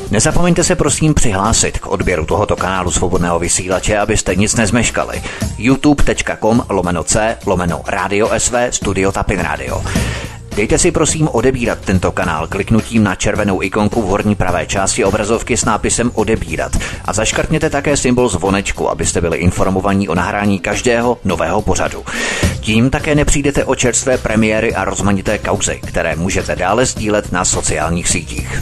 Nezapomeňte se prosím přihlásit k odběru tohoto kanálu Svobodného vysílače, abyste nic nezmeškali. youtube.com/c/Radio SV Studio Tapin Radio. Dejte si prosím odebírat tento kanál kliknutím na červenou ikonku v horní pravé části obrazovky s nápisem odebírat a zaškrtněte také symbol zvonečku, abyste byli informovaní o nahrání každého nového pořadu. Tím také nepřijdete o čerstvé premiéry a rozmanité kauzy, které můžete dále sdílet na sociálních sítích.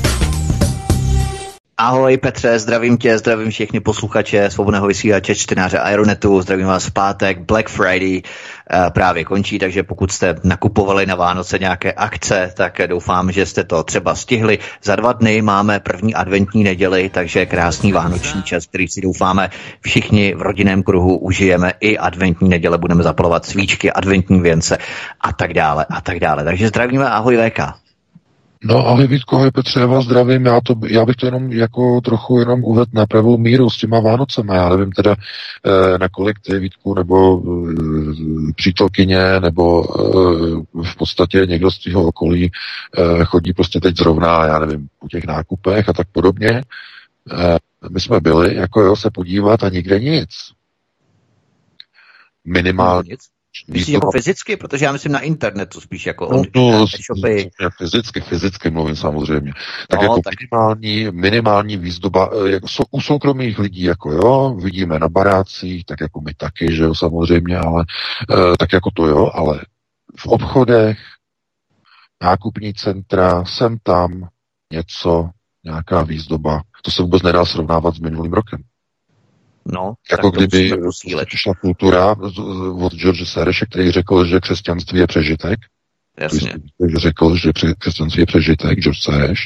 Ahoj Petře, zdravím tě, zdravím všechny posluchače Svobodného vysílače, čtenáře Aeronetu, zdravím vás v pátek, Black Friday právě končí, takže pokud jste nakupovali na Vánoce nějaké akce, tak doufám, že jste to třeba stihli. Za 2 dny máme první adventní neděli, takže krásný vánoční čas, který si doufáme všichni v rodinném kruhu užijeme. I adventní neděle budeme zapalovat svíčky, adventní věnce a tak dále a tak dále. Takže zdravíme, ahoj VK. No ahoj Vítko, ahoj Petře, já vás zdravím, já bych to jenom jako trochu jenom uvedl na pravou míru s těma Vánocema, já nevím teda nakolik ty Vítku, nebo přítelkyně, nebo v podstatě někdo z tvého okolí chodí prostě teď zrovna, já nevím, po těch nákupech a tak podobně. My jsme byli jako se podívat a nikde nic. Minimálně. Myslíš jako fyzicky? Protože já myslím na internetu spíš jako e-shopy. Fyzicky mluvím samozřejmě. Tak jako tak. Minimální výzdoba jako u soukromých lidí, jako jo, vidíme na barácích, tak jako my taky, že jo, samozřejmě, ale tak jako to jo, ale v obchodech, nákupní centra, sem tam něco, nějaká výzdoba, to se vůbec nedá srovnávat s minulým rokem. No, jako kdyby přišla kultura od George Sereše, který řekl, že křesťanství je přežitek. Jasně. Že řekl, že křesťanství je přežitek, George Sereš.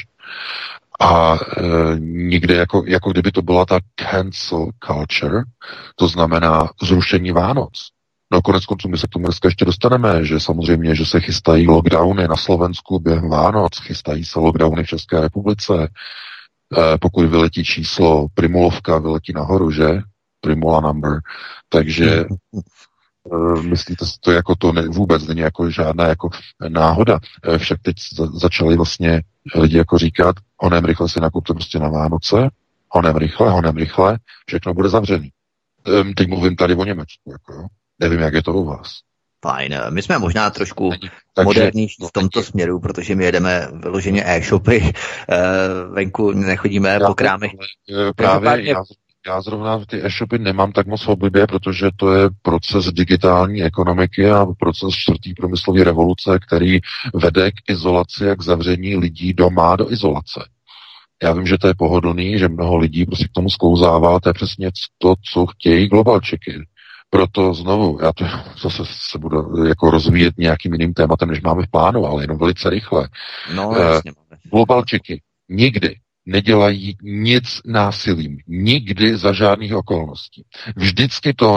A nikde jako kdyby to byla ta cancel culture, to znamená zrušení Vánoc. No konec konců my se k tomu dneska ještě dostaneme, že samozřejmě, že se chystají lockdowny na Slovensku během Vánoc, chystají se lockdowny v České republice. Pokud vyletí číslo Primulovka, vyletí nahoru, že? Primula number. Takže myslíte si to jako to vůbec není jako žádná jako náhoda. Však teď začali vlastně lidi jako říkat, honem rychle si nakupte prostě na Vánoce, honem rychle, všechno bude zavřený. Teď mluvím tady o Německu, jako jo. Nevím, jak je to u vás. Fajn. My jsme možná trošku modernější v tomto směru, protože my jedeme vyloženě e-shopy, venku nechodíme po krámech. Právě já zrovna ty e-shopy nemám tak moc v oblibě, protože to je proces digitální ekonomiky a proces 4. průmyslové revoluce, který vede k izolaci a k zavření lidí doma do izolace. Já vím, že to je pohodlný, že mnoho lidí prostě k tomu sklouzává, to je přesně to, co chtějí globalčiky. Proto znovu, já to zase se budu jako rozvíjet nějakým jiným tématem, než máme v plánu, ale jenom velice rychle. No, jasně. Globalčiky nikdy nedělají nic násilím. Nikdy za žádných okolností. Vždycky to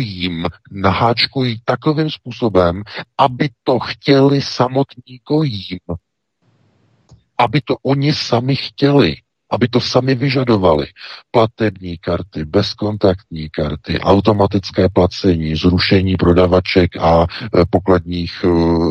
naháčkují takovým způsobem, aby to chtěli samotní gojím. Aby to oni sami chtěli. Aby to sami vyžadovali. Platební karty, bezkontaktní karty, automatické placení, zrušení prodavaček a pokladních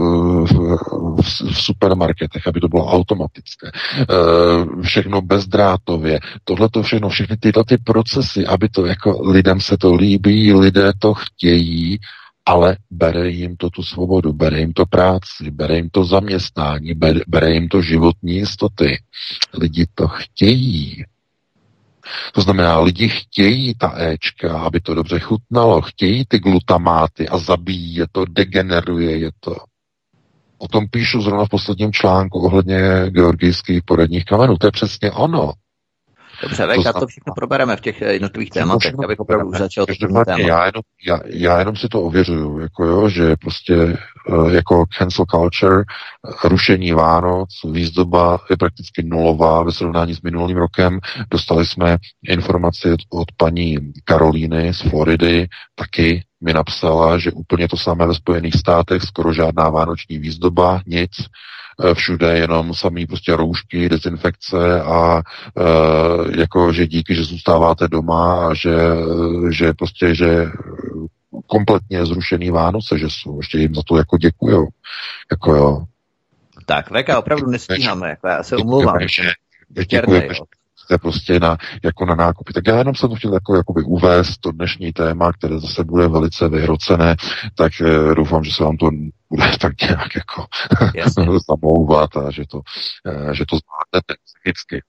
v supermarketech, aby to bylo automatické. Všechno bezdrátově. Tohleto všechny tyhle ty procesy, aby to jako lidem se to líbí, lidé to chtějí, ale bere jim to tu svobodu, bere jim to práci, bere jim to zaměstnání, bere jim to životní jistoty. Lidi to chtějí. To znamená, lidi chtějí ta éčka, aby to dobře chutnalo, chtějí ty glutamáty a zabíjí je to, degeneruje je to. O tom píšu zrovna v posledním článku ohledně georgijských poradních kamenů. To je přesně ono. Dobře, VK, to všechno probereme v těch jednotlivých tématech, abych opravdu už začal to téma. Já jenom si to ověřuju, jako jo, že prostě jako cancel culture, rušení Vánoc, výzdoba je prakticky nulová ve srovnání s minulým rokem. Dostali jsme informaci od paní Karolíny z Floridy, taky mi napsala, že úplně to samé ve Spojených státech, skoro žádná vánoční výzdoba, nic. Všude jenom samý prostě roušky, dezinfekce a jako, že díky, že zůstáváte doma a že prostě, že kompletně zrušený Vánoce, že jsou, ještě jim za to jako děkujou. Jako jo. Tak, VK, opravdu nestíháme, jako já se omlouvám. jste prostě jako na nákupy. Tak já jenom jsem to chtěl jakoby uvést to dnešní téma, které zase bude velice vyhrocené, tak doufám, že se vám to bude tak nějak jako zamlouvat a že to zvládnete psychicky.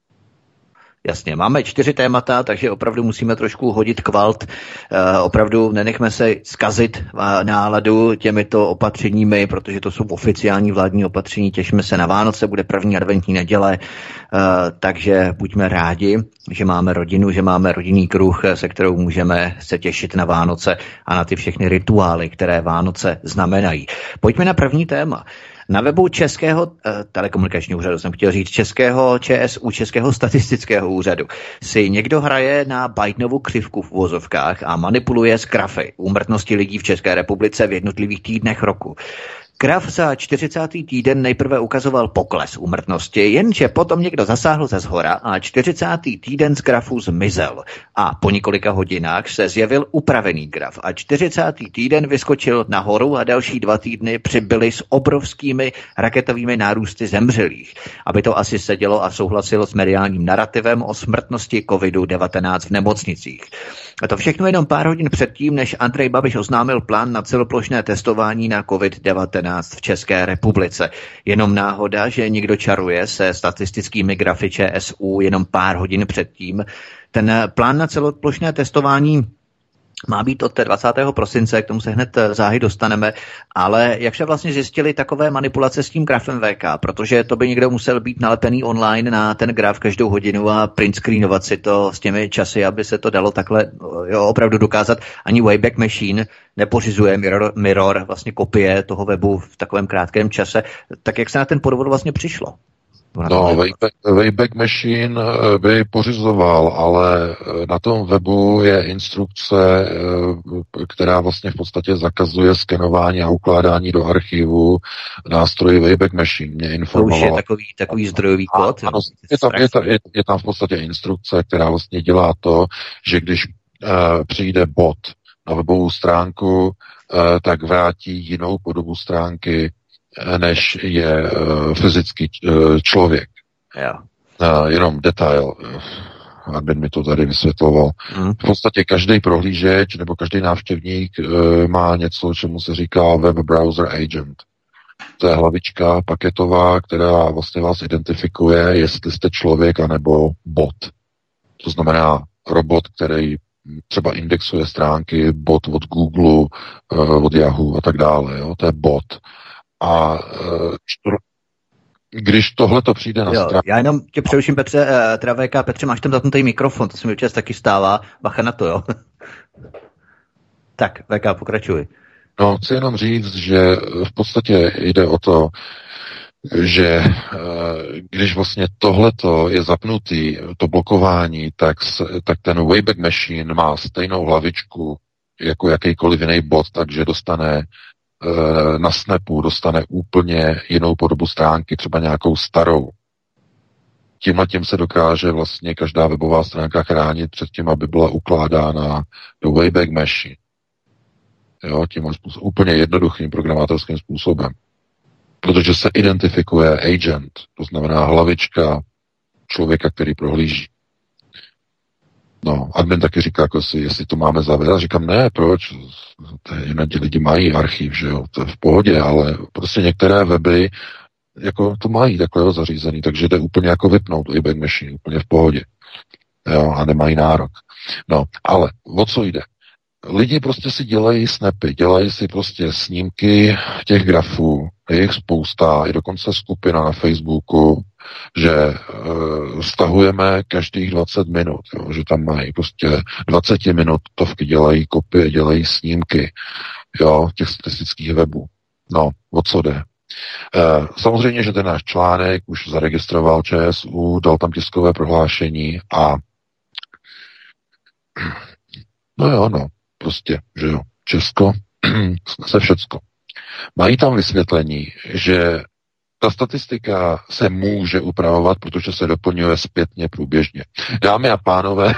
Jasně, máme 4 témata, takže opravdu musíme trošku hodit kvalt. Opravdu nenechme se zkazit náladu těmito opatřeními, protože to jsou oficiální vládní opatření. Těšíme se na Vánoce, bude první adventní neděle, takže buďme rádi, že máme rodinu, že máme rodinný kruh, se kterou můžeme se těšit na Vánoce a na ty všechny rituály, které Vánoce znamenají. Pojďme na první téma. Na webu Českého telekomunikačního úřadu, jsem chtěl říct, Českého ČSÚ, Českého statistického úřadu, si někdo hraje na Bidenovu křivku v uvozovkách a manipuluje s grafy úmrtnosti lidí v České republice v jednotlivých týdnech roku. Graf za 40. týden nejprve ukazoval pokles úmrtnosti, jenže potom někdo zasáhl ze zhora a 40. týden z grafu zmizel. A po několika hodinách se zjevil upravený graf a 40. týden vyskočil nahoru a další 2 týdny přibyly s obrovskými raketovými nárůsty zemřelých. Aby to asi sedělo a souhlasilo s mediálním narrativem o smrtnosti COVID-19 v nemocnicích. A to všechno jenom pár hodin předtím, než Andrej Babiš oznámil plán na celoplošné testování na COVID-19 v České republice. Jenom náhoda, že někdo čaruje se statistickými grafy ČSÚ jenom pár hodin předtím. Ten plán na celoplošné testování má být od 20. prosince, k tomu se hned záhy dostaneme, ale jak se vlastně zjistili takové manipulace s tím grafem VK, protože to by někdo musel být nalepený online na ten graf každou hodinu a print screenovat si to s těmi časy, aby se to dalo takhle opravdu dokázat. Ani Wayback Machine nepořizuje mirror, vlastně kopie toho webu v takovém krátkém čase. Tak jak se na ten podvod vlastně přišlo? No, Wayback Machine by pořizoval, ale na tom webu je instrukce, která vlastně v podstatě zakazuje skenování a ukládání do archivu nástroji Wayback Machine. Mě informovala. To už je takový zdrojový kód. Ano, je tam v podstatě instrukce, která vlastně dělá to, že když přijde bot na webovou stránku, tak vrátí jinou podobu stránky, než je fyzický člověk. Yeah. Jenom detail, aby mi to tady vysvětloval. V podstatě každý prohlížeč nebo každý návštěvník má něco, čemu se říká Web Browser Agent. To je hlavička paketová, která vlastně vás identifikuje, jestli jste člověk anebo bot. To znamená robot, který třeba indexuje stránky, bot od Google, od Yahoo a tak dále. Jo? To je bot. A když tohle to přijde na stranu... Já jenom tě přeruším, Petře, Petře, máš tam zapnutý mikrofon, to se mi občas taky stává, bacha na to, jo. Tak, VK, pokračuj. No, chci jenom říct, že v podstatě jde o to, že když vlastně tohleto je zapnutý, to blokování, tak ten Wayback Machine má stejnou hlavičku jako jakýkoliv jiný bot, takže dostane na Snapu dostane úplně jinou podobu stránky, třeba nějakou starou. Tímhletím se dokáže vlastně každá webová stránka chránit před tím, aby byla ukládána do Wayback Machine. Jo, tímhle způsobem, úplně jednoduchým programátorským způsobem. Protože se identifikuje agent, to znamená hlavička člověka, který prohlíží. No, admin taky říká, jako jestli to máme zavést. Říkám, ne, proč? Ti lidi mají archiv, že jo, to je v pohodě, ale prostě některé weby jako to mají takhle zařízený, takže jde úplně jako vypnout Wayback Machine, úplně v pohodě. Jo, a nemají nárok. No, ale o co jde? Lidi prostě si dělají snapy, dělají si prostě snímky těch grafů, je jich spousta, je dokonce skupina na Facebooku, že stahujeme každých 20 minut, jo, že tam mají prostě 20 minutovky, dělají kopie, dělají snímky, jo, těch statistických webů. No, o co jde? Samozřejmě, že ten náš článek už zaregistroval ČSÚ, dal tam tiskové prohlášení a no, prostě, že jo, Česko se všecko. Mají tam vysvětlení, že ta statistika se může upravovat, protože se doplňuje zpětně průběžně. Dámy a pánové,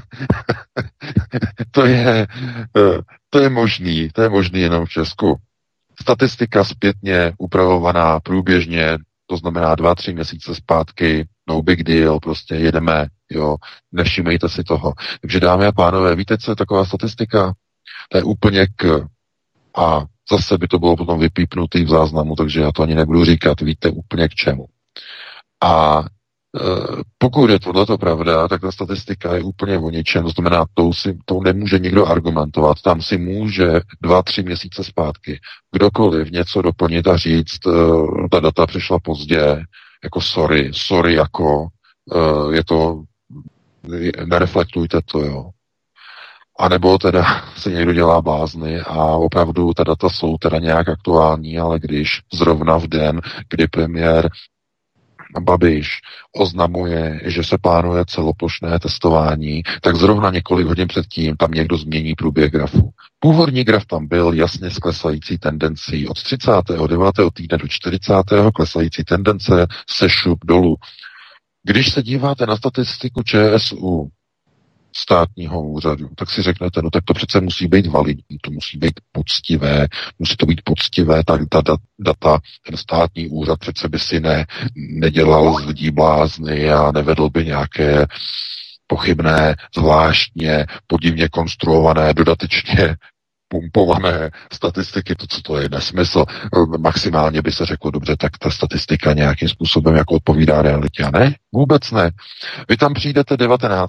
to je možný jenom v Česku. Statistika zpětně upravovaná průběžně, to znamená 2-3 měsíce zpátky, no big deal, prostě jedeme Jo, nevšimejte si toho. Takže dámy a pánové, víte, co je taková statistika? To je úplně a zase by to bylo potom vypípnutý v záznamu, takže já to ani nebudu říkat, víte úplně k čemu. A pokud je tohleto pravda, tak ta statistika je úplně o ničem, to znamená, tou nemůže nikdo argumentovat, tam si může 2-3 měsíce zpátky kdokoliv něco doplnit a říct, ta data přišla pozdě, jako sorry, jako je to, nereflektujte to, jo. A nebo teda se někdo dělá blázny a opravdu ta data jsou teda nějak aktuální, ale když zrovna v den, kdy premiér Babiš oznamuje, že se plánuje celoplošné testování, tak zrovna několik hodin předtím tam někdo změní průběh grafu. Původní graf tam byl jasně s klesající tendencí. Od 39. týdne do 40. klesající tendence se šup dolů. Když se díváte na statistiku ČSÚ, státního úřadu, tak si řeknete, no tak to přece musí být validní, to musí být poctivé, musí to být poctivé, tak ta data, ten státní úřad přece by si nedělal z lidí blázny a nevedl by nějaké pochybné, zvláštně, podivně konstruované, dodatečně pumpované statistiky, co to je nesmysl. Maximálně by se řeklo, dobře, tak ta statistika nějakým způsobem jako odpovídá realitě. A ne, vůbec ne. Vy tam přijdete 19.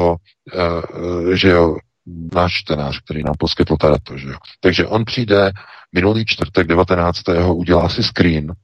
Že jo, náš čtenář, který nám poskytl teda to, že jo. Takže on přijde minulý čtvrtek 19. udělá si screen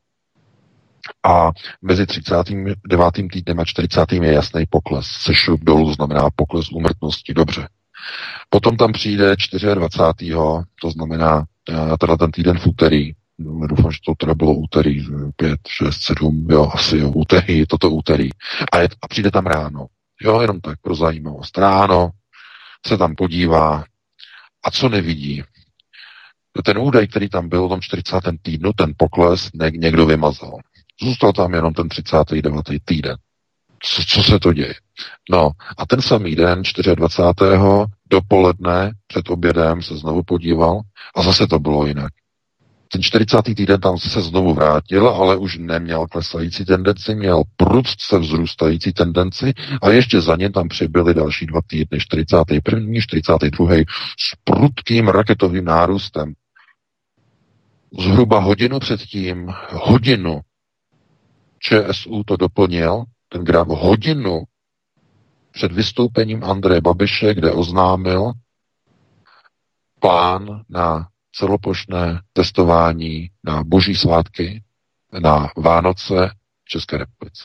a mezi 39. týdnem a 40. je jasný pokles. Se šup dolů znamená pokles úmrtnosti, dobře. Potom tam přijde 24. To znamená teda ten týden v úterý. Doufám, že to teda bylo úterý 5, 6, 7, jo, asi jo, úterý, toto úterý. A přijde tam ráno. Jo, jenom tak pro zajímavost. Ráno se tam podívá a co nevidí? Ten údaj, který tam byl v tom 40. týdnu, ten pokles někdo vymazal. Zůstal tam jenom ten 39. týden. Co se to děje? No a ten samý den, 24. dopoledne před obědem se znovu podíval a zase to bylo jinak. Ten 40. týden tam se znovu vrátil, ale už neměl klesající tendenci, měl prudce vzrůstající tendenci a ještě za ně tam přibyly další 2 týdny, 41., 42. s prudkým raketovým nárůstem. Zhruba hodinu předtím, ČSÚ to doplnil, ten graf hodinu před vystoupením Andreje Babiše, kde oznámil plán na celoplošné testování na boží svátky, na Vánoce v České republice.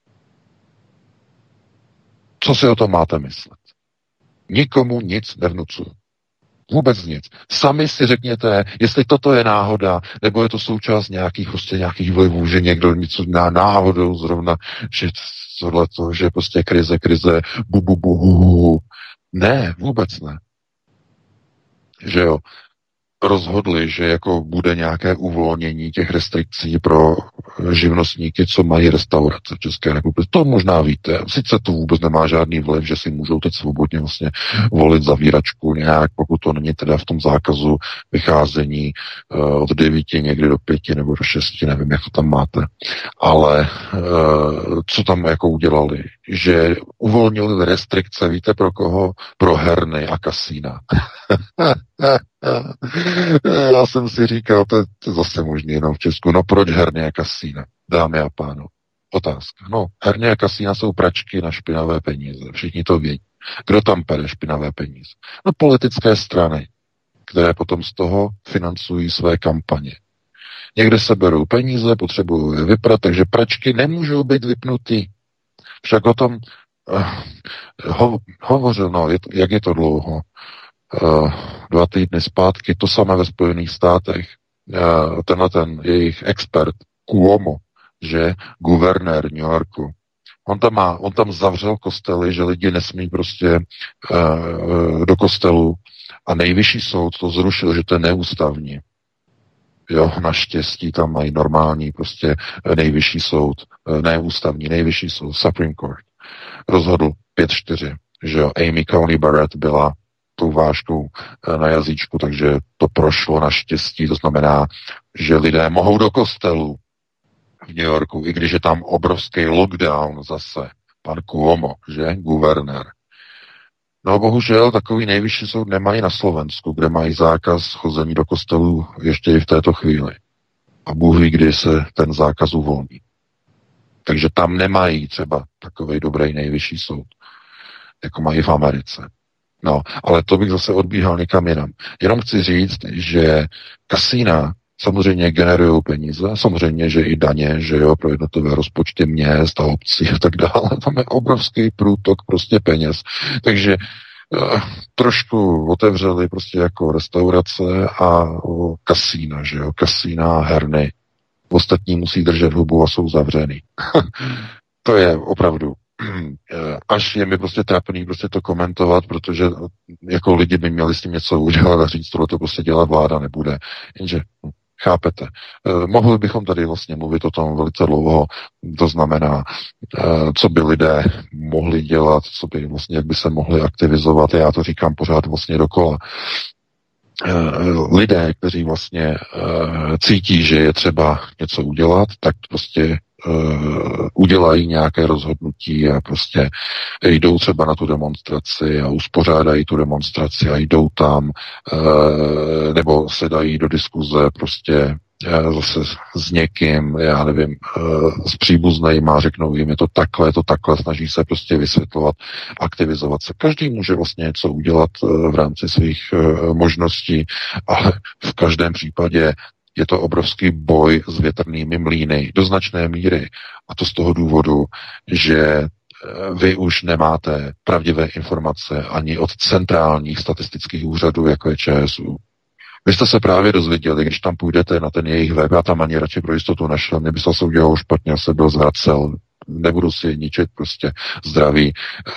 Co si o tom máte myslet? Nikomu nic nevnucuju. Vůbec nic. Sami si řekněte, jestli toto je náhoda, nebo je to součást nějakých vlivů, že někdo něco náhodou zrovna, že tohleto, že prostě krize, bu. Ne, vůbec ne. Že jo, rozhodli, že jako bude nějaké uvolnění těch restrikcí pro živnostníky, co mají restaurace v České republice. To možná víte. Sice to vůbec nemá žádný vliv, že si můžou teď svobodně vlastně volit zavíračku nějak, pokud to není teda v tom zákazu vycházení od 9 někdy do 5 nebo do 6, nevím, jak to tam máte. Ale co tam jako udělali? Že uvolnili restrikce, víte pro koho? Pro herny a kasína. Já jsem si říkal, to je zase možný jenom v Česku. No proč herny a kasína, dámy a pánové? Otázka. No, herny a kasína jsou pračky na špinavé peníze. Všichni to vědí. Kdo tam pere špinavé peníze? No politické strany, které potom z toho financují své kampaně. Někde se berou peníze, potřebují je vyprat, takže pračky nemůžou být vypnutý. Však o tom hovořil, no, jak je to dlouho? 2 týdny zpátky, to samé ve Spojených státech, ten jejich expert Cuomo, že guvernér New Yorku, on tam zavřel kostely, že lidi nesmí prostě do kostelu a nejvyšší soud to zrušil, že to je neústavní. Jo, naštěstí tam mají normální prostě nejvyšší soud, neústavní, nejvyšší soud, Supreme Court, rozhodl 5-4, že jo, Amy Coney Barrett byla tou vážkou na jazyčku, takže to prošlo naštěstí, to znamená, že lidé mohou do kostelu v New Yorku, i když je tam obrovský lockdown zase, pan Cuomo, že, guvernér. No bohužel takový nejvyšší soud nemají na Slovensku, kde mají zákaz chození do kostelů ještě i v této chvíli. A Bůh ví, kdy se ten zákaz uvolní. Takže tam nemají třeba takový dobrý nejvyšší soud, jako mají v Americe. No, ale to bych zase odbíhal někam jinam. Jenom chci říct, že kasína samozřejmě generují peníze, samozřejmě, že i daně, že jo, pro jednotlivé rozpočty měst a obcí a tak dále. Tam je obrovský průtok prostě peněz. Takže trošku otevřeli prostě jako restaurace a kasína, že jo, kasína, herny. Ostatní musí držet hubu a jsou zavřený. To je opravdu až je mi prostě trapný prostě to komentovat, protože jako lidi by měli s tím něco udělat a říct, tohle to prostě dělat vláda nebude. Jenže chápete. Mohli bychom tady vlastně mluvit o tom velice dlouho, to znamená, co by lidé mohli dělat, co by vlastně, jak by se mohli aktivizovat. Já to říkám pořád vlastně dokola. Lidé, kteří vlastně cítí, že je třeba něco udělat, tak prostě udělají nějaké rozhodnutí a prostě jdou třeba na tu demonstraci a uspořádají tu demonstraci a jdou tam, nebo se dají do diskuze prostě zase s někým, já nevím, s příbuznejma, řeknou jim, je to takhle, snaží se prostě vysvětlovat, aktivizovat se. Každý může vlastně něco udělat v rámci svých možností, ale v každém případě je to obrovský boj s větrnými mlýny do značné míry. A to z toho důvodu, že vy už nemáte pravdivé informace ani od centrálních statistických úřadů, jako je ČSÚ. Vy jste se právě dozvěděli, když tam půjdete na ten jejich web, já tam ani radši pro jistotu našel, mě by se udělalo špatně, se byl zvracel, nebudu si ničit prostě zdraví.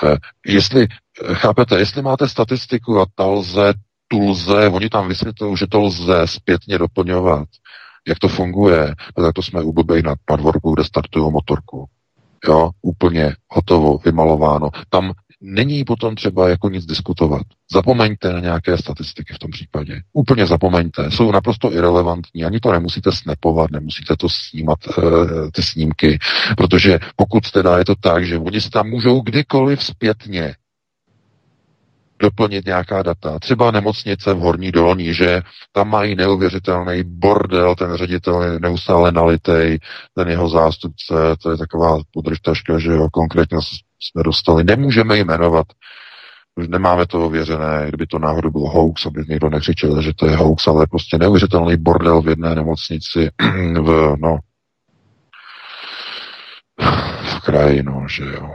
Jestli máte statistiku a tu lze, oni tam vysvětlují, že to lze zpětně doplňovat, jak to funguje, tak to jsme u blbej na dvorku, kde startují motorku. Jo, úplně hotovo, vymalováno. Tam není potom třeba jako nic diskutovat. Zapomeňte na nějaké statistiky v tom případě. Úplně zapomeňte. Jsou naprosto irelevantní. Ani to nemusíte snapovat, nemusíte to snímat, ty snímky, protože pokud teda je to tak, že oni se tam můžou kdykoliv zpětně doplnit nějaká data. Třeba nemocnice v Horní Dolní, že tam mají neuvěřitelný bordel, ten ředitel je neustále nalitej, ten jeho zástupce, to je taková podržtaška, že jo, konkrétně jsme dostali. Nemůžeme jmenovat, už nemáme to ověřené, kdyby to náhodou bylo hoax, aby někdo nekřičel, že to je hoax, ale prostě neuvěřitelný bordel v jedné nemocnici v kraji, že jo,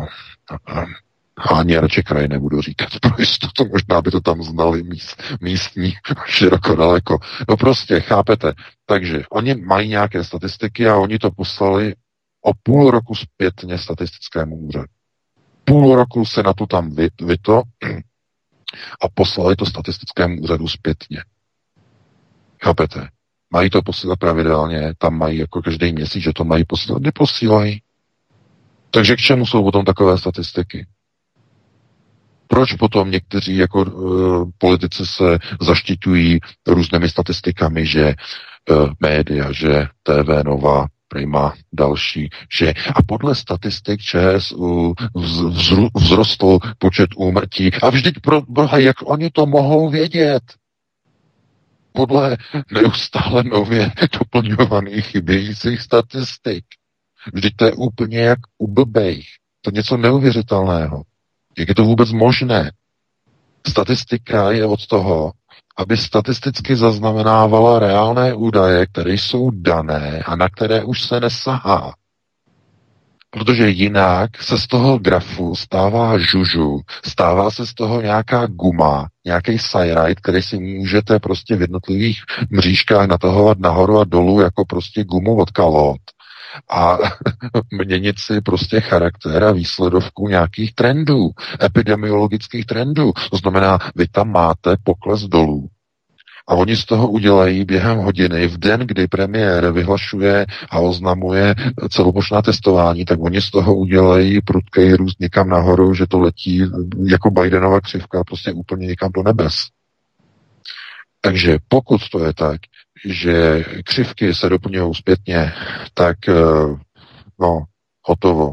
ani radši kraj nebudu říkat pro jistotu, možná by to tam znali místní široko daleko. No prostě, chápete. Takže oni mají nějaké statistiky a oni to poslali o půl roku zpětně statistickému úřadu. Půl roku se na to tam vyto a poslali to statistickému úřadu zpětně. Chápete? Mají to posílat pravidelně, tam mají jako každý měsíc, že to mají posílat, neposílají. Takže k čemu jsou potom takové statistiky? Proč potom někteří jako politici se zaštiťují různými statistikami, že média, že TV Nova, Prima, další, že a podle statistik ČSÚ vzrostl počet úmrtí. A vždyť pro boha, jak oni to mohou vědět? Podle neustále nově doplňovaných chybějících statistik. Vždyť to je úplně jak u blbejch. To je něco neuvěřitelného. Jak je to vůbec možné? Statistika je od toho, aby statisticky zaznamenávala reálné údaje, které jsou dané a na které už se nesahá. Protože jinak se z toho grafu stává žužu, stává se z toho nějaká guma, nějaký sajrajt, který si můžete prostě v jednotlivých mřížkách natahovat nahoru a dolů jako prostě gumu od kalot a měnit si prostě charakter a výsledovku nějakých trendů, epidemiologických trendů. To znamená, vy tam máte pokles dolů. A oni z toho udělají během hodiny, v den, kdy premiér vyhlašuje a oznamuje celoplošná testování, tak oni z toho udělají prudký růst někam nahoru, že to letí jako Bidenova křivka prostě úplně někam do nebes. Takže pokud to je tak, že křivky se doplňují zpětně, tak hotovo.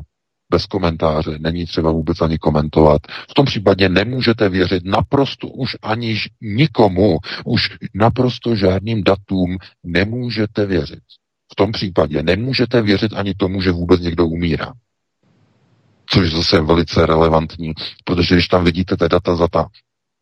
bez komentáře, není třeba vůbec ani komentovat. V tom případě nemůžete věřit naprosto už ani nikomu, už naprosto žádným datům nemůžete věřit. V tom případě nemůžete věřit ani tomu, že vůbec někdo umírá. Což zase je velice relevantní, protože když tam vidíte ty data za ta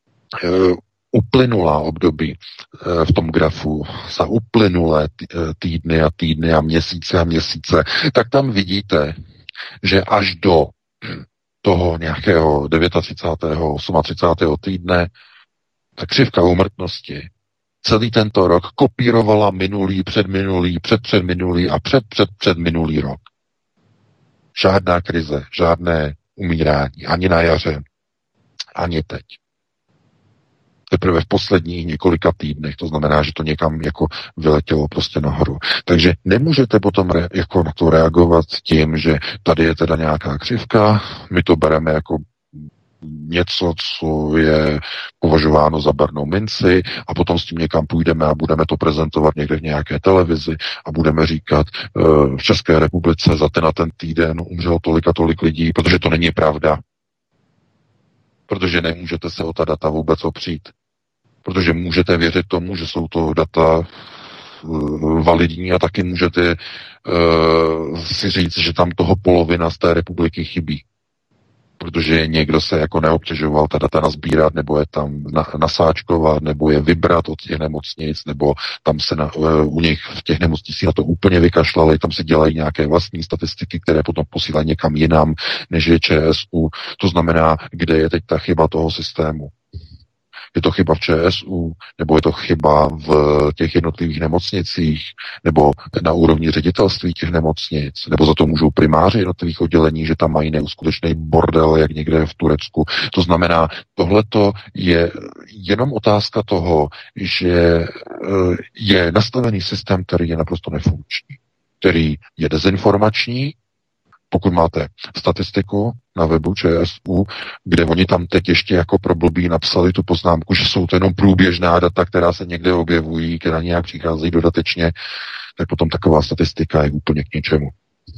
uplynulá období v tom grafu, za uplynulé týdny a měsíce, tak tam vidíte, že až do toho nějakého 39. 38. týdne ta křivka úmrtnosti celý tento rok kopírovala minulý, předminulý, předminulý a předminulý rok. Žádná krize, žádné umírání, ani na jaře, ani teď. Teprve v posledních několika týdnech, to znamená, že to někam jako vyletělo prostě nahoru. Takže nemůžete potom jako na to reagovat tím, že tady je teda nějaká křivka, my to bereme jako něco, co je považováno za bernou minci a potom s tím někam půjdeme a budeme to prezentovat někde v nějaké televizi a budeme říkat, v České republice za ten týden umřelo tolik a tolik lidí, protože to není pravda. Protože nemůžete se o ta data vůbec opřít. Protože můžete věřit tomu, že jsou to data validní a taky můžete si říct, že tam toho polovina z té republiky chybí. Protože někdo se jako neobtěžoval ta data nazbírat, nebo je tam nasáčkovat, nebo je vybrat od těch nemocnic, nebo tam se u nich v těch nemocnicích na to úplně vykašlali, tam se dělají nějaké vlastní statistiky, které potom posílají někam jinam, než je ČSU. To znamená, kde je teď ta chyba toho systému. Je to chyba v ČSU, nebo je to chyba v těch jednotlivých nemocnicích, nebo na úrovni ředitelství těch nemocnic, nebo za to můžou primáři jednotlivých oddělení, že tam mají neuskutečný bordel, jak někde v Turecku. To znamená, tohleto je jenom otázka toho, že je nastavený systém, který je naprosto nefunkční, který je dezinformační. Pokud máte statistiku na webu ČSU, kde oni tam teď ještě jako pro blbý napsali tu poznámku, že jsou to jenom průběžná data, která se někde objevují, která nějak přicházejí dodatečně, tak potom taková statistika je úplně k ničemu.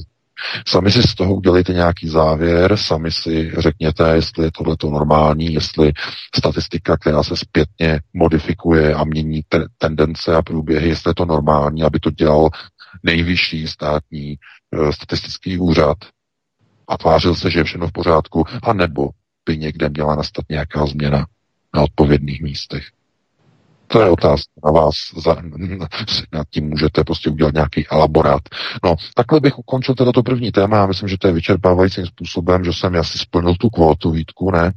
Sami si z toho udělejte nějaký závěr, sami si řekněte, jestli je tohleto normální, jestli statistika, která se zpětně modifikuje a mění tendence a průběhy, jestli je to normální, aby to dělal nejvyšší státní statistický úřad a tvářil se, že je všechno v pořádku, anebo by někde měla nastat nějaká změna na odpovědných místech. To je otázka na vás. Nad tím můžete prostě udělat nějaký elaborát. No, takhle bych ukončil teda to první téma. Já myslím, že to je vyčerpávajícím způsobem, že jsem asi splnil tu kvótu, Vítku, ne?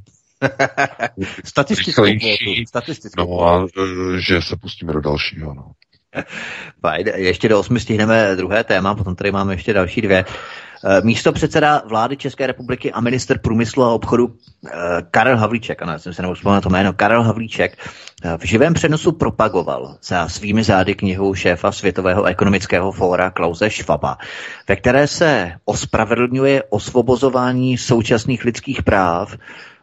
Statistickou kvótu. No a že se pustíme do dalšího, no. Fajn, ještě do 8 stihneme druhé téma, potom tady máme ještě další dvě. Místo předseda vlády České republiky a ministr průmyslu a obchodu Karel Havlíček, ano, já jsem se neuspomněl na to jméno, Karel Havlíček v živém přenosu propagoval za svými zády knihu šéfa Světového ekonomického fóra Klause Schwaba, ve které se ospravedlňuje osvobozování současných lidských práv,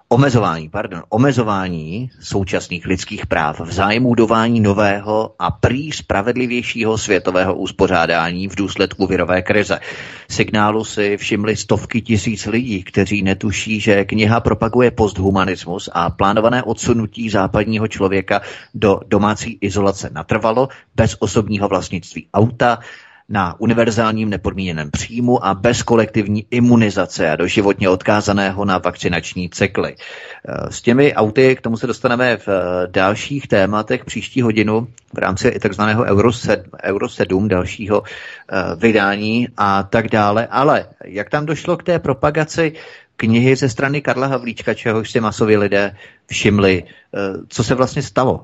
omezování současných lidských práv v zájmu budování nového a prý spravedlivějšího světového uspořádání v důsledku virové krize. Signálu si všimli stovky tisíc lidí, kteří netuší, že kniha propaguje posthumanismus a plánované odsunutí západního člověka do domácí izolace natrvalo, bez osobního vlastnictví auta, na univerzálním nepodmíněném příjmu a bez kolektivní imunizace a doživotně odkázaného na vakcinační cykly. S těmi auty, k tomu se dostaneme v dalších tématech příští hodinu v rámci takzvaného Euro 7 dalšího vydání a tak dále. Ale jak tam došlo k té propagaci knihy ze strany Karla Havlíčka, čehož si masově lidé všimli, co se vlastně stalo?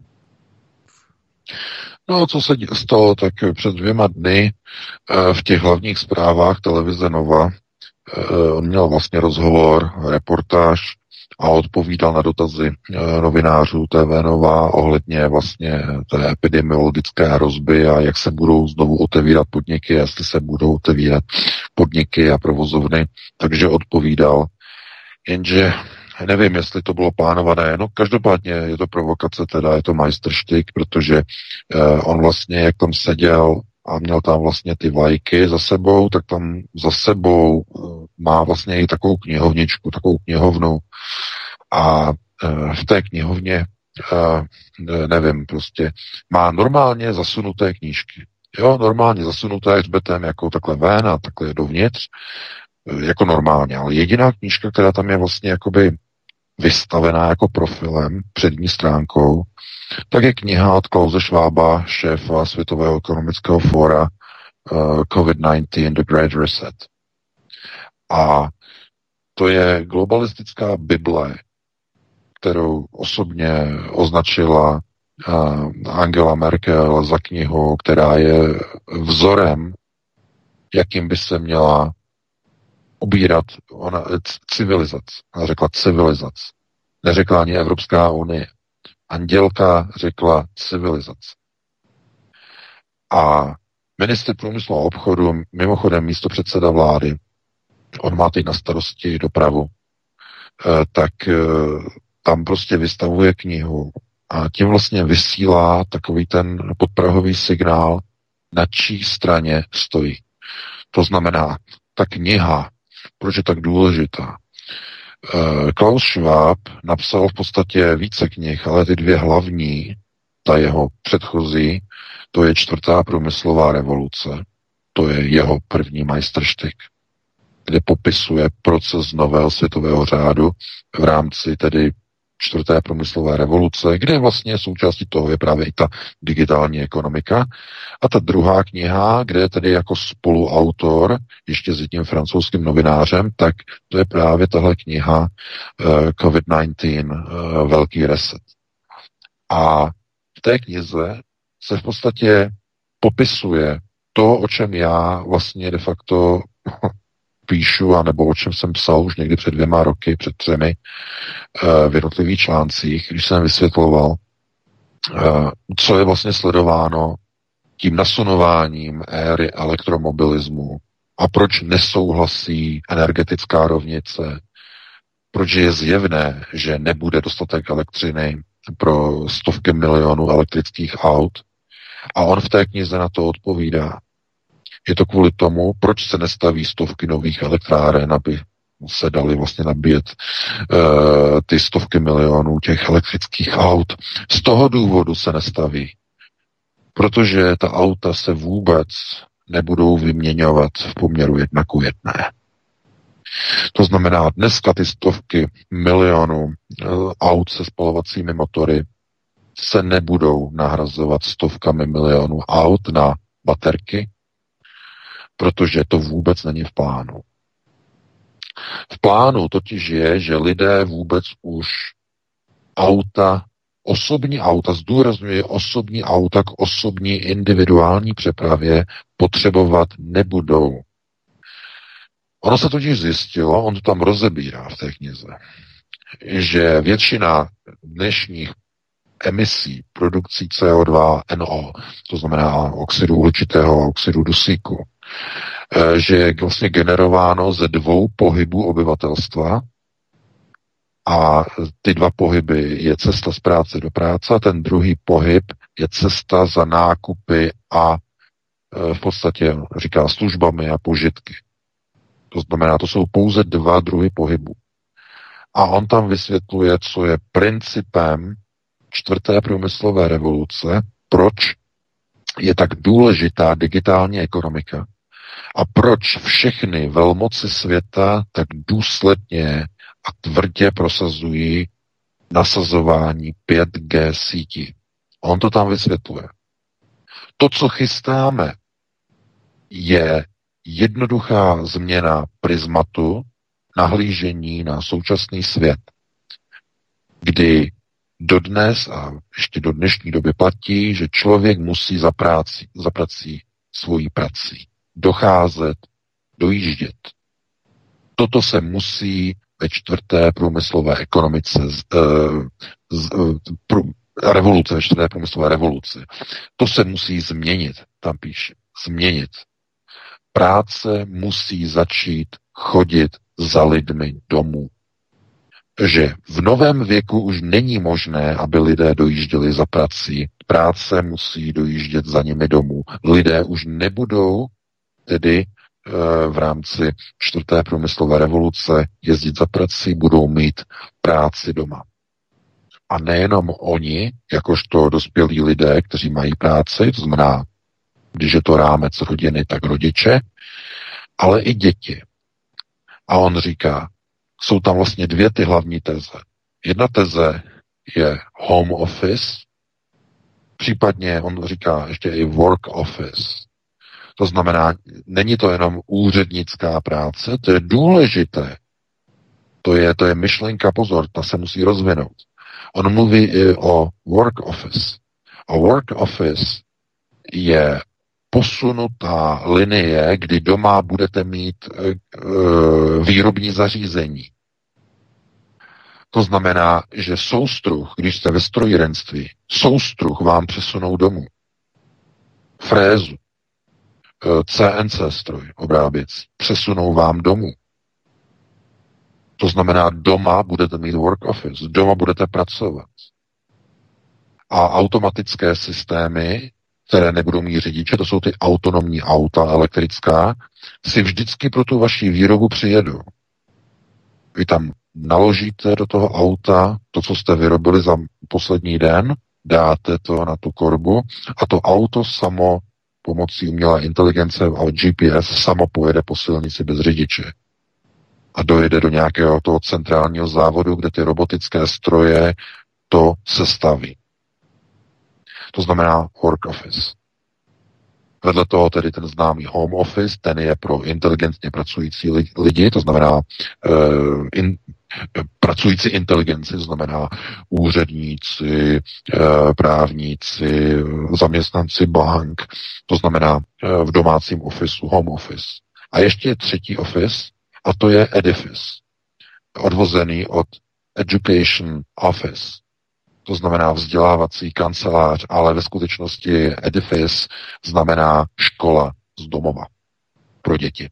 No, co se stalo, tak před 2 dny v těch hlavních zprávách televize Nova on měl vlastně rozhovor, reportáž a odpovídal na dotazy novinářů TV Nova ohledně vlastně té epidemiologické hrozby a jak se budou znovu otevírat podniky, jestli se budou otevírat podniky a provozovny, takže odpovídal, jenže nevím, jestli to bylo plánované. No každopádně je to provokace, teda je to majstrštyk, protože on vlastně, jak tam seděl a měl tam vlastně ty vlajky za sebou, tak tam za sebou má vlastně i takovou knihovničku, takovou knihovnu a v té knihovně nevím, prostě má normálně zasunuté knížky. Jo, normálně zasunuté hřbetem jako takhle ven a takhle dovnitř, jako normálně, ale jediná knížka, která tam je vlastně jakoby vystavená jako profilem, přední stránkou, tak je kniha od Klause Schwaba, šéfa Světového ekonomického fóra COVID-19, The Great Reset. A to je globalistická bible, kterou osobně označila Angela Merkel za knihu, která je vzorem, jakým by se měla ubírat civilizace. Ona řekla civilizace. Neřekla ani Evropská unie. Andělka řekla civilizace. A ministr průmyslu a obchodu, mimochodem místopředseda vlády, on má teď na starosti dopravu, tak tam prostě vystavuje knihu a tím vlastně vysílá takový ten podprahový signál, na čí straně stojí. To znamená, ta kniha, proč je tak důležitá? Klaus Schwab napsal v podstatě více knih, ale ty dvě hlavní, ta jeho předchozí, to je 4. průmyslová revoluce, to je jeho první majstrštyk, kde popisuje proces nového světového řádu v rámci tedy 4. průmyslové revoluce, kde vlastně součástí toho je právě i ta digitální ekonomika. A ta druhá kniha, kde je tedy jako spoluautor, ještě s jedním francouzským novinářem, tak to je právě tahle kniha COVID-19, Velký reset. A v té knize se v podstatě popisuje to, o čem já vlastně de facto píšu, anebo o čem jsem psal už někdy před 2 roky, před 3 v jednotlivých článcích, když jsem vysvětloval, co je vlastně sledováno tím nasunováním éry elektromobilismu a proč nesouhlasí energetická rovnice, proč je zjevné, že nebude dostatek elektřiny pro stovky milionů elektrických aut. A on v té knize na to odpovídá. Je to kvůli tomu, proč se nestaví stovky nových elektráren, aby se dali vlastně nabíjet ty stovky milionů těch elektrických aut. Z toho důvodu se nestaví. Protože ta auta se vůbec nebudou vyměňovat v poměru 1:1. To znamená, dneska ty stovky milionů aut se spalovacími motory se nebudou nahrazovat stovkami milionů aut na baterky, protože to vůbec není v plánu. V plánu totiž je, že lidé vůbec už osobní auta, zdůrazňuje osobní auta k osobní individuální přepravě potřebovat nebudou. Ono se totiž zjistilo, on to tam rozebírá v té knize, že většina dnešních emisí produkcí CO2, NO, to znamená oxidu uhličitého a oxidu dusíku, že je vlastně generováno ze 2 pohybů obyvatelstva a ty 2 pohyby je cesta z práce do práce a ten druhý pohyb je cesta za nákupy a v podstatě říká službami a požitky. To znamená, to jsou pouze 2 druhy pohybu. A on tam vysvětluje, co je principem 4. průmyslové revoluce, proč je tak důležitá digitální ekonomika a proč všechny velmoci světa tak důsledně a tvrdě prosazují nasazování 5G sítí. On to tam vysvětluje. To, co chystáme, je jednoduchá změna prismatu nahlížení na současný svět, kdy dodnes a ještě do dnešní doby platí, že člověk musí za prací svojí prací docházet, dojíždět. Toto se musí ve 4. průmyslové ekonomice revoluce, ve 4. průmyslové revoluci. To se musí změnit, tam píše, změnit. Práce musí začít chodit za lidmi domů. Že v novém věku už není možné, aby lidé dojížděli za prací Práce musí dojíždět za nimi domů. Lidé už nebudou tedy v rámci čtvrté průmyslové revoluce jezdit za prací, budou mít práci doma. A nejenom oni, jakožto dospělí lidé, kteří mají práci, to znamená, když je to rámec rodiny, tak rodiče, ale i děti. A on říká, jsou tam vlastně dvě ty hlavní teze. Jedna teze je home office, případně on říká ještě i work office. To znamená, není to jenom úřednická práce, to je důležité. To je myšlenka, pozor, ta se musí rozvinout. On mluví i o work office. A work office je posunutá linie, kdy doma budete mít výrobní zařízení. To znamená, že soustruh, když jste ve strojírenství, soustruh vám přesunou domů. Frézu, CNC stroj obráběcí, přesunou vám domů. To znamená, doma budete mít work office, doma budete pracovat. A automatické systémy, které nebudou mít řidiče, to jsou ty autonomní auta elektrická, si vždycky pro tu vaši výrobu přijedou. Vy tam naložíte do toho auta to, co jste vyrobili za poslední den, dáte to na tu korbu a to auto samo pomocí umělé inteligence a GPS samo pojede po silnici bez řidiče. A dojede do nějakého toho centrálního závodu, kde ty robotické stroje to sestaví. To znamená work office. Vedle toho tedy ten známý home office, ten je pro inteligentně pracující lidi, to znamená pracující inteligenci, to znamená úředníci, právníci, zaměstnanci bank, to znamená v domácím ofisu, home office. A ještě je třetí office, a to je edifice, odvozený od education office. To znamená vzdělávací kancelář, ale ve skutečnosti edifice znamená škola z domova pro děti.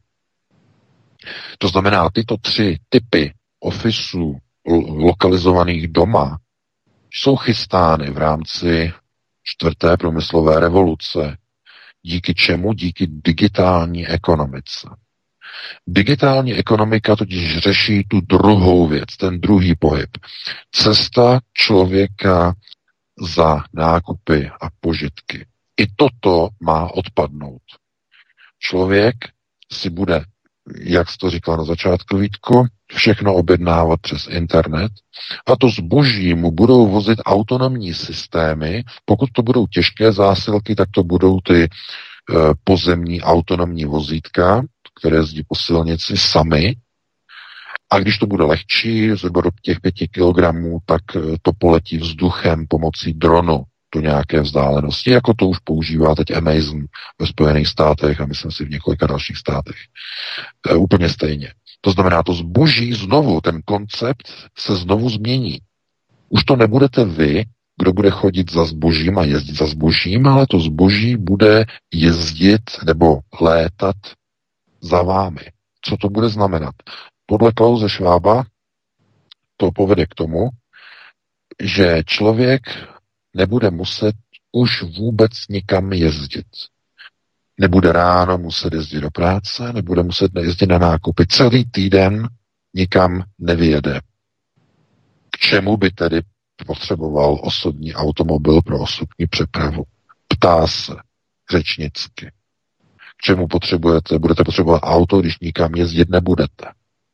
To znamená, tyto tři typy ofisů lokalizovaných doma jsou chystány v rámci čtvrté průmyslové revoluce. Díky čemu? Díky digitální ekonomice. Digitální ekonomika totiž řeší tu druhou věc, ten druhý pohyb. Cesta člověka za nákupy a požitky. I toto má odpadnout. Člověk si bude, jak jsi to říkal na začátku, Vítku, všechno objednávat přes internet a to zboží mu budou vozit autonomní systémy. Pokud to budou těžké zásilky, tak to budou ty pozemní autonomní vozítka, které jezdí po silnici sami. A když to bude lehčí, zhruba do těch 5 kilogramů, tak to poletí vzduchem pomocí dronu do nějaké vzdálenosti, jako to už používá teď Amazon ve Spojených státech a myslím si v několika dalších státech. Úplně stejně. To znamená, to zboží znovu, ten koncept se znovu změní. Už to nebudete vy, kdo bude chodit za zbožím a jezdit za zbožím, ale to zboží bude jezdit nebo létat za vámi. Co to bude znamenat? Podle Klause Schwaba to povede k tomu, že člověk nebude muset už vůbec nikam jezdit. Nebude ráno muset jezdit do práce, nebude muset jezdit na nákupy. Celý týden nikam nevyjede. K čemu by tedy potřeboval osobní automobil pro osobní přepravu? Ptá se řečnicky. K čemu potřebujete? Budete potřebovat auto, když nikam jezdit nebudete.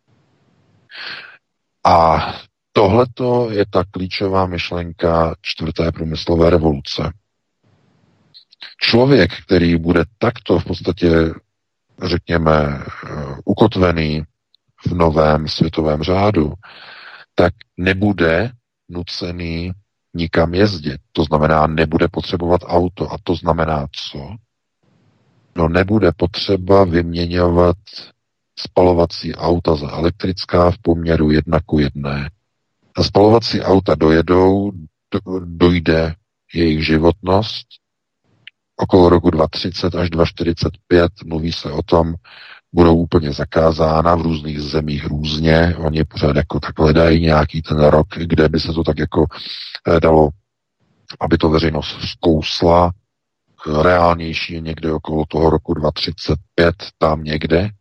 A tohleto je ta klíčová myšlenka čtvrté průmyslové revoluce. Člověk, který bude takto v podstatě, řekněme, ukotvený v novém světovém řádu, tak nebude nucený nikam jezdit. To znamená, nebude potřebovat auto. A to znamená co? No nebude potřeba vyměňovat spalovací auta za elektrická v poměru 1:1. A spalovací auta dojedou, dojde jejich životnost okolo roku 2030 až 2045. Mluví se o tom, budou úplně zakázána v různých zemích různě. Oni pořád jako tak hledají nějaký ten rok, kde by se to tak jako dalo aby to veřejnost zkousla, reálnější je někde okolo toho roku 2035, tam někde.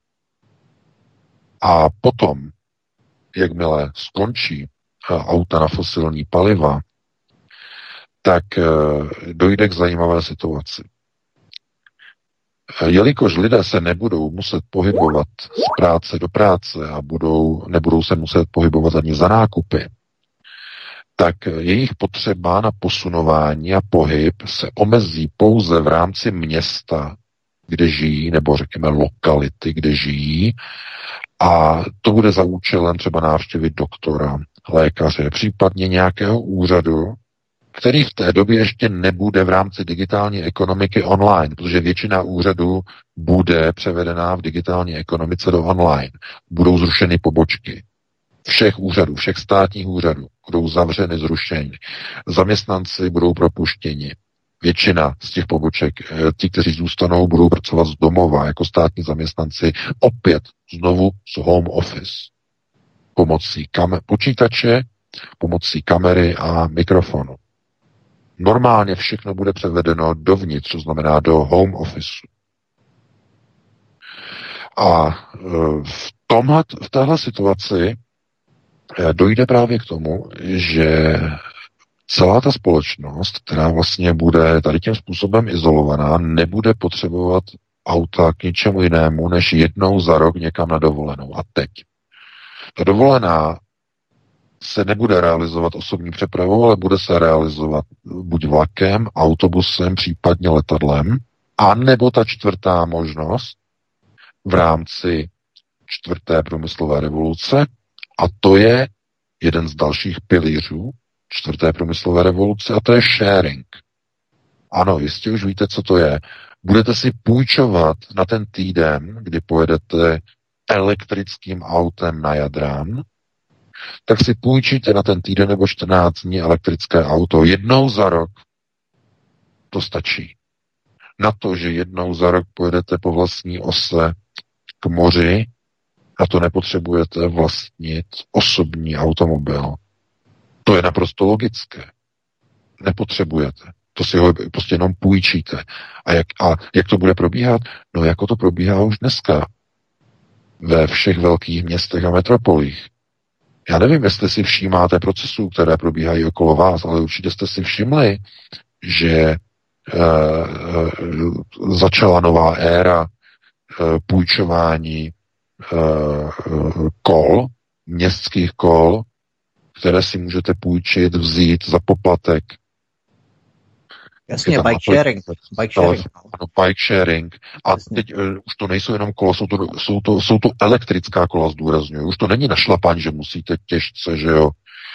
A potom, jakmile skončí auta na fosilní paliva, tak dojde k zajímavé situaci. Jelikož lidé se nebudou muset pohybovat z práce do práce a nebudou se muset pohybovat ani za nákupy, tak jejich potřeba na posunování a pohyb se omezí pouze v rámci města, kde žijí, nebo řekněme lokality, kde žijí, a to bude za účelem třeba návštěvy doktora, lékaře, případně nějakého úřadu, který v té době ještě nebude v rámci digitální ekonomiky online, protože většina úřadů bude převedená v digitální ekonomice do online. Budou zrušeny pobočky. Všech úřadů, všech státních úřadů budou zavřeny, zrušeny. Zaměstnanci budou propuštěni. Většina z těch poboček, ti, kteří zůstanou, budou pracovat z domova jako státní zaměstnanci, opět znovu z home office. Pomocí počítače, pomocí kamery a mikrofonu. Normálně všechno bude převedeno dovnitř, to znamená do home office. A v téhle situaci dojde právě k tomu, že celá ta společnost, která vlastně bude tady tím způsobem izolovaná, nebude potřebovat auta k ničemu jinému, než jednou za rok někam na dovolenou. A teď. Ta dovolená se nebude realizovat osobní přepravou, ale bude se realizovat buď vlakem, autobusem, případně letadlem, a nebo ta čtvrtá možnost v rámci čtvrté průmyslové revoluce, a to je jeden z dalších pilířů čtvrté průmyslové revoluce, a to je sharing. Ano, jistě už víte, co to je. Budete si půjčovat na ten týden, kdy pojedete elektrickým autem na Jadran, tak si půjčíte na ten týden nebo 14 dní elektrické auto. Jednou za rok to stačí. Na to, že jednou za rok pojedete po vlastní ose k moři, a to nepotřebujete vlastnit osobní automobil. To je naprosto logické. Nepotřebujete. To si ho prostě jenom půjčíte. A jak to bude probíhat? No jako to probíhá už dneska ve všech velkých městech a metropolích. Já nevím, jestli si všímáte procesů, které probíhají okolo vás, ale určitě jste si všimli, že začala nová éra půjčování městských kol, které si můžete půjčit, vzít za poplatek. Jasně, bike sharing. Ano, bike sharing. A jasně. Teď už to nejsou jenom kola, jsou to elektrická kola, zdůrazňuji. Už to není na šlapání, že musíte těžce, že jo.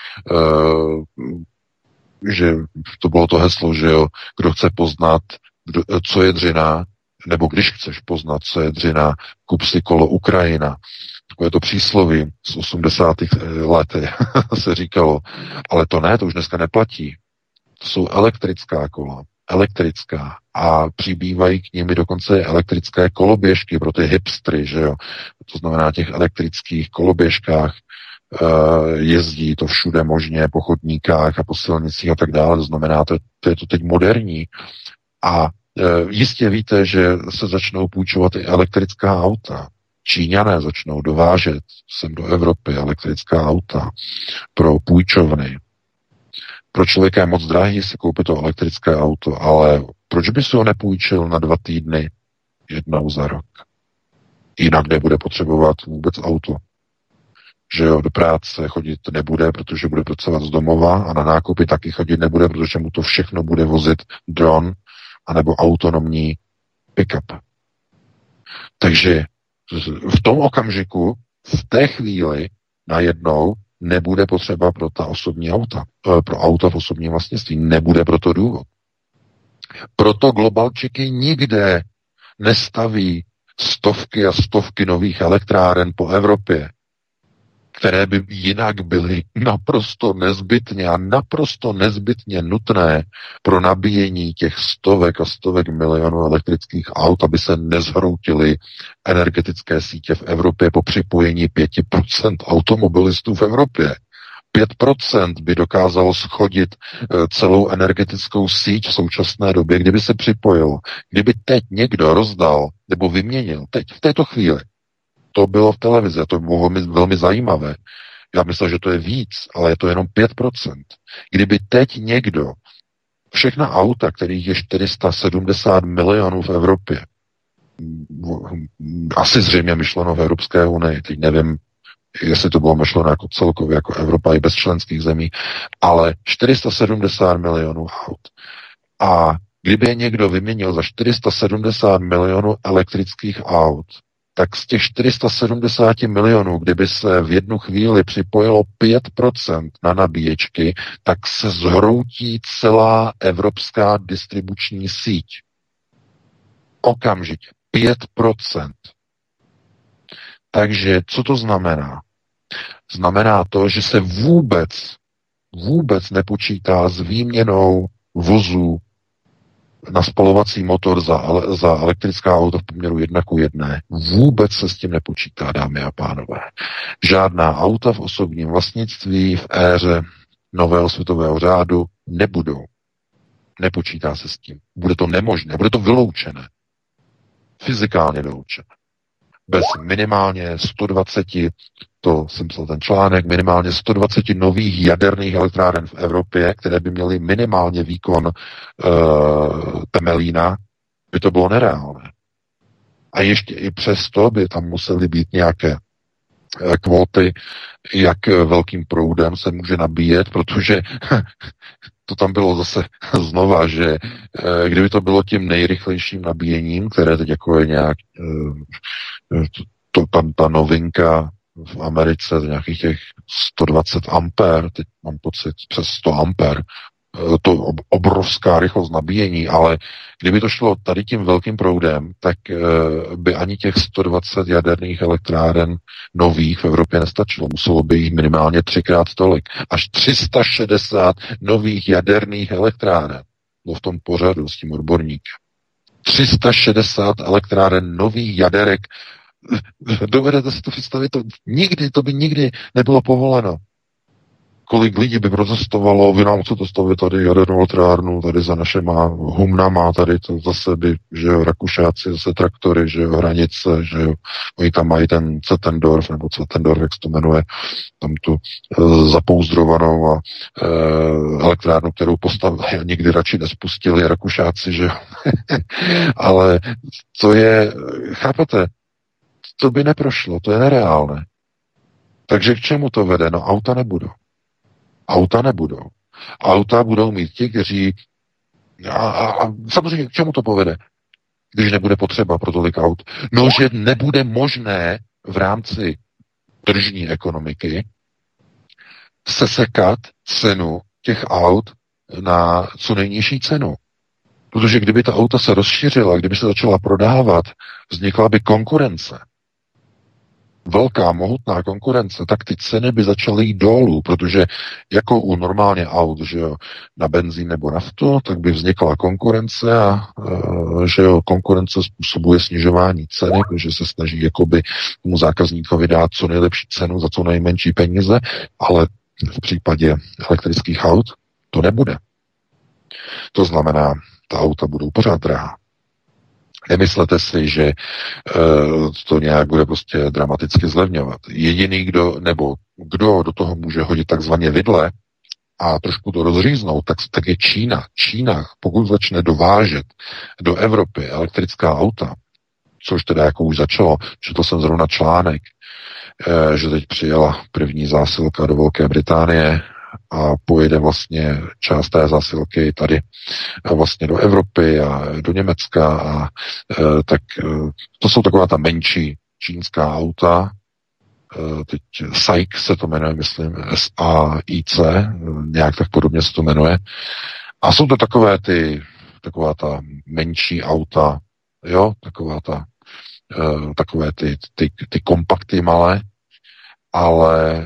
Že to bylo to heslo, že jo. Kdo chce poznat, co je dřina, nebo když chceš poznat, co je dřina, kup si kolo Ukrajina. Takové to přísloví z 80. let se říkalo. Ale to ne, to už dneska neplatí. To jsou elektrická kola. Elektrická. A přibývají k nimi dokonce elektrické koloběžky pro ty hipstry, že jo. To znamená, těch elektrických koloběžkách jezdí to všude možně, po chodníkách a po silnicích a tak dále. To znamená, to je to teď moderní. A jistě víte, že se začnou půjčovat i elektrická auta. Číňané začnou dovážet sem do Evropy elektrická auta pro půjčovny. Pro člověka je moc drahý si koupit to elektrické auto, ale proč by si ho nepůjčil na 2 týdny jednou za rok? Jinak nebude potřebovat vůbec auto. Že jo, do práce chodit nebude, protože bude pracovat z domova, a na nákupy taky chodit nebude, protože mu to všechno bude vozit dron anebo autonomní pick-up. Takže v tom okamžiku, v té chvíli najednou nebude potřeba pro ta osobní auta, pro auta v osobním vlastnictví. Nebude proto důvod. Proto globalčiky nikde nestaví stovky a stovky nových elektráren po Evropě, které by jinak byly naprosto nezbytně nutné pro nabíjení těch stovek a stovek milionů elektrických aut, aby se nezhroutily energetické sítě v Evropě po připojení 5% automobilistů v Evropě. 5% by dokázalo schodit celou energetickou síť v současné době, kdyby se připojil. Kdyby teď někdo rozdal nebo vyměnil, teď, v této chvíli, to bylo v televizi, to bylo velmi zajímavé. Já myslel, že to je víc, ale je to jenom 5%. Kdyby teď někdo všechna auta, kterých je 470 milionů v Evropě, asi zřejmě myšleno v Evropské unii, teď nevím, jestli to bylo myšleno jako celkově, jako Evropa i bez členských zemí, ale 470 milionů aut. A kdyby je někdo vyměnil za 470 milionů elektrických aut, tak z těch 470 milionů, kdyby se v jednu chvíli připojilo 5% na nabíječky, tak se zhroutí celá evropská distribuční síť. Okamžitě. 5%. Takže co to znamená? Znamená to, že se vůbec nepočítá s výměnou vozů na spalovací motor za elektrická auta v poměru 1:1. Vůbec se s tím nepočítá, dámy a pánové. Žádná auta v osobním vlastnictví v éře nového světového řádu nebudou. Nepočítá se s tím. Bude to nemožné, bude to vyloučené. Fyzikálně vyloučené. Bez minimálně 120, to jsem psal ten článek, minimálně 120 nových jaderných elektráren v Evropě, které by měly minimálně výkon Temelína, by to bylo nereálné. A ještě i přesto by tam musely být nějaké kvóty, jak velkým proudem se může nabíjet, protože to tam bylo zase znova, že kdyby to bylo tím nejrychlejším nabíjením, které teď jako je nějak ta novinka v Americe, nějakých těch 120 ampér, teď mám pocit přes 100 ampér, to obrovská rychlost nabíjení, ale kdyby to šlo tady tím velkým proudem, tak by ani těch 120 jaderných elektráren nových v Evropě nestačilo. Muselo by jich minimálně 3x tolik. Až 360 nových jaderných elektráren. Bylo v tom pořadu s tím odborníkem. 360 elektráren nových jaderek. Dovedete si to představit? To by nikdy nebylo povoleno. Kolik lidí by protestovalo, vy nám chcete stavit tady jadernou elektrárnu, tady za našema humnama, tady to zase by, že jo, Rakušáci, zase traktory, že jo, hranice, že jo, oni tam mají ten Zettendorf, nebo Zettendorf, jak se to jmenuje, tam tu zapouzdrovanou a elektrárnu, kterou postavili a nikdy radši nespustili Rakušáci, že jo. Ale to je, chápete, to by neprošlo, to je nereálné. Takže k čemu to vede? No auta nebudou. Auta budou mít ti, kteří... A samozřejmě k čemu to povede? Když nebude potřeba pro tolik aut. No, že nebude možné v rámci tržní ekonomiky sesekat cenu těch aut na co nejnižší cenu. Protože kdyby ta auta se rozšířila, kdyby se začala prodávat, vznikla by konkurence. Velká, mohutná konkurence, tak ty ceny by začaly jít dolů, protože jako u normálně aut, že jo, na benzín nebo naftu, tak by vznikla konkurence a že jo, konkurence způsobuje snižování ceny, protože se snaží jakoby tomu zákazníkovi dát co nejlepší cenu za co nejmenší peníze, ale v případě elektrických aut to nebude. To znamená, ta auta budou pořád drahá. Nemyslete si, že to nějak bude prostě dramaticky zlevňovat. Jediný, kdo do toho může hodit takzvaně vidle a trošku to rozříznout, tak je Čína. Čína, pokud začne dovážet do Evropy elektrická auta, což teda jako už začalo, četl jsem zrovna článek, že teď přijela první zásilka do Velké Británie a pojede vlastně část té zásilky tady vlastně do Evropy a do Německa a tak to jsou taková ta menší čínská auta, teď SAIC se to jmenuje, myslím, SAIC, nějak tak podobně se to jmenuje. A jsou to taková ta menší auta, jo, takové ty kompakty malé, ale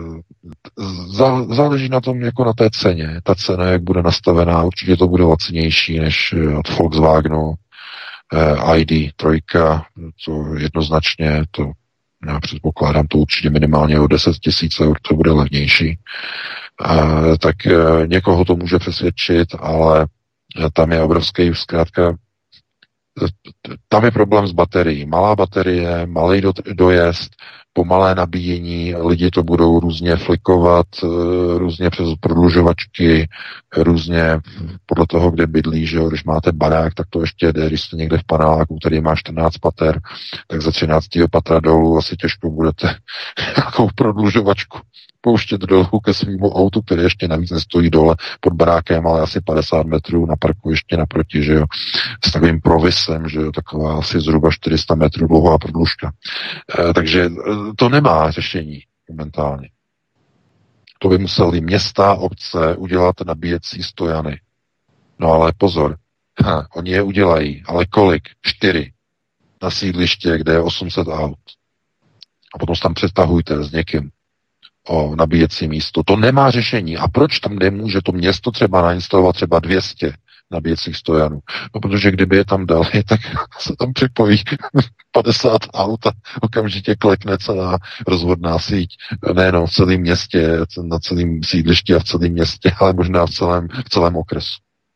záleží na tom, jako na té ceně. Ta cena, jak bude nastavená, určitě to bude lacinější než od Volkswagenu, ID3, to jednoznačně, to Já předpokládám to určitě minimálně o 10 000 eur, to bude levnější. Tak někoho to může přesvědčit, ale tam je obrovský, zkrátka, tam je problém s baterií. Malá baterie, malý dojezd, pomalé nabíjení, lidi to budou různě flikovat, různě přes prodlužovačky, různě podle toho, kde bydlí, že jo, když máte barák, tak to ještě jde, když jste někde v paneláku, který má 14 pater, tak za 13. patra dolů asi těžko budete nějakou prodlužovačku pouštět dolů ke svýmu autu, který ještě navíc nestojí dole pod barákem, ale asi 50 metrů na parku ještě naproti, že jo, s takovým provisem, že jo, taková asi zhruba 400 metrů dlouhá prodlužka. Takže to nemá řešení momentálně. To by museli města, obce udělat nabíjecí stojany. No ale pozor, oni je udělají, ale kolik? 4 na sídliště, kde je 800 aut. A potom se tam přetahujte s někým o nabíjecí místo. To nemá řešení. A proč tam nemůže to město třeba nainstalovat třeba 200 nabíjecích stojanů? No, protože kdyby je tam dali, tak se tam připojí 50 aut a okamžitě klekne celá rozvodná síť. Nejenom v celém městě, na celém sídlišti a v celém městě, ale možná v celém okresu.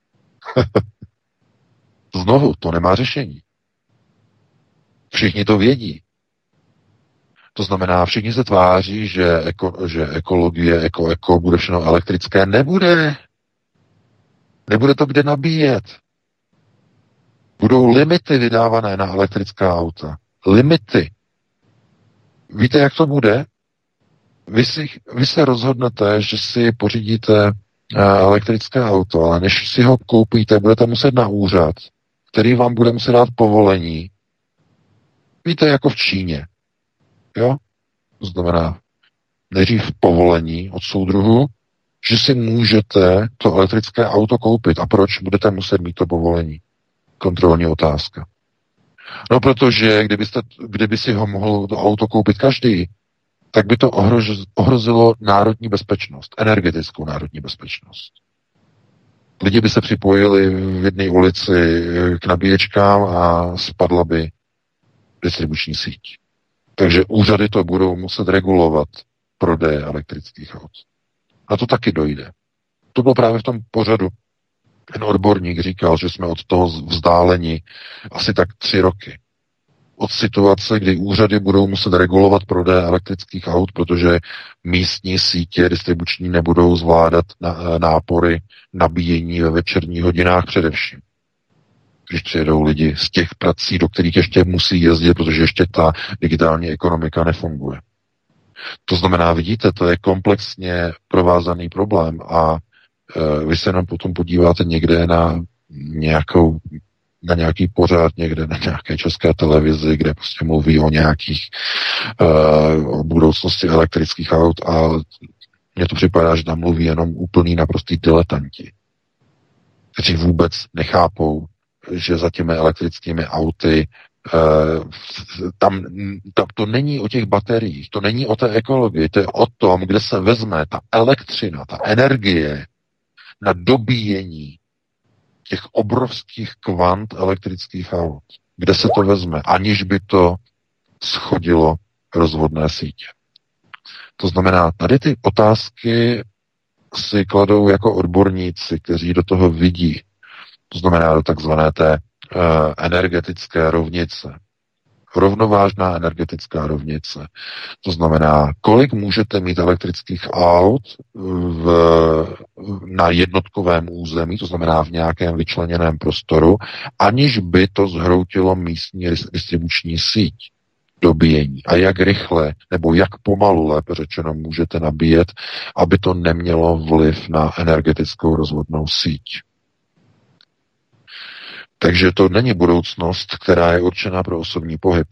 Znovu, to nemá řešení. Všichni to vědí. To znamená, všichni se tváří, že ekologie, bude všechno elektrické. Nebude. Nebude to kde nabíjet. Budou limity vydávané na elektrická auta. Limity. Víte, jak to bude? Vy se rozhodnete, že si pořídíte elektrické auto, ale než si ho koupíte, budete muset na úřad, který vám bude muset dát povolení. Víte, jako v Číně. Jo? To znamená nejdřív povolení od soudruhu, že si můžete to elektrické auto koupit. A proč budete muset mít to povolení? Kontrolní otázka. No, protože kdyby si ho mohl to auto koupit každý, tak by to ohrozilo národní bezpečnost, energetickou národní bezpečnost. Lidi by se připojili v jedné ulici k nabíječkám a spadla by distribuční síť. Takže úřady to budou muset regulovat prodeje elektrických aut. Na to taky dojde. To bylo právě v tom pořadu. Ten odborník říkal, že jsme od toho vzdáleni asi tak 3 roky. Od situace, kdy úřady budou muset regulovat prodeje elektrických aut, protože místní sítě distribuční nebudou zvládat nápory nabíjení ve večerních hodinách především. Když přijedou lidi z těch prací, do kterých ještě musí jezdit, protože ještě ta digitální ekonomika nefunguje. To znamená, vidíte, to je komplexně provázaný problém a vy se jenom potom podíváte někde na nějaký pořád, někde na nějaké české televizi, kde prostě mluví o nějakých o budoucnosti elektrických aut a mně to připadá, že tam mluví jenom úplný naprostý diletanti, kteří vůbec nechápou, že za těmi elektrickými auty tam to není o těch bateriích, to není o té ekologii, to je o tom, kde se vezme ta elektřina, ta energie na dobíjení těch obrovských kvant elektrických aut. Kde se to vezme, aniž by to schodilo rozvodné sítě. To znamená, tady ty otázky si kladou jako odborníci, kteří do toho vidí. To znamená do takzvané té energetické rovnice. Rovnovážná energetická rovnice. To znamená, kolik můžete mít elektrických aut na jednotkovém území, to znamená v nějakém vyčleněném prostoru, aniž by to zhroutilo místní distribuční síť dobíjení. A jak rychle, nebo jak pomalu, lépe řečeno, můžete nabíjet, aby to nemělo vliv na energetickou rozvodnou síť. Takže to není budoucnost, která je určená pro osobní pohyb.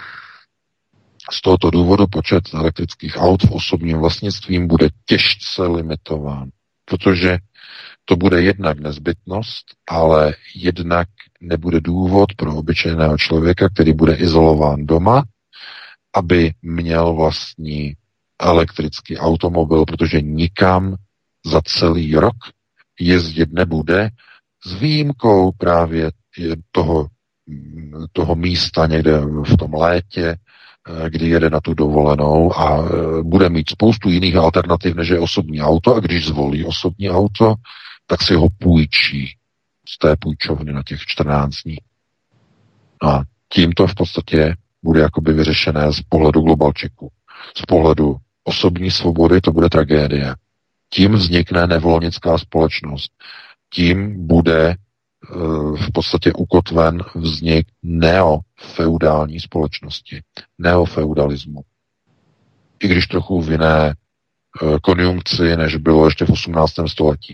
Z tohoto důvodu počet elektrických aut v osobním vlastnictvím bude těžce limitován, protože to bude jednak nezbytnost, ale jednak nebude důvod pro obyčejného člověka, který bude izolován doma, aby měl vlastní elektrický automobil, protože nikam za celý rok jezdit nebude, s výjimkou právě toho místa někde v tom létě, kdy jede na tu dovolenou a bude mít spoustu jiných alternativ, než je osobní auto, a když zvolí osobní auto, tak si ho půjčí z té půjčovny na těch 14 dní. A tímto v podstatě bude jakoby vyřešené z pohledu globalčeku. Z pohledu osobní svobody to bude tragédie. Tím vznikne nevolnická společnost. Tím bude v podstatě ukotven vznik neofeudální společnosti, neofeudalismu. I když trochu v jiné konjunkci, než bylo ještě v 18. století.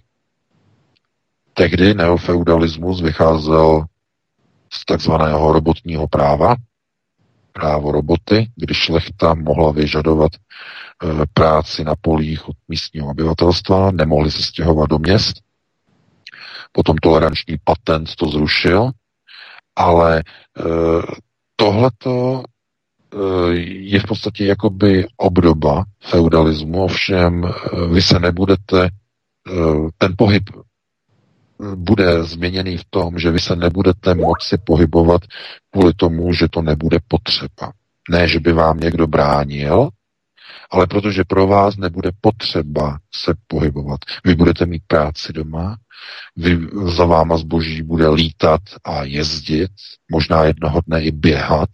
Tehdy neofeudalismus vycházel z takzvaného robotního práva, právo roboty, kdy šlechta mohla vyžadovat práci na polích od místního obyvatelstva, nemohli se stěhovat do měst. Potom toleranční patent to zrušil, ale tohleto je v podstatě jakoby obdoba feudalismu, ovšem vy se nebudete, ten pohyb bude změněný v tom, že vy se nebudete moci pohybovat kvůli tomu, že to nebude potřeba. Ne, že by vám někdo bránil, ale protože pro vás nebude potřeba se pohybovat. Vy budete mít práci doma, za váma zboží bude lítat a jezdit, možná jednoho dne i běhat.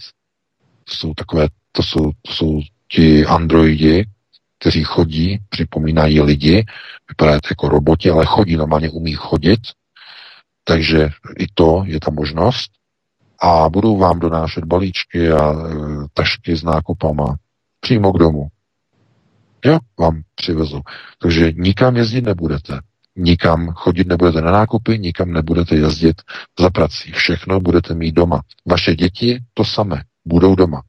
To jsou ti androidi, kteří chodí, připomínají lidi, vypadají jako roboti, ale chodí, normálně umí chodit, takže i to je ta možnost. A budou vám donášet balíčky a tašky s nákupama přímo k domu. Jo, vám přivezou. Takže nikam jezdit nebudete. Nikam chodit nebudete na nákupy, nikam nebudete jezdit za prací. Všechno budete mít doma. Vaše děti to samé. Budou doma.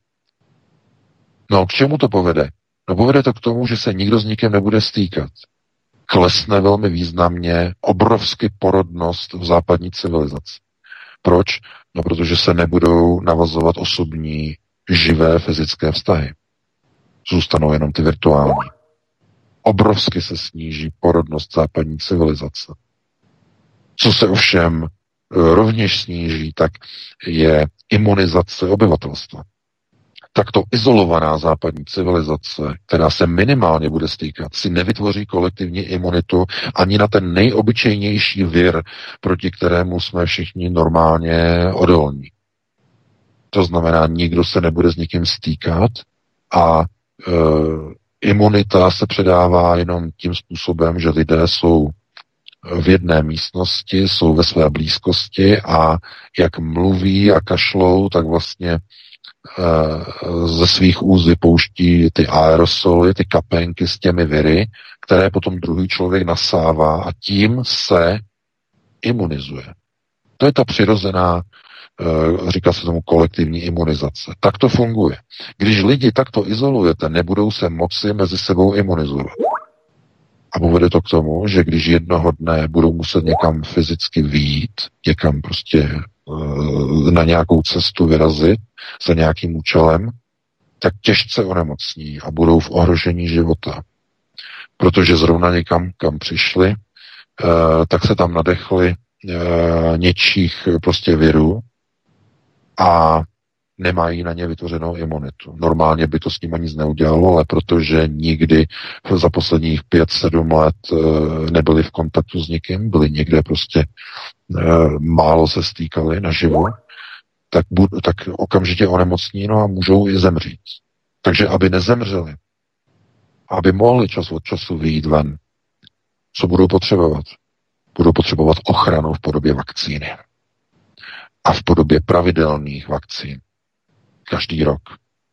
No, k čemu to povede? No, povede to k tomu, že se nikdo s nikým nebude stýkat. Klesne velmi významně obrovsky porodnost v západní civilizaci. Proč? No, protože se nebudou navazovat osobní, živé fyzické vztahy. Zůstanou jenom ty virtuální. Obrovsky se sníží porodnost západní civilizace. Co se ovšem rovněž sníží, tak je imunizace obyvatelstva. Takto izolovaná západní civilizace, která se minimálně bude stýkat, si nevytvoří kolektivní imunitu ani na ten nejobyčejnější vir, proti kterému jsme všichni normálně odolní. To znamená, nikdo se nebude s nikým stýkat a imunita se předává jenom tím způsobem, že lidé jsou v jedné místnosti, jsou ve své blízkosti a jak mluví a kašlou, tak vlastně ze svých úst vypouští ty aerosoly, ty kapenky s těmi viry, které potom druhý člověk nasává a tím se imunizuje. To je ta přirozená, říká se tomu kolektivní imunizace. Tak to funguje. Když lidi takto izolujete, nebudou se moci mezi sebou imunizovat. A povede to k tomu, že když jednoho dne budou muset někam fyzicky vyjít, někam prostě na nějakou cestu vyrazit za nějakým účelem, tak těžce onemocní a budou v ohrožení života. Protože zrovna někam, kam přišli, tak se tam nadechli něčích prostě virů a nemají na ně vytvořenou imunitu. Normálně by to s ním nic neudělalo, ale protože nikdy za posledních 5-7 let nebyli v kontaktu s nikým, byli někde prostě málo se stýkali naživo, tak okamžitě onemocní, no a můžou i zemřít. Takže aby nezemřeli, aby mohli čas od času vyjít ven, co budou potřebovat? Budou potřebovat ochranu v podobě vakcíny. A v podobě pravidelných vakcín. Každý rok.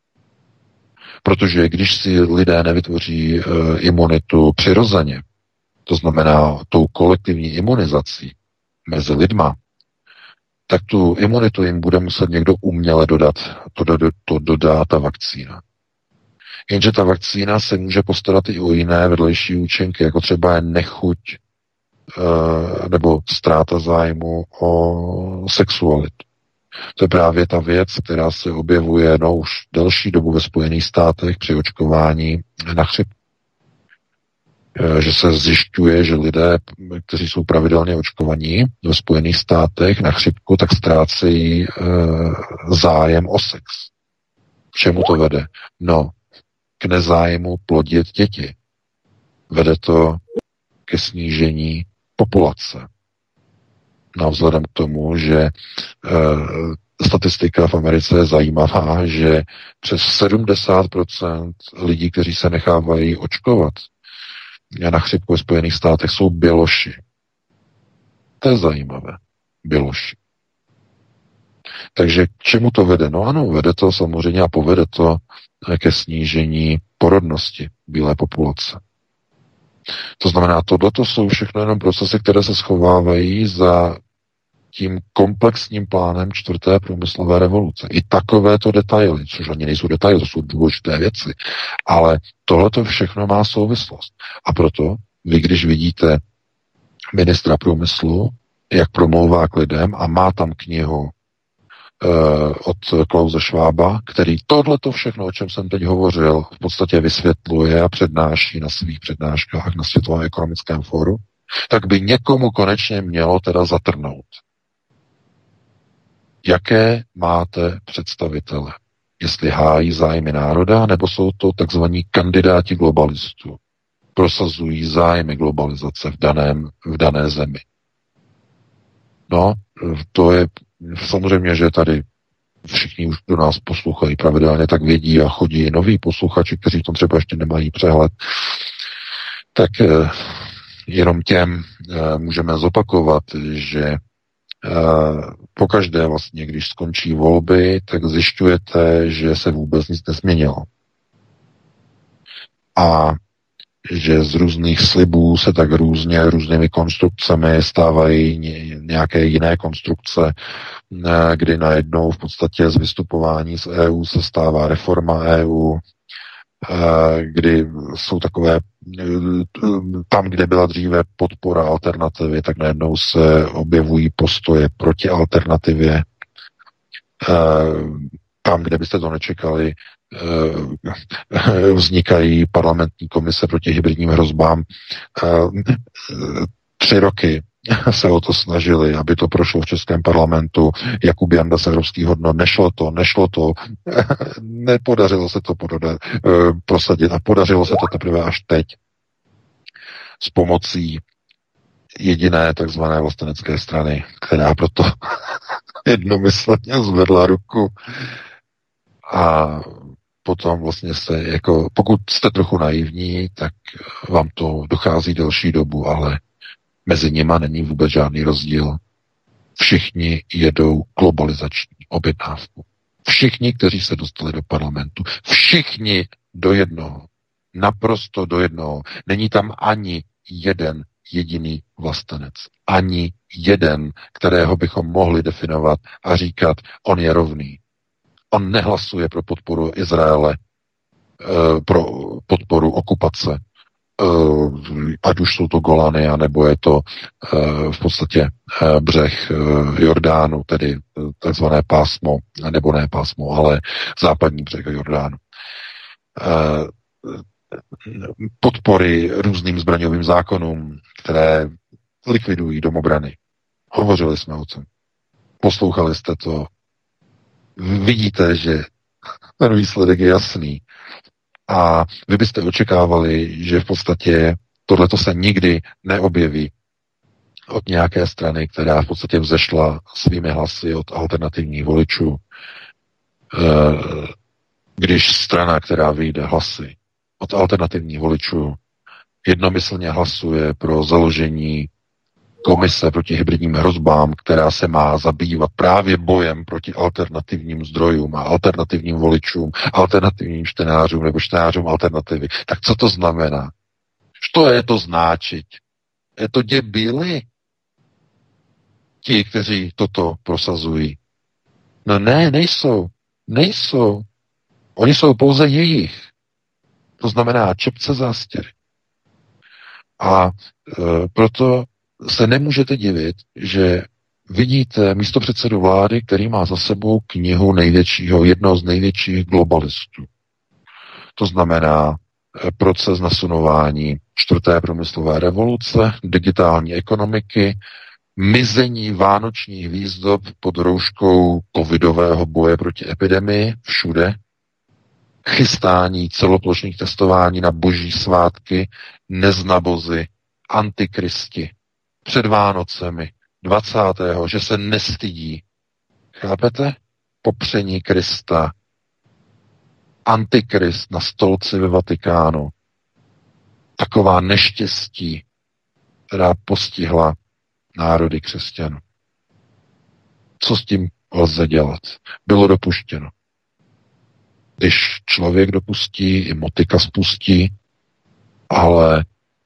Protože když si lidé nevytvoří imunitu přirozeně, to znamená tou kolektivní imunizací mezi lidma, tak tu imunitu jim bude muset někdo uměle dodat. To dodá ta vakcína. Jenže ta vakcína se může postarat i o jiné vedlejší účinky, jako třeba je nechuť nebo ztráta zájmu o sexualitu. To je právě ta věc, která se objevuje už delší dobu ve Spojených státech při očkování na chřipku. Že se zjišťuje, že lidé, kteří jsou pravidelně očkovaní ve Spojených státech na chřipku, tak ztrácejí zájem o sex. čemu to vede? No, k nezájmu plodit děti. Vede to ke snížení populace. Navzhledem k tomu, že statistika v Americe je zajímavá, že přes 70% lidí, kteří se nechávají očkovat na chřipku ve Spojených státech, jsou běloši. To je zajímavé. Běloši. Takže k čemu to vede? No ano, vede to samozřejmě a povede to ke snížení porodnosti bílé populace. To znamená, tohleto jsou všechno jenom procesy, které se schovávají za tím komplexním plánem čtvrté průmyslové revoluce. I takovéto detaily, což ani nejsou detaily, to jsou důležité věci, ale tohleto všechno má souvislost. A proto vy, když vidíte ministra průmyslu, jak promlouvá k lidem a má tam knihu od Klause Schwaba, který tohleto všechno, o čem jsem teď hovořil, v podstatě vysvětluje a přednáší na svých přednáškách na Světovém ekonomickém fóru, tak by někomu konečně mělo teda zatrnout. Jaké máte představitele? Jestli hájí zájmy národa, nebo jsou to takzvaní kandidáti globalistů. Prosazují zájmy globalizace v dané zemi. No, to je samozřejmě, že tady všichni už do nás poslouchají pravidelně, tak vědí a chodí noví posluchači, kteří tom třeba ještě nemají přehled. Tak jenom těm můžeme zopakovat, že pokaždé vlastně, když skončí volby, tak zjišťujete, že se vůbec nic nezměnilo. A že z různých slibů se tak různými konstrukcemi stávají nějaké jiné konstrukce, kdy najednou v podstatě z vystupování z EU se stává reforma EU, kdy jsou takové, tam, kde byla dříve podpora alternativy, tak najednou se objevují postoje proti alternativě. Tam, kde byste to nečekali, vznikají parlamentní komise proti hybridním hrozbám. 3 roky se o to snažili, aby to prošlo v českém parlamentu. Jakub Janda z Evropských hodnot, nešlo to, nepodařilo se to prosadit a podařilo se to teprve až teď s pomocí jediné takzvané vlastenecké strany, která proto jednomyslně zvedla ruku a potom vlastně se jako, pokud jste trochu naivní, tak vám to dochází delší dobu, ale mezi nima není vůbec žádný rozdíl. Všichni jedou globalizační objednávku. Všichni, kteří se dostali do parlamentu. Všichni do jednoho. Naprosto do jednoho. Není tam ani jeden jediný vlastenec. Ani jeden, kterého bychom mohli definovat a říkat, on je rovný. On nehlasuje pro podporu Izraele, pro podporu okupace, ať už jsou to Golany, anebo je to v podstatě břeh Jordánu, tedy takzvané pásmo, nebo ne pásmo, ale západní břeh Jordánu. Podpory různým zbraňovým zákonům, které likvidují domobrany. Hovořili jsme o tom. Poslouchali jste to. Vidíte, že ten výsledek je jasný. A vy byste očekávali, že v podstatě tohleto se nikdy neobjeví od nějaké strany, která v podstatě vzešla svými hlasy od alternativních voličů. Když strana, která vyjde hlasy od alternativních voličů, jednomyslně hlasuje pro založení komise proti hybridním hrozbám, která se má zabývat právě bojem proti alternativním zdrojům a alternativním voličům, alternativním čtenářům nebo čtenářům alternativy. Tak co to znamená? Što je to značit? Je to debili? Ti, kteří toto prosazují. No ne, nejsou. Oni jsou pouze jejich. To znamená čepce zástěry. A proto se nemůžete divit, že vidíte místopředsedu vlády, který má za sebou knihu jednoho z největších globalistů. To znamená proces nasunování čtvrté průmyslové revoluce, digitální ekonomiky, mizení vánočních výzdob pod rouškou covidového boje proti epidemii všude, chystání celoplošných testování na boží svátky, neznabozy, antikristi, před Vánocemi, 20. že se nestydí. Chápete? Popření Krista, antikrist na stolci ve Vatikánu. Taková neštěstí, která postihla národy křesťanů. Co s tím lze dělat? Bylo dopuštěno. Když člověk dopustí, i motika spustí, ale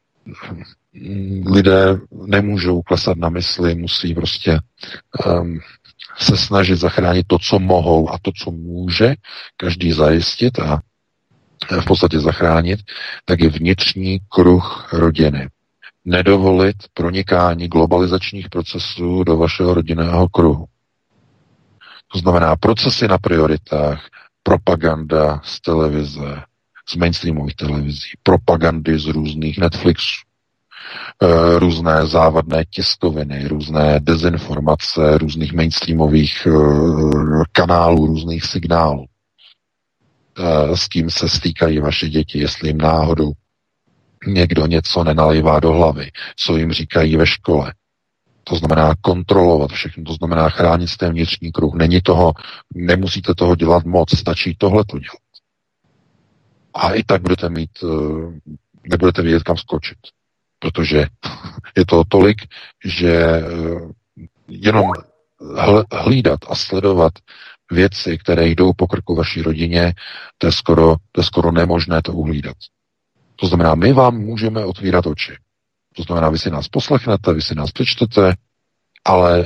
lidé nemůžou klesat na mysli, musí prostě se snažit zachránit to, co mohou a to, co může každý zajistit a v podstatě zachránit, tak je vnitřní kruh rodiny. Nedovolit pronikání globalizačních procesů do vašeho rodinného kruhu. To znamená procesy na prioritách, propaganda z televize, z mainstreamových televizí, propagandy z různých Netflixů, různé závadné tiskoviny, různé dezinformace, různých mainstreamových kanálů, různých signálů. S kým se stýkají vaše děti, jestli jim náhodou někdo něco nenalívá do hlavy, co jim říkají ve škole. To znamená kontrolovat všechno, to znamená chránit ten vnitřní kruh. Nemusíte toho dělat moc, stačí tohleto dělat. A i tak nebudete vědět, kam skočit. Protože je to tolik, že jenom hlídat a sledovat věci, které jdou po krku vaší rodině, to je skoro nemožné to uhlídat. To znamená, my vám můžeme otvírat oči. To znamená, vy si nás poslechnete, vy si nás přečtete, ale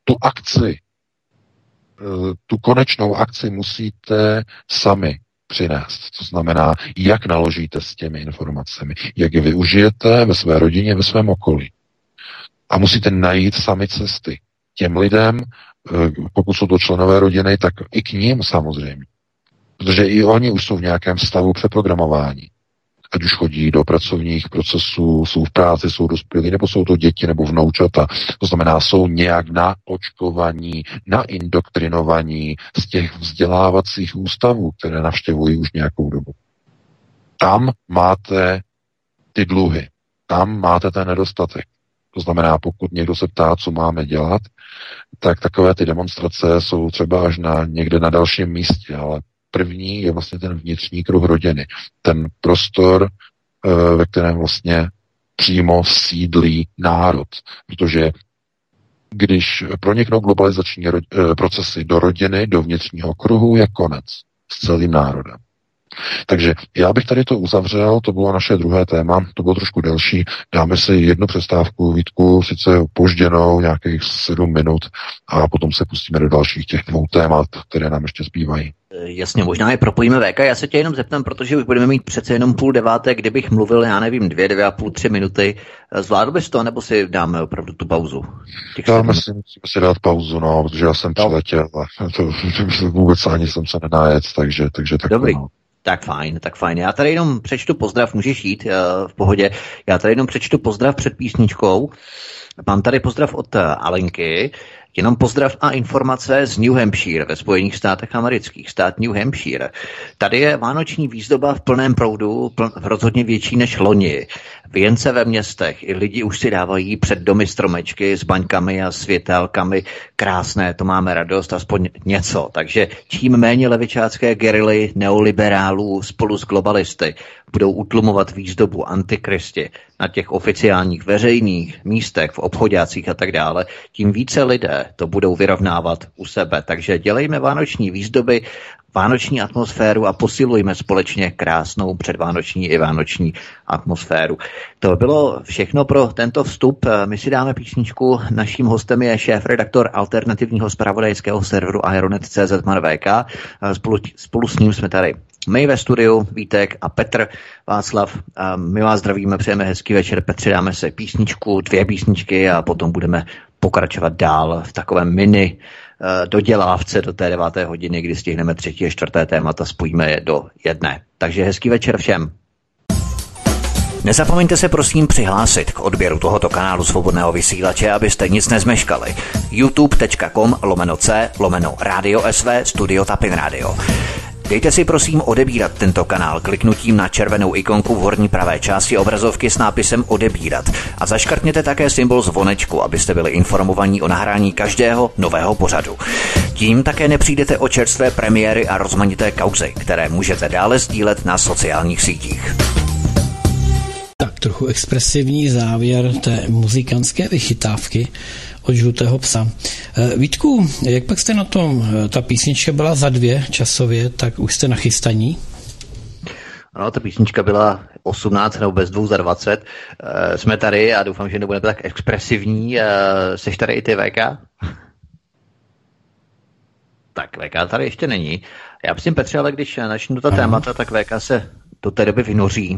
tu konečnou akci musíte sami přinést. To znamená, jak naložíte s těmi informacemi, jak je využijete ve své rodině, ve svém okolí. A musíte najít sami cesty. Těm lidem, pokud jsou to členové rodiny, tak i k ním samozřejmě. Protože i oni už jsou v nějakém stavu přeprogramování. Ať už chodí do pracovních procesů, jsou v práci, jsou dospělí, nebo jsou to děti nebo vnoučata. To znamená, jsou nějak naočkovaní, naindoktrinovaní z těch vzdělávacích ústavů, které navštěvují už nějakou dobu. Tam máte ty dluhy, tam máte ten nedostatek. To znamená, pokud někdo se ptá, co máme dělat, tak takové ty demonstrace jsou třeba až někde na dalším místě, ale první je vlastně ten vnitřní kruh rodiny. Ten prostor, ve kterém vlastně přímo sídlí národ. Protože když proniknou globalizační procesy do rodiny, do vnitřního kruhu, je konec s celým národem. Takže já bych tady to uzavřel, to bylo naše druhé téma, to bylo trošku delší, dáme si jednu přestávku, Vítku, sice opožděnou, nějakých 7 minut a potom se pustíme do dalších těch 2 témat, které nám ještě zbývají. Jasně, možná je propojíme VK, já se tě jenom zeptám, protože už budeme mít přece jenom 8:30, kdybych mluvil, já nevím, 2,5, 3 minuty, zvládl bys to, nebo si dáme opravdu tu pauzu? Musíme si dát pauzu, no, protože já jsem přiletěl a to vůbec ani jsem se nenajet, takže tak. Dobrý. No. Tak fajn. Já tady jenom přečtu pozdrav, můžeš jít v pohodě. Já tady jenom přečtu pozdrav před písničkou. Mám tady pozdrav od Alenky, jenom pozdrav a informace z New Hampshire ve Spojených státech amerických, stát New Hampshire. Tady je vánoční výzdoba v plném proudu, rozhodně větší než loni. Věnce ve městech, i lidi už si dávají před domy stromečky s baňkami a světelkami. Krásné, to máme radost, aspoň něco. Takže čím méně levičácké gerily neoliberálů spolu s globalisty budou utlumovat výzdobu antikristi na těch oficiálních veřejných místech, v obchodácích a tak dále, tím více lidé to budou vyrovnávat u sebe. Takže dělejme vánoční výzdoby, vánoční atmosféru a posilujme společně krásnou předvánoční i vánoční atmosféru. To bylo všechno pro tento vstup. My si dáme písničku. Naším hostem je šéfredaktor alternativního zpravodajského serveru Ironet.cz VK. Spolu s ním jsme tady my ve studiu, Vítek a Petr, Václav. My vás zdravíme, přejeme hezký večer. Petře, dáme se písničku, 2 písničky a potom budeme pokračovat dál v takovém mini dodělávce do té 9. hodiny, kdy stihneme 3. a 4. témata, spojíme je do jedné. Takže hezký večer všem. Nezapomeňte se prosím přihlásit k odběru tohoto kanálu Svobodného vysílače, abyste nic nezmeškali. youtube.com/c/Radio SV Studio Tapin Radio. Dejte si prosím odebírat tento kanál kliknutím na červenou ikonku v horní pravé části obrazovky s nápisem odebírat a zaškrtněte také symbol zvonečku, abyste byli informovaní o nahrání každého nového pořadu. Tím také nepřijdete o čerstvé premiéry a rozmanité kauzy, které můžete dále sdílet na sociálních sítích. Tak trochu expresivní závěr té muzikantské vychytávky od Žlutého psa. Vítku, jak pak jste na tom? Ta písnička byla za 2 časově, tak už jste nachystaní? No, ta písnička byla 18 nebo bez 2 za 20. Jsme tady a doufám, že nebudeme tak expresivní. Seš tady i ty, VK? Tak, VK tady ještě není. Já myslím, Petře, ale když načnu ta témata, tak VK se do té doby vynoří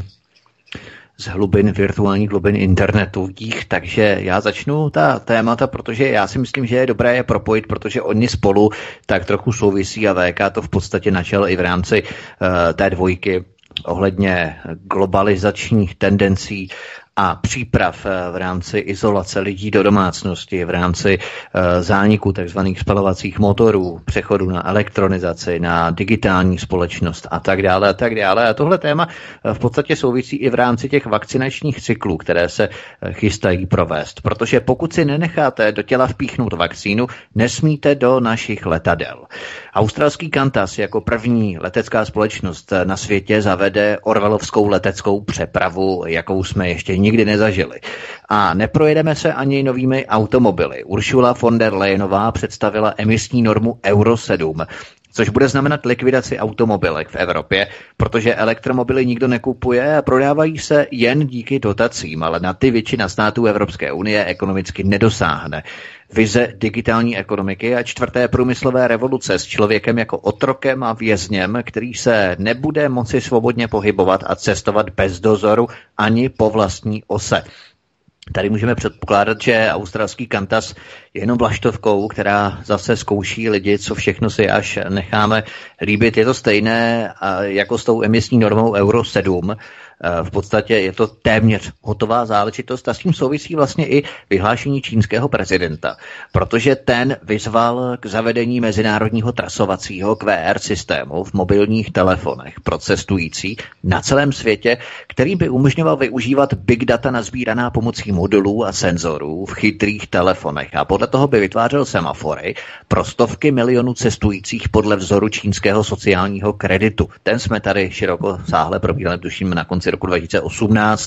z virtuálních hlubin internetových, takže já začnu ta témata, protože já si myslím, že je dobré je propojit, protože oni spolu tak trochu souvisí a VK to v podstatě načal i v rámci té dvojky ohledně globalizačních tendencí a příprav v rámci izolace lidí do domácnosti, v rámci zániku tzv. Spalovacích motorů, přechodu na elektronizaci, na digitální společnost a tak dále a tak dále. A tohle téma v podstatě souvisí i v rámci těch vakcinačních cyklů, které se chystají provést. Protože pokud si nenecháte do těla vpíchnout vakcínu, nesmíte do našich letadel. Australský Qantas jako první letecká společnost na světě zavede orwellovskou leteckou přepravu, jakou jsme ještě nikdy nezažili. A neprojedeme se ani novými automobily. Ursula von der Leyenová představila emisní normu Euro 7, což bude znamenat likvidaci automobilek v Evropě, protože elektromobily nikdo nekupuje a prodávají se jen díky dotacím, ale na ty většina států Evropské unie ekonomicky nedosáhne. Vize digitální ekonomiky a 4. průmyslové revoluce s člověkem jako otrokem a vězněm, který se nebude moci svobodně pohybovat a cestovat bez dozoru ani po vlastní ose. Tady můžeme předpokládat, že australský Qantas je jenom vlaštovkou, která zase zkouší lidi, co všechno si až necháme líbit. Je to stejné jako s tou emisní normou Euro 7. V podstatě je to téměř hotová záležitost a s tím souvisí vlastně i vyhlášení čínského prezidenta, protože ten vyzval k zavedení mezinárodního trasovacího QR systému v mobilních telefonech pro cestující na celém světě, který by umožňoval využívat big data nazbíraná pomocí modulů a senzorů v chytrých telefonech a podle toho by vytvářel semafory pro stovky milionů cestujících podle vzoru čínského sociálního kreditu. Ten jsme tady široko sáhle probírali, tuším, na konci roku 2018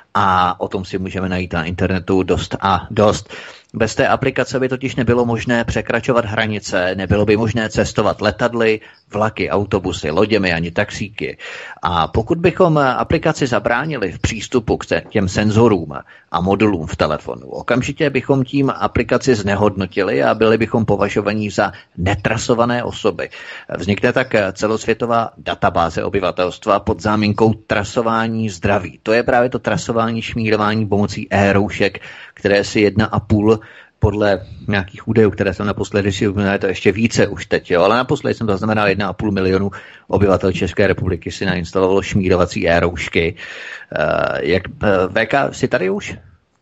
a o tom si můžeme najít na internetu dost a dost. Bez té aplikace by totiž nebylo možné překračovat hranice, nebylo by možné cestovat letadly, vlaky, autobusy, loděmi ani taxíky. A pokud bychom aplikaci zabránili v přístupu k těm senzorům a modulům v telefonu, okamžitě bychom tím aplikaci znehodnotili a byli bychom považovaní za netrasované osoby. Vznikne tak celosvětová databáze obyvatelstva pod záminkou trasování zdraví. To je právě to trasování, šmírování pomocí e-roušek, které si 1,5 podle nějakých údajů, které jsem naposledy si uvědomil, je to ještě více už teď, jo, ale naposledy jsem zaznamenal 1,5 milionu obyvatel České republiky si nainstalovalo šmírovací e-roušky. VK, jsi tady už?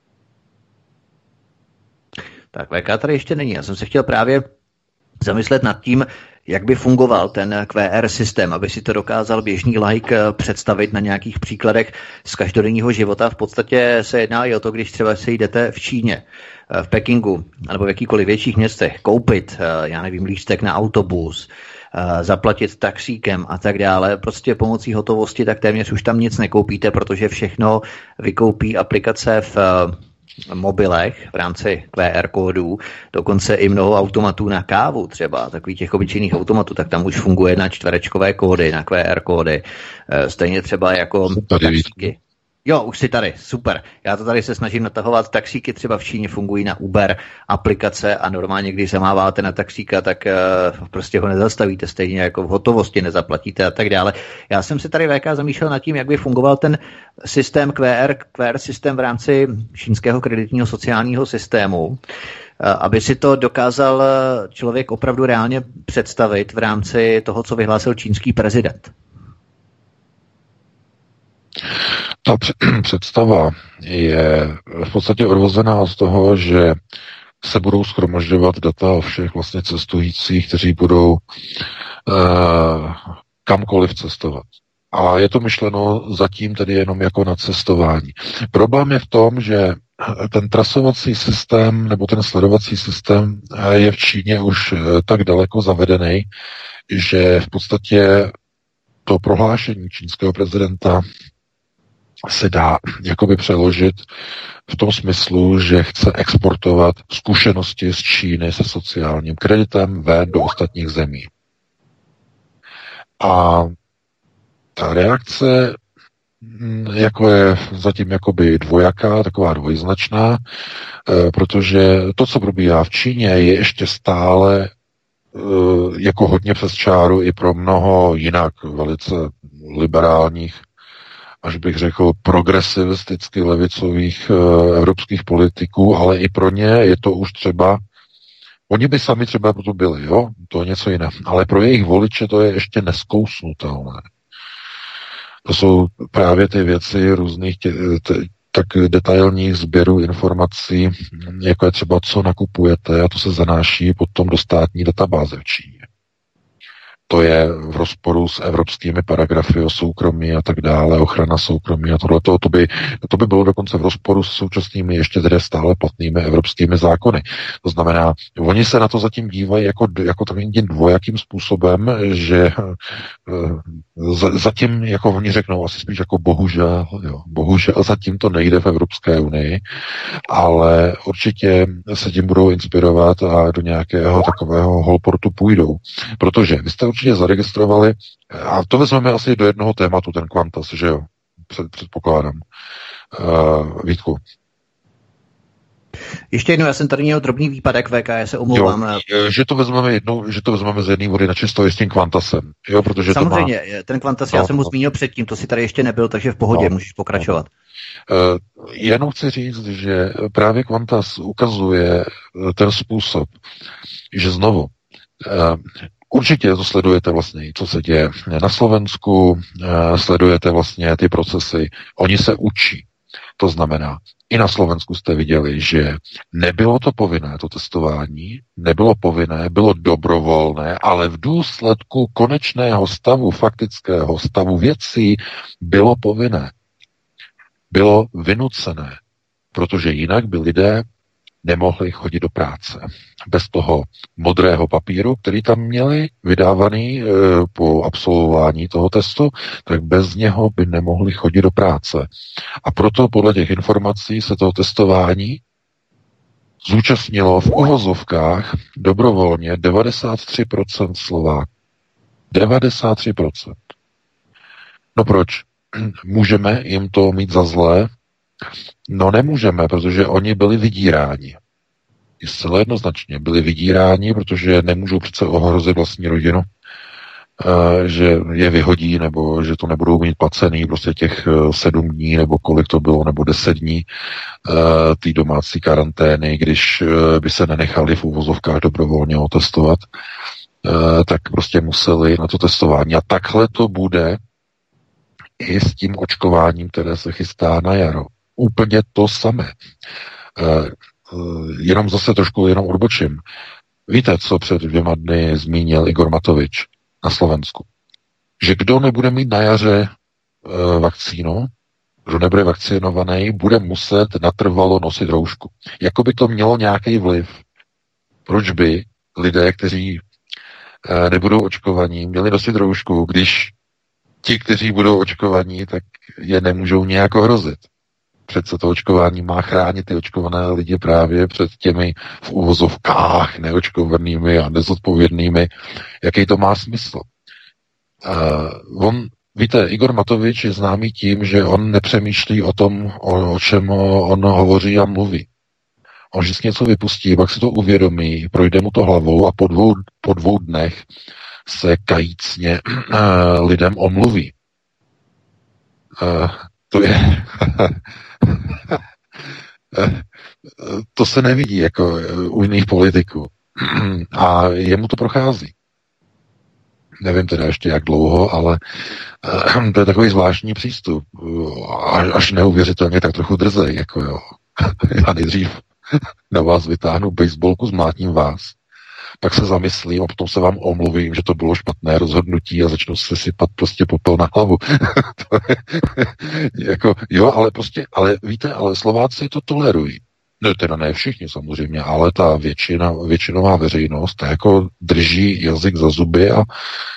Tak VK tady ještě není. Já jsem se chtěl právě zamyslet nad tím, jak by fungoval ten QR systém, aby si to dokázal běžný laik představit na nějakých příkladech z každodenního života. V podstatě se jedná i o to, když třeba si jdete v Číně, v Pekingu nebo v jakýkoliv větších městech koupit, já nevím, lístek na autobus, zaplatit taxíkem a tak dále. Prostě pomocí hotovosti tak téměř už tam nic nekoupíte, protože všechno vykoupí aplikace v mobilech v rámci QR kódů, dokonce i mnoho automatů na kávu třeba, takových těch obyčejných automatů, tak tam už funguje na čtverečkové kódy, na QR kódy. Stejně třeba jako taxíky. Jo, už jsi tady, super. Já to tady se snažím natahovat. Taxíky třeba v Číně fungují na Uber aplikace a normálně, když zamáváte na taxíka, tak prostě ho nezastavíte, stejně jako v hotovosti nezaplatíte a tak dále. Já jsem se tady VK zamýšlel nad tím, jak by fungoval ten systém QR systém v rámci čínského kreditního sociálního systému, aby si to dokázal člověk opravdu reálně představit v rámci toho, co vyhlásil čínský prezident. Ta představa je v podstatě odvozená z toho, že se budou shromažďovat data o všech vlastně cestujících, kteří budou kamkoliv cestovat. A je to myšleno zatím tedy jenom jako na cestování. Problém je v tom, že ten trasovací systém nebo ten sledovací systém je v Číně už tak daleko zavedený, že v podstatě to prohlášení čínského prezidenta se dá jakoby přeložit v tom smyslu, že chce exportovat zkušenosti z Číny se sociálním kreditem ven do ostatních zemí. A ta reakce jako je zatím jakoby dvojaká, taková dvojznačná, protože to, co probíhá v Číně, je ještě stále jako hodně přes čáru i pro mnoho jinak velice liberálních, až bych řekl progresivisticky levicových evropských politiků, ale i pro ně je to už třeba, oni by sami třeba to byli, jo, to je něco jiné, ale pro jejich voliče to je ještě neskousnutelné. To jsou právě ty věci různých tak detailních sběrů informací, jako je třeba, co nakupujete, a to se zanáší potom do státní databáze v Číně. To je v rozporu s evropskými paragrafy o soukromí a tak dále, ochrana soukromí a tohle. To by bylo dokonce v rozporu s současnými ještě tedy stále platnými evropskými zákony. To znamená, oni se na to zatím dívají jako takovým tím dvojakým způsobem, že zatím, jako oni řeknou, asi spíš jako bohužel zatím to nejde v Evropské unii, ale určitě se tím budou inspirovat a do nějakého takového holportu půjdou. Protože vy jste určitě zaregistrovali, a to vezmeme asi do jednoho tématu, ten Qantas, že jo? Předpokládám. Vítku. Ještě jednou, já jsem tady měl drobný výpadek VK, já se omlouvám. Jo, že to vezmeme z jedné vody na čisto i s tím Qantasem. Jo, protože samozřejmě, ten Qantas, já jsem ho zmínil předtím, to si tady ještě nebyl, takže v pohodě, můžeš pokračovat. Jenom chci říct, že právě Qantas ukazuje ten způsob, že znovu určitě to sledujete vlastně, co se děje na Slovensku, sledujete vlastně ty procesy, oni se učí. To znamená, i na Slovensku jste viděli, že nebylo to povinné, to testování, nebylo povinné, bylo dobrovolné, ale v důsledku konečného stavu, faktického stavu věcí bylo povinné. Bylo vynucené, protože jinak by lidé nemohli chodit do práce. Bez toho modrého papíru, který tam měli vydávaný po absolvování toho testu, tak bez něho by nemohli chodit do práce. A proto podle těch informací se toho testování zúčastnilo v uvozovkách dobrovolně 93% Slováků. 93%. No proč? Můžeme jim to mít za zlé? No nemůžeme, protože oni byli vydíráni. Zcela jednoznačně byli vydíráni, protože nemůžou přece ohrozit vlastní rodinu, že je vyhodí, nebo že to nebudou mít placený prostě těch 7 dní, nebo kolik to bylo, nebo 10 dní té domácí karantény, když by se nenechali v uvozovkách dobrovolně otestovat, tak prostě museli na to testování. A takhle to bude i s tím očkováním, které se chystá na jaro. Úplně to samé. Jenom zase trošku odbočím. Víte, co před 2 dny zmínil Igor Matovič na Slovensku? Že kdo nebude mít na jaře vakcínu, kdo nebude vakcinovaný, bude muset natrvalo nosit roušku. Jako by to mělo nějaký vliv. Proč by lidé, kteří nebudou očkovaní, měli nosit roušku, když ti, kteří budou očkovaní, tak je nemůžou nějak ohrozit. Přece to očkování má chránit ty očkované lidi právě před těmi v uvozovkách neočkovanými a nezodpovědnými. Jaký to má smysl? Víte, Igor Matovič je známý tím, že on nepřemýšlí o tom, o čem on hovoří a mluví. On vždycky něco vypustí, pak si to uvědomí, projde mu to hlavou a po dvou dnech se kajícně lidem omluví. To je... to se nevidí jako u jiných politiků. A jemu to prochází. Nevím teda ještě jak dlouho, ale to je takový zvláštní přístup. Až neuvěřitelně tak trochu drzej, jako jo. Já nejdřív na vás vytáhnu baseballku, zmlátím vás. tak se zamyslím a potom se vám omluvím, že to bylo špatné rozhodnutí a začnu se sypat prostě popel na hlavu. To je, jako, jo, ale víte, ale Slováci to tolerují. No teda ne všichni samozřejmě, ale ta většinová veřejnost ta jako drží jazyk za zuby a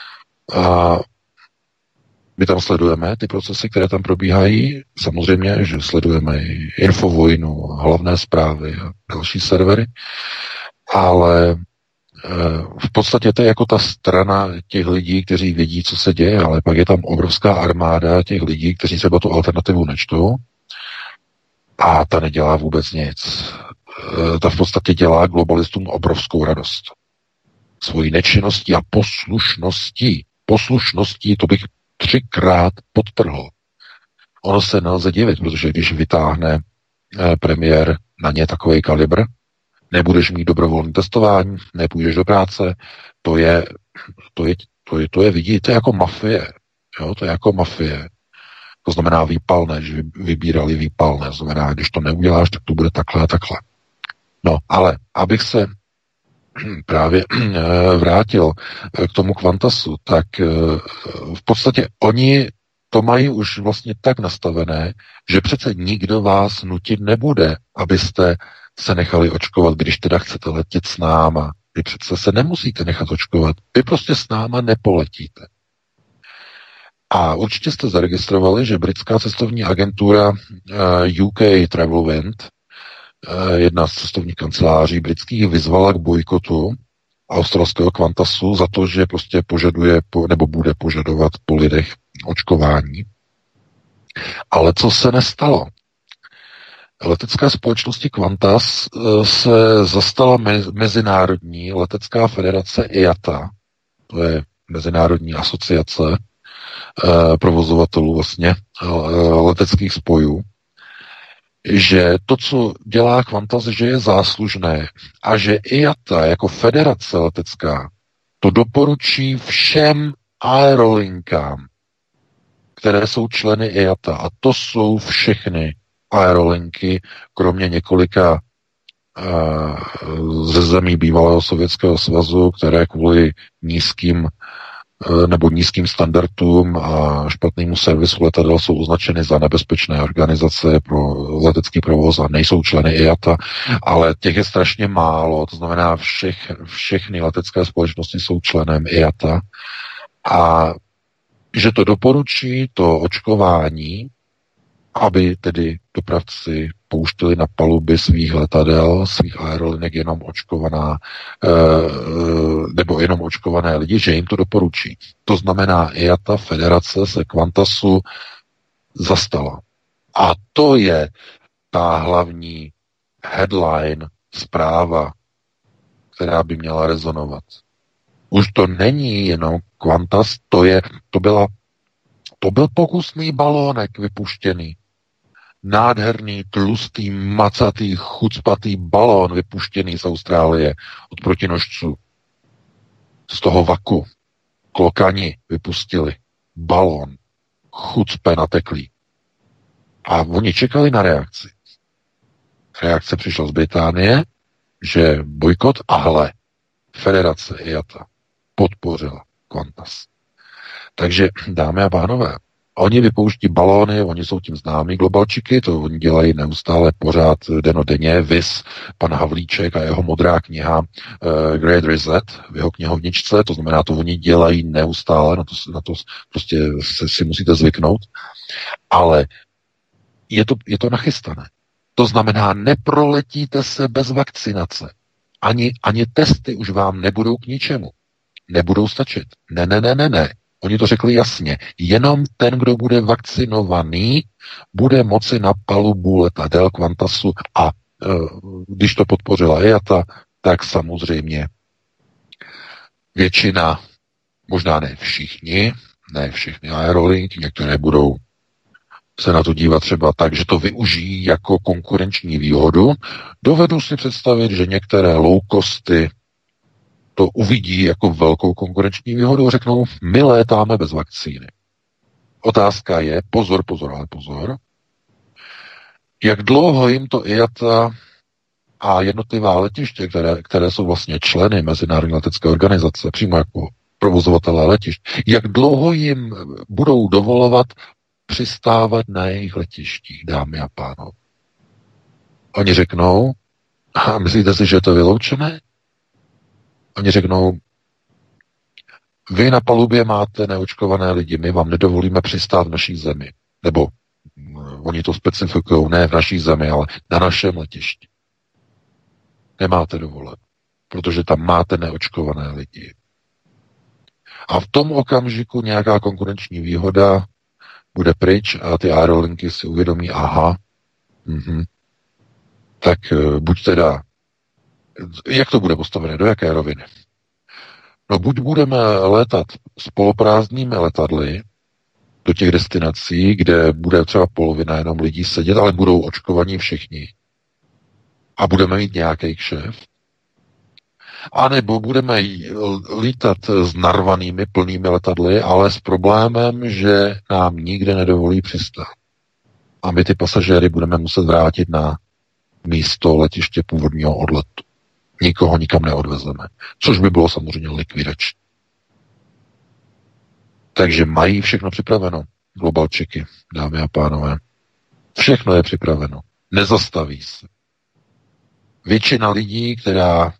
my tam sledujeme ty procesy, které tam probíhají. Samozřejmě, že sledujeme i Infovojnu, hlavné zprávy a další servery, ale v podstatě to je jako ta strana těch lidí, kteří vědí, co se děje, ale pak je tam obrovská armáda těch lidí, kteří třeba tu alternativu nečtou a ta nedělá vůbec nic. Ta v podstatě dělá globalistům obrovskou radost. Svojí nečinností a poslušností, to bych 3krát podtrhl. Ono se nelze divit, protože když vytáhne premiér na ně takový kalibr, nebudeš mít dobrovolné testování, nepůjdeš do práce, to je vidíte, jako mafie. Jo, to je jako mafie. To znamená výpalné, že vybírali výpalné. To znamená, když to neuděláš, tak to bude takhle a takhle. No, ale abych se právě vrátil k tomu Qantasu, tak v podstatě oni to mají už vlastně tak nastavené, že přece nikdo vás nutit nebude, abyste se nechali očkovat, když teda chcete letět s náma. Vy přece se nemusíte nechat očkovat. Vy prostě s náma nepoletíte. A určitě jste zaregistrovali, že britská cestovní agentura UK Travelwind, jedna z cestovních kanceláří britských, vyzvala k bojkotu australského Qantasu za to, že prostě požaduje nebo bude požadovat po lidech očkování. Ale co se nestalo? Letecké společnosti Qantas se zastala Mezinárodní letecká federace IATA, to je Mezinárodní asociace provozovatelů vlastně leteckých spojů, že to, co dělá Qantas, že je záslužné a že IATA jako federace letecká to doporučí všem aerolinkám, které jsou členy IATA. A to jsou všechny aerolinky, kromě několika ze zemí bývalého Sovětského svazu, které kvůli nízkým standardům a špatnému servisu letadel jsou označeny za nebezpečné organizace pro letecký provoz a nejsou členy IATA, ale těch je strašně málo, to znamená všechny letecké společnosti jsou členem IATA a že to doporučí to očkování, aby tedy dopravci pouštěli na paluby svých letadel, svých aerolinek jenom očkovaná, nebo jenom očkované lidi, že jim to doporučí. To znamená, IATA federace se Qantasu zastala. A to je ta hlavní headline, zpráva, která by měla rezonovat. Už to není jenom Qantas, to byl pokusný balónek vypuštěný. Nádherný, tlustý, macatý, chucpatý balón vypuštěný z Austrálie od protinožců. Z toho vaku klokani vypustili balón, chucpe nateklý. A oni čekali na reakci. Reakce přišla z Británie, že bojkot a hle, federace IATA podpořila Qantas. Takže, dámy a pánové, oni vypouští balóny, oni jsou tím známí globalčiky, to oni dělají neustále pořád denodenně, viz pan Havlíček a jeho modrá kniha Great Reset v jeho knihovničce, to znamená, to oni dělají neustále, na to prostě si musíte zvyknout, ale je to nachystané. To znamená, neproletíte se bez vakcinace. Ani testy už vám nebudou k ničemu. Nebudou stačit. Ne. Oni to řekli jasně. Jenom ten, kdo bude vakcinovaný, bude moci na palubu letadel Qantasu a když to podpořila IATA, tak samozřejmě většina, možná ne všechny aerolinky, některé budou se na to dívat třeba tak, že to využijí jako konkurenční výhodu. Dovedu si představit, že některé low costy to uvidí jako velkou konkurenční výhodu a řeknou, my létáme bez vakcíny. Otázka je, pozor, jak dlouho jim to IATA a jednotlivá letiště, které jsou vlastně členy Mezinárodní letecké organizace, přímo jako provozovatelé letišť, jak dlouho jim budou dovolovat přistávat na jejich letištích, dámy a pánové. Oni řeknou, a myslíte si, že je to vyloučené? Oni řeknou, vy na palubě máte neočkované lidi, my vám nedovolíme přistát v naší zemi. Nebo oni to specifikují, ne v naší zemi, ale na našem letišti. Nemáte dovolet, protože tam máte neočkované lidi. A v tom okamžiku nějaká konkurenční výhoda bude pryč a ty aerolinky si uvědomí, aha, tak buď teda, jak to bude postavené, do jaké roviny? No buď budeme létat s poloprázdnými letadly do těch destinací, kde bude třeba polovina jenom lidí sedět, ale budou očkovaní všichni. A budeme mít nějaký kšeft. A nebo budeme lítat s narvanými plnými letadly, ale s problémem, že nám nikde nedovolí přistát. A my ty pasažéry budeme muset vrátit na místo letiště původního odletu. Nikoho nikam neodvezeme. Což by bylo samozřejmě likvidační. Takže mají všechno připraveno. Globalčiky, dámy a pánové. Všechno je připraveno. Nezastaví se. Většina lidí, která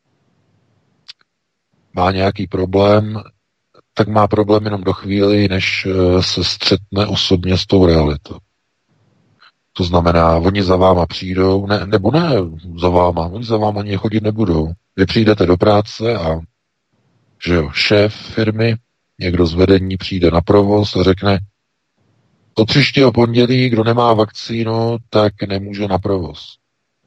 má nějaký problém, tak má problém jenom do chvíli, než se střetne osobně s tou realitou. To znamená, oni za váma přijdou, nebo ne za váma, oni za váma ani chodit nebudou. Vy přijdete do práce a že jo, šéf firmy, někdo z vedení přijde na provoz a řekne, od příštího pondělí, kdo nemá vakcínu, tak nemůže na provoz.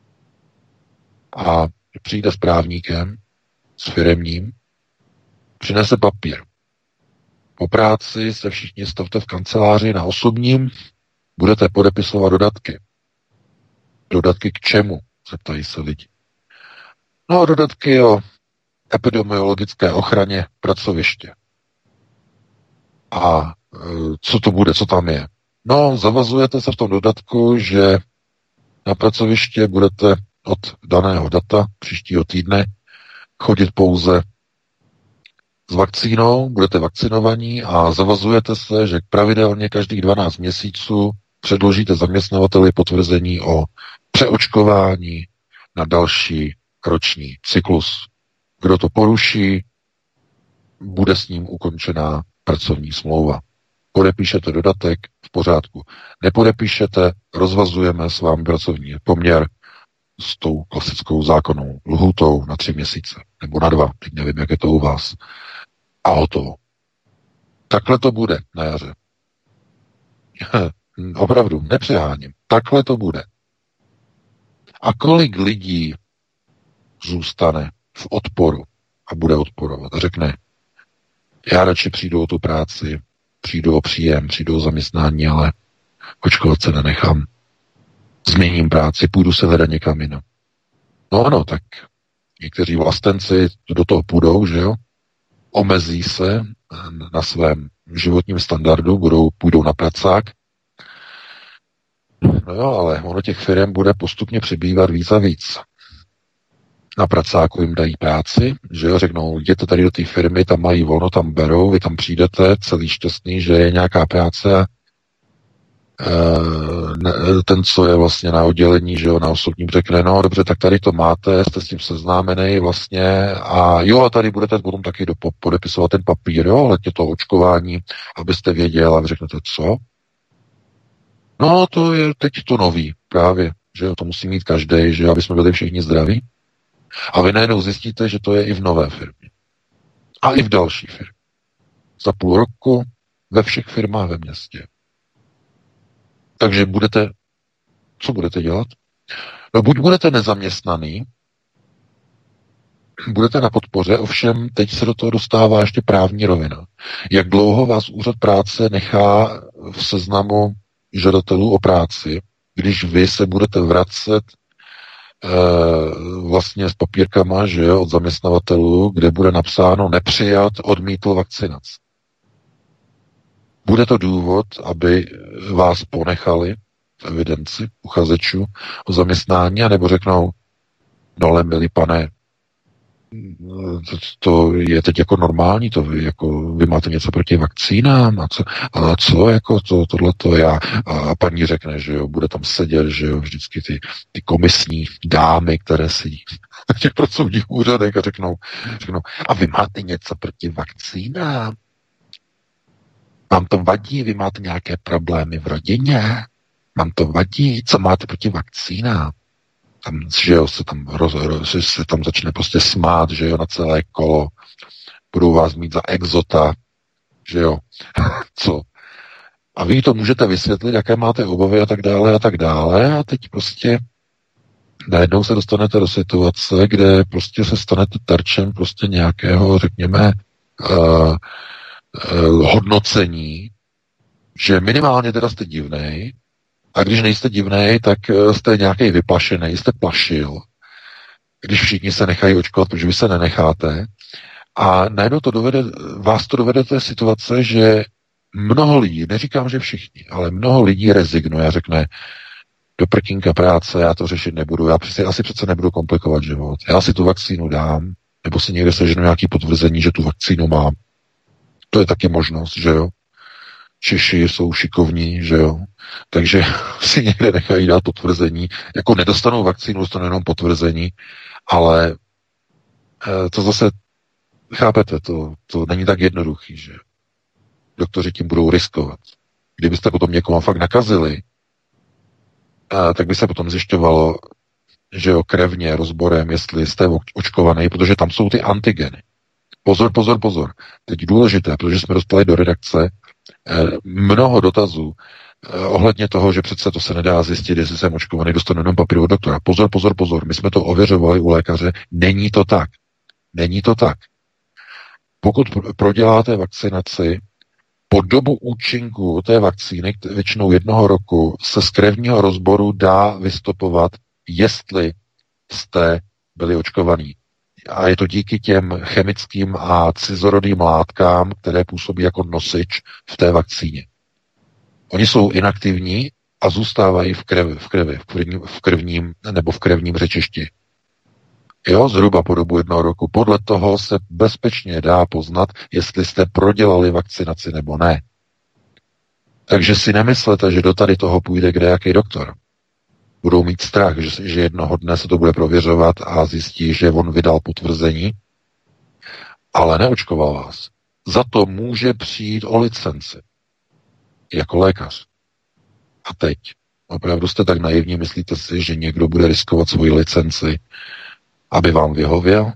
A přijde s právníkem, s firemním, přinese papír. Po práci se všichni stavte v kanceláři na osobním, budete podepisovat dodatky. Dodatky k čemu? Zeptají se lidi. No, dodatky o epidemiologické ochraně pracoviště. A co to bude, co tam je? No, zavazujete se v tom dodatku, že na pracoviště budete od daného data příštího týdne chodit pouze s vakcínou, budete vakcinovaní a zavazujete se, že pravidelně každých 12 měsíců předložíte zaměstnavateli potvrzení o přeočkování na další roční cyklus. Kdo to poruší, bude s ním ukončená pracovní smlouva. Podepíšete dodatek, v pořádku. Nepodepíšete, rozvazujeme s vámi pracovní poměr s tou klasickou zákonnou lhůtou na 3 měsíce, nebo na 2, teď nevím, jak je to u vás. A hotovo. Takhle to bude na jaře. Opravdu, nepřeháním. Takhle to bude. A kolik lidí zůstane v odporu a bude odporovat a řekne, já radši přijdu o tu práci, přijdu o příjem, přijdu o zaměstnání, ale očkovat se nenechám. Změním práci, půjdu se hledat někam jinam. No ano, tak někteří vlastenci do toho půjdou, že jo? Omezí se na svém životním standardu, půjdou na pracák. No jo, ale ono těch firm bude postupně přibývat víc a víc. Na pracáku jim dají práci, že jo, řeknou, jděte tady do té firmy, tam mají volno, tam berou, vy tam přijdete, celý šťastný, že je nějaká práce. Ten, co je vlastně na oddělení, že jo, na osobním, řekne, no dobře, tak tady to máte, jste s tím seznámený vlastně a jo, a tady budete potom taky podepisovat ten papír, jo, ale je to očkování, abyste věděl a vy řeknete, co? No, to je teď to nový, právě, že jo, to musí mít každý, že jo, aby jsme byli všichni zdraví. A vy najednou zjistíte, že to je i v nové firmě. A i v další firmě. Za půl roku ve všech firmách ve městě. Takže co budete dělat? No buď budete nezaměstnaný, budete na podpoře, ovšem teď se do toho dostává ještě právní rovina. Jak dlouho vás úřad práce nechá v seznamu žadatelů o práci, když vy se budete vracet vlastně s papírkama, že jo, od zaměstnavatelů, kde bude napsáno nepřijat, odmítl vakcinaci. Bude to důvod, aby vás ponechali v evidenci uchazečů o zaměstnání, anebo řeknou, No ale milý pane, to je teď jako normální, to vy máte něco proti vakcínám a co jako tohleto já a paní řekne, že jo, bude tam sedět, že jo, vždycky ty komisní dámy, které sedí na těch pracovních úřadech a řeknou, a vy máte něco proti vakcínám? Vám to vadí, vy máte nějaké problémy v rodině? Vám to vadí, co máte proti vakcínám? Tam, že jo, se tam začne prostě smát, že jo, na celé kolo. Budou vás mít za exota, že jo. Co? A vy to můžete vysvětlit, jaké máte obavy a tak dále a tak dále. A teď prostě najednou se dostanete do situace, kde prostě se stanete terčem prostě nějakého, řekněme, hodnocení, že minimálně teda jste divnej, a když nejste divnej, tak jste nějaký vyplašený, jste plašil, když všichni se nechají očkovat, protože vy se nenecháte. A najednou vás to dovede do té situace, že mnoho lidí, neříkám, že všichni, ale mnoho lidí rezignuje a řekne, do prkínka práce, já to řešit nebudu, já asi přece nebudu komplikovat život. Já si tu vakcínu dám, nebo si někde seženu nějaký potvrzení, že tu vakcínu mám. To je taky možnost, že jo. Češi jsou šikovní, že jo. Takže si někde nechají dát potvrzení. Jako nedostanou vakcínu, dostanou jenom potvrzení, ale to zase, chápete, to není tak jednoduchý, že doktoři tím budou riskovat. Kdybyste potom někoho fakt nakazili, tak by se potom zjišťovalo, že jo, krevně, rozborem, jestli jste očkovaný, protože tam jsou ty antigeny. Pozor. Teď důležité, protože jsme dostali do redakce mnoho dotazů ohledně toho, že přece to se nedá zjistit, jestli jsem očkovaný, dostanu jenom papír od doktora. Pozor. My jsme to ověřovali u lékaře. Není to tak. Pokud proděláte vakcinaci, po dobu účinku té vakcíny, většinou 1 roku, se z krevního rozboru dá vystopovat, jestli jste byli očkovaní. A je to díky těm chemickým a cizorodým látkám, které působí jako nosič v té vakcíně. Oni jsou inaktivní a zůstávají v krevním řečišti. Jo, zhruba po dobu 1 roku. Podle toho se bezpečně dá poznat, jestli jste prodělali vakcinaci nebo ne. Takže si nemyslete, že do tady toho půjde kdejaký doktor. Budou mít strach, že jednoho dne se to bude prověřovat a zjistí, že on vydal potvrzení, ale neočkoval vás. Za to může přijít o licenci. Jako lékař. A teď, opravdu jste tak naivní, myslíte si, že někdo bude riskovat svoji licenci, aby vám vyhověl?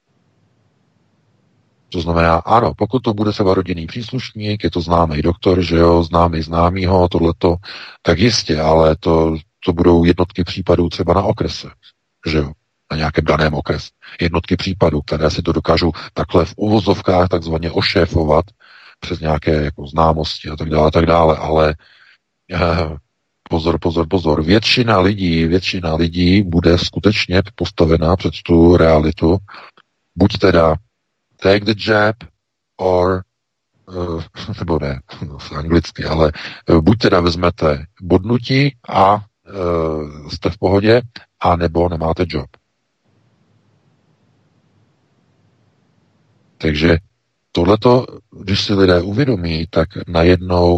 To znamená, ano, pokud to bude třeba rodinný příslušník, je to známý doktor, že jo, známýho, tohleto, tak jistě, ale to budou jednotky případů třeba na okrese, že jo, na nějakém daném okres. Jednotky případů, které si to dokážou takhle v uvozovkách takzvaně ošéfovat přes nějaké jako známosti a tak dále, ale pozor. Většina lidí bude skutečně postavená před tu realitu, buď teda take the jab, or nebo ne, anglicky, ale buď teda vezmete bodnutí a jste v pohodě, a nebo nemáte job. Takže tohleto, když si lidé uvědomí, tak najednou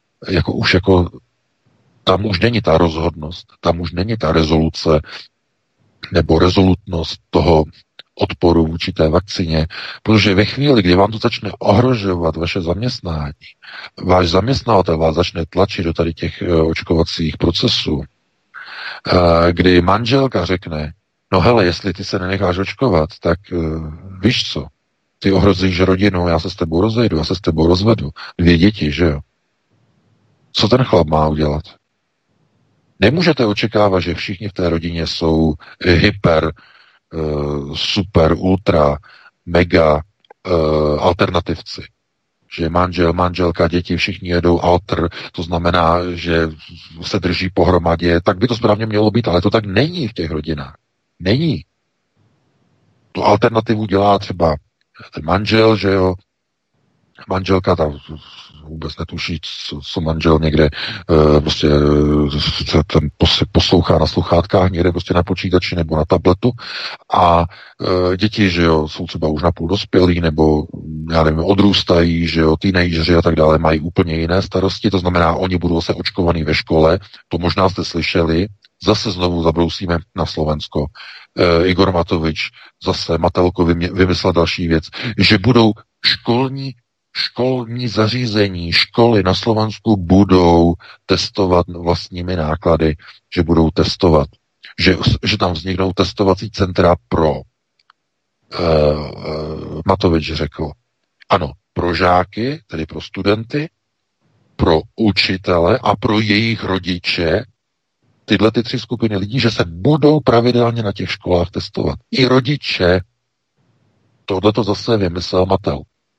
tam už není ta rozhodnost, tam už není ta rezoluce nebo rezolutnost toho odporu vůči té vakcině, protože ve chvíli, kdy vám to začne ohrožovat vaše zaměstnání, váš zaměstnavatel vás začne tlačit do tady těch očkovacích procesů, kdy manželka řekne, no hele, jestli ty se nenecháš očkovat, tak víš co, ty ohrozíš rodinu, já se s tebou rozejdu, já se s tebou rozvedu, 2 děti, že jo. Co ten chlap má udělat? Nemůžete očekávat, že všichni v té rodině jsou hyper, super, ultra, mega alternativci. Že manželka, děti, všichni jedou alter, to znamená, že se drží pohromadě, tak by to správně mělo být, ale to tak není v těch rodinách. Není. Tu alternativu dělá třeba ten manžel, že jo, manželka tam vůbec netuší, co manžel někde prostě ten poslouchá na sluchátkách někde prostě na počítači nebo na tabletu a děti, že jo, jsou třeba už napůl dospělí nebo já nevím, odrůstají, že jo, teenageři a tak dále, mají úplně jiné starosti, to znamená, oni budou se očkovaní ve škole, to možná jste slyšeli, zase znovu zabrousíme na Slovensko. Igor Matovič, zase Matelko vymyslel další věc, že budou školní zařízení, školy na Slovensku budou testovat vlastními náklady, že budou testovat, že tam vzniknou testovací centra pro Matovič řekl, ano, pro žáky, tedy pro studenty, pro učitele a pro jejich rodiče, tyhle ty 3 skupiny lidí, že se budou pravidelně na těch školách testovat. I rodiče. Tohle to zase vymyslel Matel.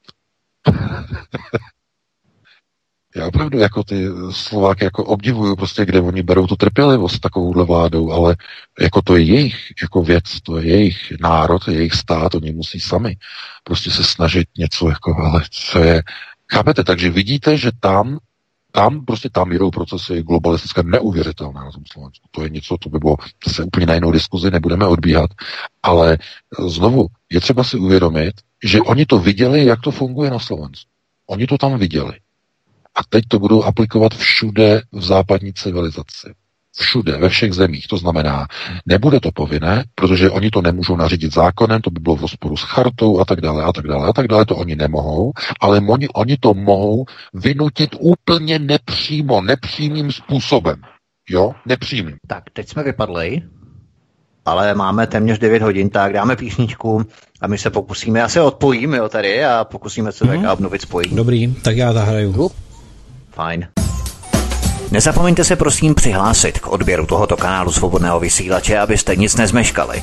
Já opravdu jako ty Slováky jako obdivuju prostě, kde oni berou tu trpělivost takovouhle vládou, ale jako to je jejich jako věc, to je jejich národ, jejich stát, oni musí sami prostě se snažit něco jako, ale co je, chápete, takže vidíte, že tam jdou procesy globalistické neuvěřitelné na tom Slovensku. To je něco, to by bylo zase úplně na jinou diskuzi, nebudeme odbíhat. Ale znovu, je třeba si uvědomit, že oni to viděli, jak to funguje na Slovensku. Oni to tam viděli. A teď to budou aplikovat všude v západní civilizaci. Všude, ve všech zemích. To znamená, nebude to povinné, protože oni to nemůžou nařídit zákonem, to by bylo v rozporu s chartou a tak dále, to oni nemohou, ale oni to mohou vynutit úplně nepřímým způsobem. Jo, nepřímým. Tak, teď jsme vypadli, ale máme téměř 9 hodin, tak dáme písničku a my se pokusíme, já se odpojím, jo, tady a pokusíme se tak obnovit spojení. Dobrý, tak já zahraju. Fajn. Nezapomeňte se prosím přihlásit k odběru tohoto kanálu Svobodného vysílače, abyste nic nezmeškali.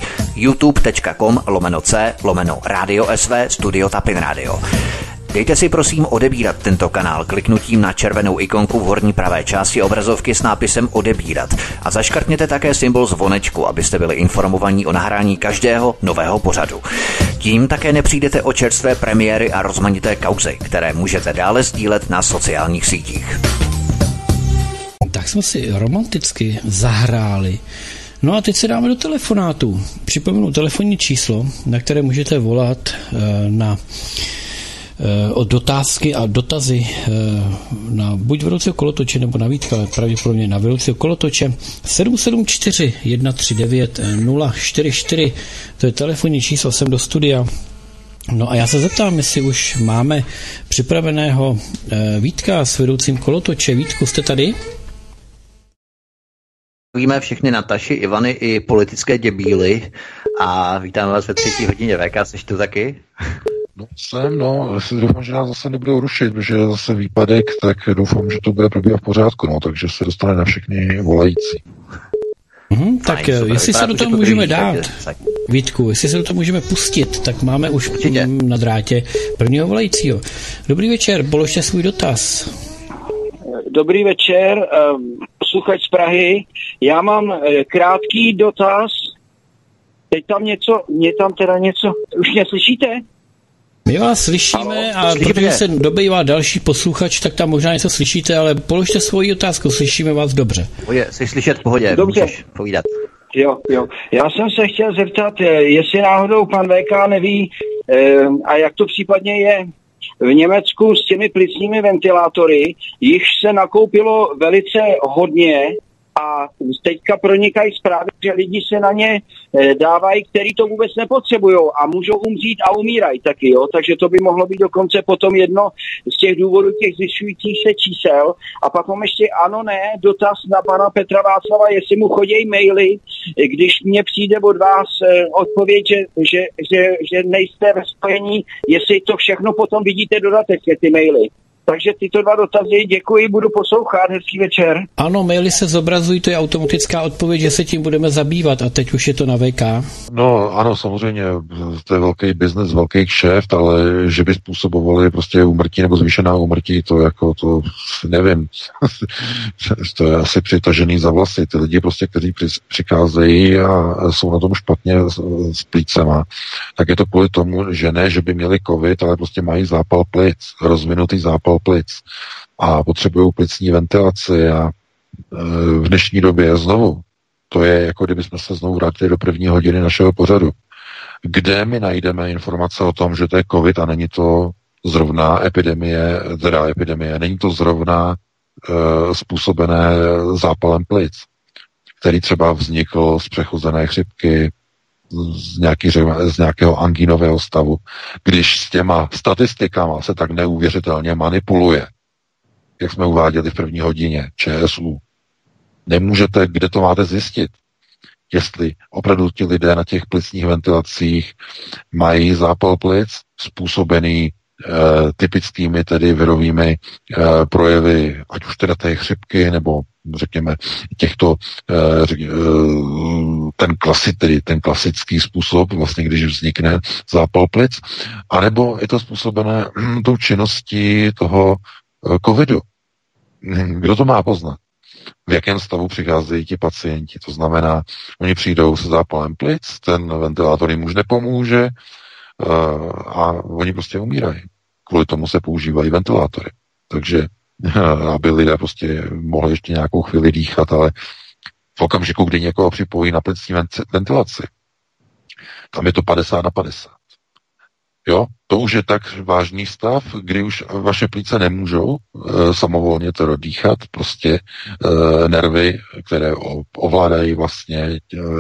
youtube.com/c/Radio SV Studio Tapin Radio. Dejte si prosím odebírat tento kanál kliknutím na červenou ikonku v horní pravé části obrazovky s nápisem odebírat a zaškrtněte také symbol zvonečku, abyste byli informovaní o nahrání každého nového pořadu. Tím také nepřijdete o čerstvé premiéry a rozmanité kauzy, které můžete dále sdílet na sociálních sítích. Tak jsme si romanticky zahráli. No a teď se dáme do telefonátu. Připomenu telefonní číslo, na které můžete volat o dotázky a dotazy na buď vedoucího kolotoče nebo na Vítka, ale pravděpodobně na vedoucího kolotoče 774 139 044. To je telefonní číslo sem do studia. No a já se zeptám, jestli už máme připraveného Vítka s vedoucím kolotoče. Vítku, jste tady? Víme všechny Nataši, Ivany i politické děbíly a vítáme vás ve 3. hodině VK, jsi tu taky? No jsem, já si doufám, že nás zase nebudou rušit, protože je zase výpadek, tak doufám, že to bude probíhat v pořádku, takže se dostane na všechny volající. Tak jestli se do toho můžeme dát, Vítku, jestli se do toho můžeme pustit, tak máme už na drátě prvního volajícího. Dobrý večer, položte svůj dotaz. Dobrý večer, posluchač z Prahy. Já mám krátký dotaz. Teď tam něco, už mě slyšíte? My vás slyšíme a protože se dobývá další posluchač, tak tam možná něco slyšíte, ale položte svoji otázku, slyšíme vás dobře. Jsi slyšet v pohodě, dobře. Můžeš povídat. Jo. Já jsem se chtěl zeptat, jestli náhodou pan VK neví, a jak to případně je v Německu s těmi plicními ventilátory, již se nakoupilo velice hodně a teďka pronikají zprávy, že lidi se na ně dávají, který to vůbec nepotřebují a můžou umřít a umírají taky, jo. Takže to by mohlo být dokonce potom jedno z těch důvodů těch zvyšujících se čísel. A pak mám ještě dotaz na pana Petra Václava, jestli mu chodí maily, když mně přijde od vás odpověď, že nejste ve spojení, jestli to všechno potom vidíte dodatečně, ty maily. Takže tyto 2 dotazy, děkuji, budu poslouchat, hezký večer. Ano, maily se zobrazují, to je automatická odpověď, že se tím budeme zabývat a teď už je to na VK. No ano, samozřejmě, to je velký biznes, velký kšeft, ale že by způsobovali prostě úmrtí nebo zvýšená úmrtí, to nevím, to je asi přitažený za vlasy. Ty lidi prostě, kteří přicházejí a jsou na tom špatně s plícema, tak je to kvůli tomu, že ne, že by měli covid, ale prostě mají zápal plic, rozvinutý zápal zápal plic a potřebují plicní ventilaci a v dnešní době znovu, to je jako kdybychom se znovu vrátili do první hodiny našeho pořadu. Kde my najdeme informace o tom, že to je covid a není to zrovna epidemie, není to zrovna způsobené zápalem plic, který třeba vznikl z přechozené chřipky, z nějakého angínového stavu, když s těma statistikama se tak neuvěřitelně manipuluje, jak jsme uváděli v první hodině ČSU. Nemůžete, kde to máte zjistit, jestli opravdu ti lidé na těch plicních ventilacích mají zápal plic způsobený typickými tedy virovými projevy, ať už teda té chřipky, nebo řekněme těchto ten klasický způsob, vlastně když vznikne zápal plic, anebo je to způsobené tou činností toho covidu. Kdo to má poznat? V jakém stavu přicházejí ti pacienti? To znamená, oni přijdou se zápalem plic, ten ventilátor jim už nepomůže a oni prostě umírají. Kvůli tomu se používají ventilátory. Takže aby lidé prostě mohli ještě nějakou chvíli dýchat, ale v okamžiku, kdy někoho připojí na plicní ventilaci, tam je to 50/50. Jo, to už je tak vážný stav, kdy už vaše plíce nemůžou samovolně to dýchat, prostě nervy, které ovládají vlastně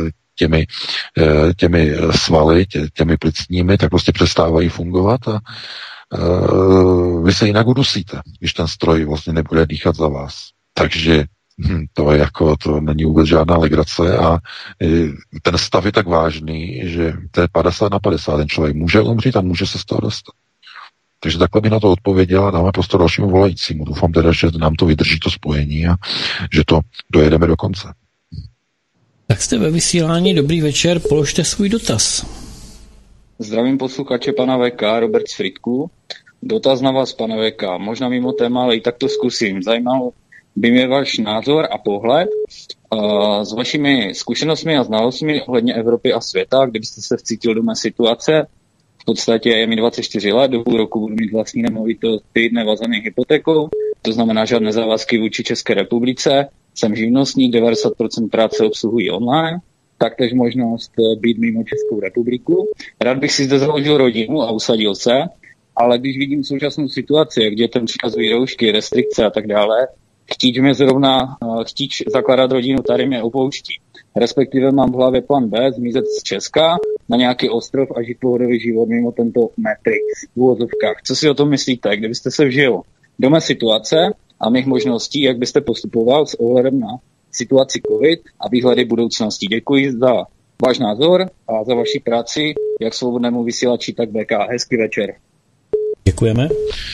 těmi svaly, těmi plicními, tak prostě přestávají fungovat a vy se jinak udusíte, když ten stroj vlastně nebude dýchat za vás. Takže to není vůbec žádná legrace a ten stav je tak vážný, že to je 50/50. Ten člověk může umřít a může se z toho dostat. Takže takhle by na to odpověděla, dáme prostor dalšímu volajícímu. Doufám teda, že nám to vydrží to spojení a že to dojedeme do konce. Tak jste ve vysílání, dobrý večer, položte svůj dotaz. Zdravím posluchače pana VK, Robert z Frýdku. Dotaz na vás, pane VK, možná mimo téma, ale i tak to zkusím. Zajímal by mě váš názor a pohled s vašimi zkušenostmi a znalostmi ohledně Evropy a světa, kdybyste se vcítil do mé situace. V podstatě je mi 24 let, do půl roku budu mít vlastní nemovitosti nevazaný hypotékou, to znamená žádné závazky vůči České republice. Jsem živnostník, 90% práce obsluhují online, taktéž možnost být mimo Českou republiku. Rád bych si zde založil rodinu a usadil se, ale když vidím současnou situaci, jak dětem přikazují roušky, restrikce a tak dále, chtít zakládat rodinu tady mě opouští. Respektive mám v hlavě plán B, zmizet z Česka na nějaký ostrov a žít pohodový život mimo tento Matrix v úvozovkách. Co si o tom myslíte, kdybyste se vžil do mé situace a mých možností, jak byste postupoval s ohledem na situaci COVID a výhledy budoucnosti? Děkuji za váš názor a za vaši práci, jak svobodnému vysílači, tak BK. Hezký večer. Děkujeme.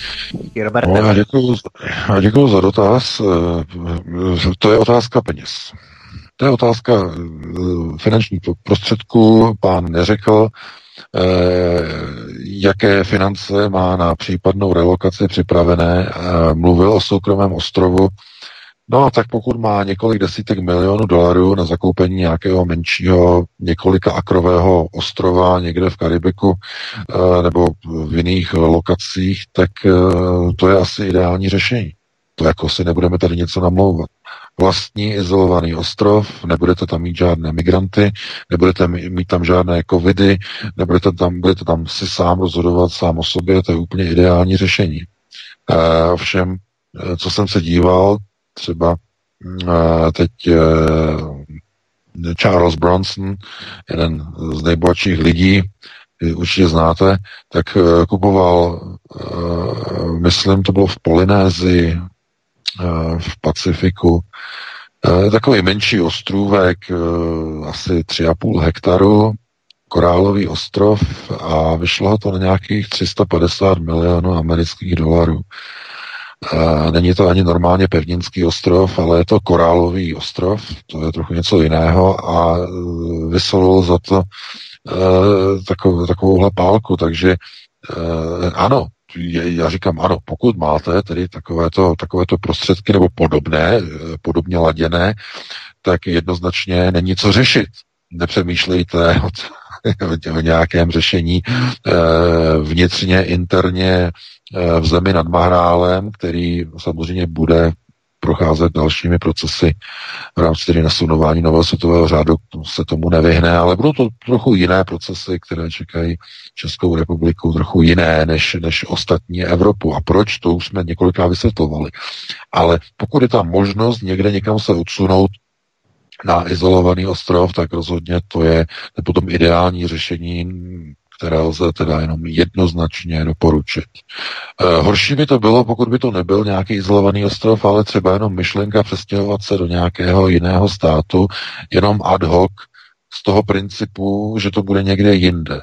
Děkuji za dotaz. To je otázka peněz. To je otázka finančních prostředků. Pán neřekl, jaké finance má na případnou relokaci připravené. Mluvil o soukromém ostrovu. No, tak pokud má několik desítek milionů dolarů na zakoupení nějakého menšího, několika akrového ostrova někde v Karibiku nebo v jiných lokacích, tak to je asi ideální řešení. To jako si nebudeme tady něco namlouvat. Vlastní izolovaný ostrov, nebudete tam mít žádné migranty, nebudete mít tam žádné covidy, budete tam si sám rozhodovat sám o sobě, to je úplně ideální řešení. Ovšem, co jsem se díval, třeba teď Charles Bronson, jeden z nejbohatších lidí, určitě znáte, tak kupoval, myslím, to bylo v Polynésii, v Pacifiku, takový menší ostrůvek, asi 3,5 hektaru, korálový ostrov a vyšlo ho to na nějakých 350 milionů amerických dolarů. Není to ani normálně pevninský ostrov, ale je to korálový ostrov, to je trochu něco jiného a vysolil za to takovouhle pálku, takže ano, já říkám ano, pokud máte tedy takovéto prostředky nebo podobně laděné, tak jednoznačně není co řešit. Nepřemýšlejte o nějakém řešení vnitřně, interně v zemi nad Mahrálem, který samozřejmě bude procházet dalšími procesy v rámci tedy nasunování nového světového řádu, se tomu nevyhne, ale budou to trochu jiné procesy, které čekají Českou republiku, trochu jiné než ostatní Evropu. A proč, to už jsme několikrát vysvětlovali. Ale pokud je tam možnost někde někam se odsunout na izolovaný ostrov, tak rozhodně to je potom ideální řešení, které lze teda jenom jednoznačně doporučit. Horší by to bylo, pokud by to nebyl nějaký izolovaný ostrov, ale třeba jenom myšlenka přestěhovat se do nějakého jiného státu, jenom ad hoc z toho principu, že to bude někde jinde.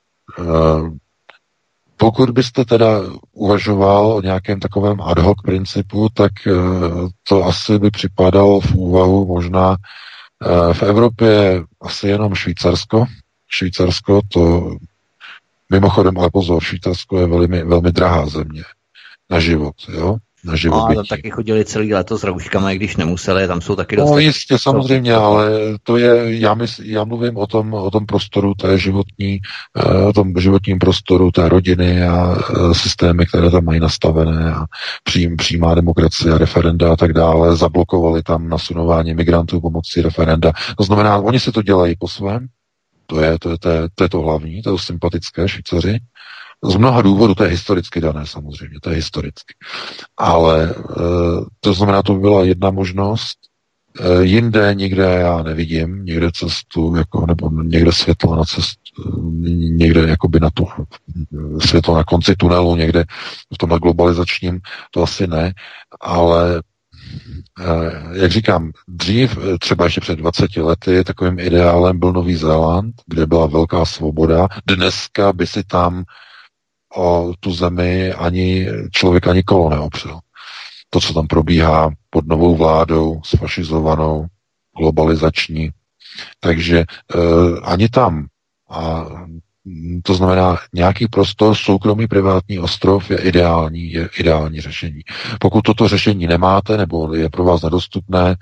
Pokud byste teda uvažoval o nějakém takovém ad hoc principu, tak to asi by připadalo v úvahu možná v Evropě asi jenom Švýcarsko. Švýcarsko to mimochodem, ale pozor, Švýcarsko je velmi, velmi drahá země na život, jo? Na život no, tam taky chodili celý léto s rouškama, i když nemuseli, tam jsou taky dost... No jistě, samozřejmě, ale to je, já mluvím o tom prostoru té životní, o tom životním prostoru té rodiny a systémy, které tam mají nastavené a přímá demokracie, referenda a tak dále, zablokovali tam nasunování migrantů pomocí referenda. To znamená, oni si to dělají po svém, to je to hlavní, to je sympatické Švýcaři. Z mnoha důvodů, to je historicky dané samozřejmě, to je historicky. Ale to znamená, to by byla jedna možnost. Jinde, nikde já nevidím, někde cestu, jako, nebo někde světlo na cestu, někde jakoby na to světlo na konci tunelu, někde v tomhle globalizačním, to asi ne, ale jak říkám, dřív, třeba ještě před 20 lety, takovým ideálem byl Nový Zéland, kde byla velká svoboda. Dneska by si tam o tu zemi člověk ani kolo neopřel. To, co tam probíhá pod novou vládou, sfašizovanou, globalizační. Takže ani tam. A to znamená, nějaký prostor, soukromý privátní ostrov je ideální řešení. Pokud toto řešení nemáte, nebo je pro vás nedostupné,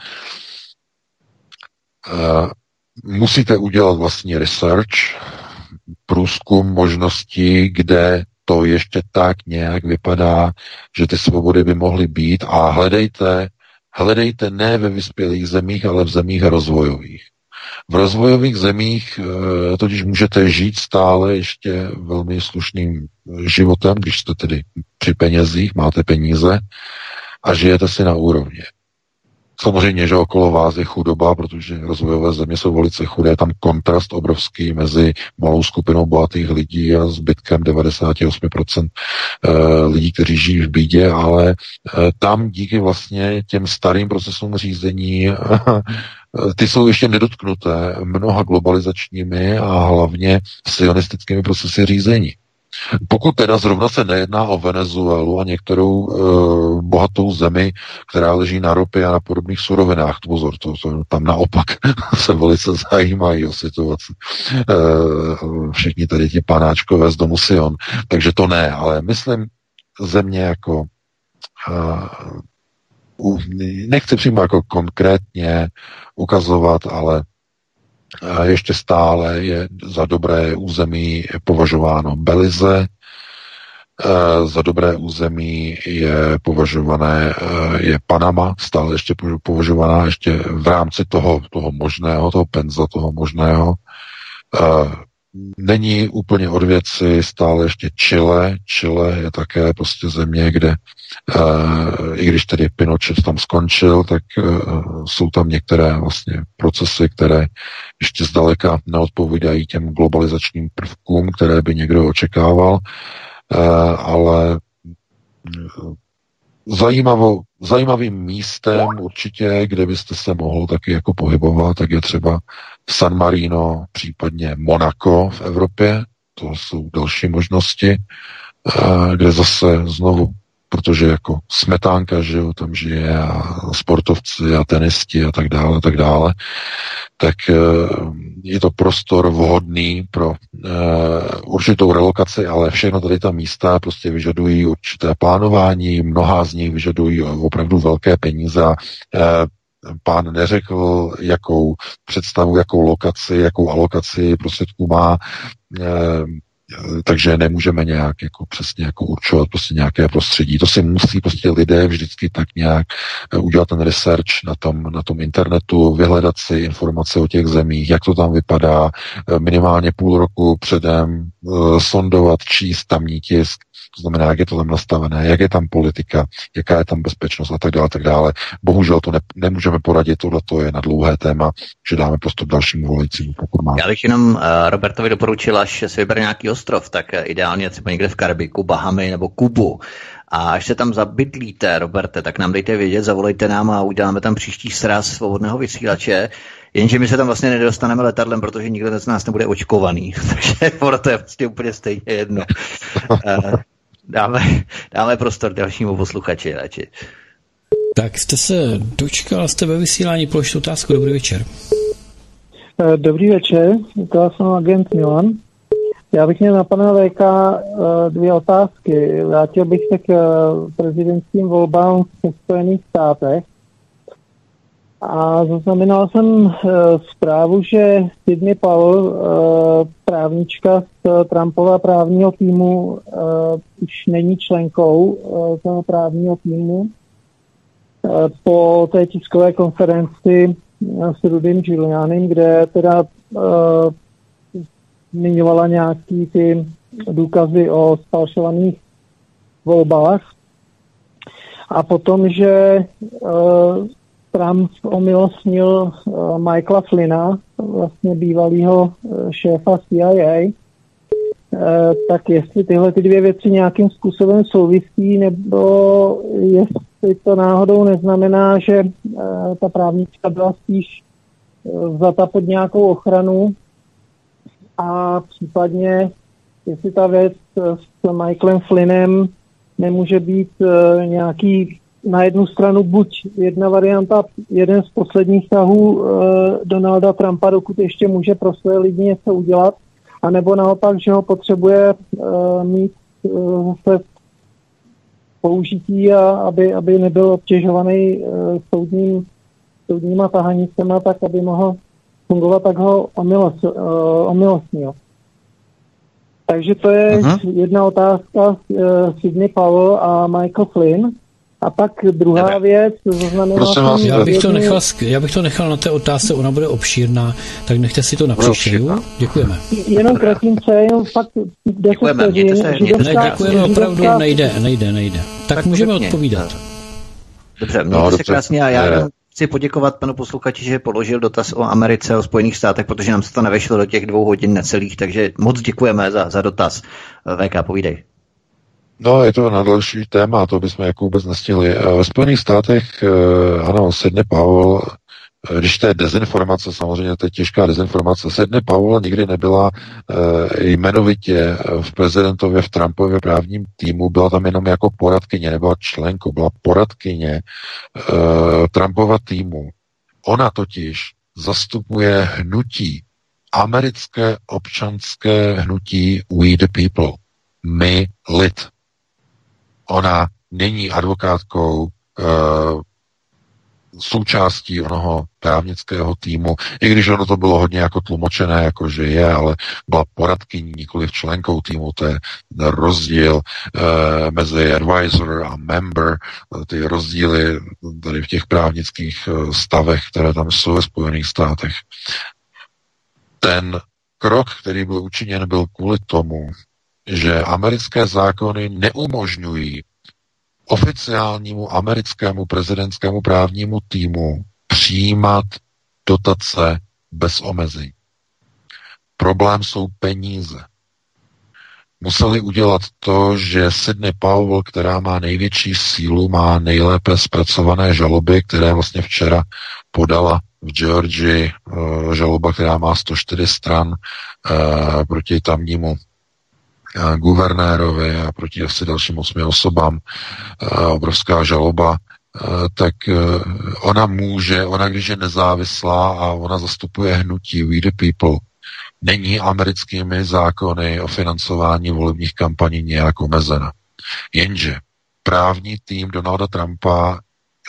musíte udělat vlastní research, průzkum možností, kde to ještě tak nějak vypadá, že ty svobody by mohly být, a hledejte ne ve vyspělých zemích, ale v zemích rozvojových. V rozvojových zemích totiž můžete žít stále ještě velmi slušným životem, když jste tedy při penězích, máte peníze a žijete si na úrovni. Samozřejmě, že okolo vás je chudoba, protože rozvojové země jsou velice chudé, tam kontrast obrovský mezi malou skupinou bohatých lidí a zbytkem 98% lidí, kteří žijí v bídě, ale tam díky vlastně těm starým procesům řízení ty jsou ještě nedotknuté mnoha globalizačními a hlavně sionistickými procesy řízení. Pokud teda zrovna se nejedná o Venezuelu a některou bohatou zemi, která leží na ropě a na podobných surovinách, pozor, to tam naopak se velice zajímají o situaci. Všichni tady ti panáčkové z domu Sion. Takže to ne, ale myslím země jako nechci přímo jako konkrétně ukazovat, ale ještě stále je za dobré území považováno Belize, za dobré území je považované, je Panama, stále ještě považovaná ještě v rámci toho možného, toho penza, toho možného. Není úplně od věci stále ještě Chile. Chile je také prostě země, kde i když tedy Pinochet tam skončil, tak jsou tam některé vlastně procesy, které ještě zdaleka neodpovídají těm globalizačním prvkům, které by někdo očekával, ale zajímavým místem určitě, kde byste se mohl taky jako pohybovat, tak je třeba San Marino, případně Monako v Evropě. To jsou další možnosti, kde zase znovu, protože jako smetánka, že jo, tam žije a sportovci a tenisti a tak dále, tak je to prostor vhodný pro určitou relokaci, ale všechno tady ta místa prostě vyžadují určité plánování, mnohá z nich vyžadují opravdu velké peníze. pán neřekl, jakou představu, jakou alokaci prostředků má, takže nemůžeme nějak jako přesně jako určovat prostě nějaké prostředí. To si musí prostě lidé vždycky tak nějak udělat ten research na tom internetu, vyhledat si informace o těch zemích, jak to tam vypadá, minimálně půl roku předem sondovat, číst tamní tisk, to znamená, jak je to tam nastavené, jak je tam politika, jaká je tam bezpečnost a tak dále, tak dále. Bohužel to nemůžeme poradit, tohle to je na dlouhé téma, že dáme prostor dalšímu volajícímu, pokud má. Já bych jenom Robertovi doporučil, až si vybere nějaký ostrov, tak ideálně třeba někde v Karibiku, Bahamy nebo Kubu. A až se tam zabydlíte, Roberte, tak nám dejte vědět, zavolejte nám a uděláme tam příští sraz svobodného vysílače. Jenže my se tam vlastně nedostaneme letadlem, protože nikdo z nás nebude očkovaný. Takže to je vlastně úplně stejně jedno. Dáme prostor dalšímu posluchači radši. Tak jste se dočkal, jste ve vysílání, položte otázku. Dobrý večer. Dobrý večer, to jsem agent Milan. Já bych měl na pana VK dvě otázky. Vrátil bych se k prezidentským volbám v Spojených státech. A zaznamenal jsem zprávu, že Sidney Powell, právnička z Trumpova právního týmu, už není členkou toho právního týmu. Po té tiskové konferenci s Rudym Giulianim, kde teda zmiňovala nějaký ty důkazy o sfalšovaných volbách. A potom, že Trump omilostnil Michaela Flynna, vlastně bývalého šéfa CIA, tak jestli tyhle ty dvě věci nějakým způsobem souvisí, nebo jestli to náhodou neznamená, že ta právnička byla spíš vzata pod nějakou ochranu a případně, jestli ta věc s Michaelem Flynnem nemůže být nějaký na jednu stranu buď jedna varianta, jeden z posledních tahů Donalda Trumpa, dokud ještě může pro své lidi něco udělat, anebo naopak, že ho potřebuje mít zase použití, a aby nebyl obtěžovaný soudníma tahanicema, tak aby mohl fungovat, tak ho omilostnil. Takže to je jedna otázka, Sidney Powell a Michael Flynn. A pak druhá věc, to znamená... Já bych to nechal na té otázce, ona bude obšírná, tak nechte si to na příště. Děkujeme. Jenom kratince, jenom fakt 10 vteřin. Děkujeme, opravdu nejde. Tak můžeme odpovídat. Dobře, mějte se krásně a já chci poděkovat panu posluchači, že položil dotaz o Americe, o Spojených státech, protože nám se to nevešlo do těch 2 hodin necelých, takže moc děkujeme za dotaz. VK, povídej. No, je to na další téma, to bychom jako vůbec nestihli. Ve Spojených státech, ano, Sidney Powell, když to je dezinformace, samozřejmě to je těžká dezinformace, Sidney Powell nikdy nebyla jmenovitě v prezidentově, v Trumpově právním týmu, byla tam jenom jako poradkyně, nebyla členkou, byla poradkyně Trumpova týmu. Ona totiž zastupuje hnutí, americké občanské hnutí We the People, my lid. Ona není advokátkou, součástí onoho právnického týmu, i když ono to bylo hodně jako tlumočené, jako že je, ale byla poradkyní, nikoliv členkou týmu, to je rozdíl mezi advisor a member, ty rozdíly tady v těch právnických stavech, které tam jsou ve Spojených státech. Ten krok, který byl učiněn, byl kvůli tomu, že americké zákony neumožňují oficiálnímu americkému prezidentskému právnímu týmu přijímat dotace bez omezení. Problém jsou peníze. Museli udělat to, že Sidney Powell, která má největší sílu, má nejlépe zpracované žaloby, které vlastně včera podala v Georgii, žaloba, která má 104 stran proti tamnímu guvernérovi a proti asi dalším 8 osobám, obrovská žaloba, tak ona když je nezávislá a ona zastupuje hnutí We the People, není americkými zákony o financování volebních kampaní nějak omezena. Jenže právní tým Donalda Trumpa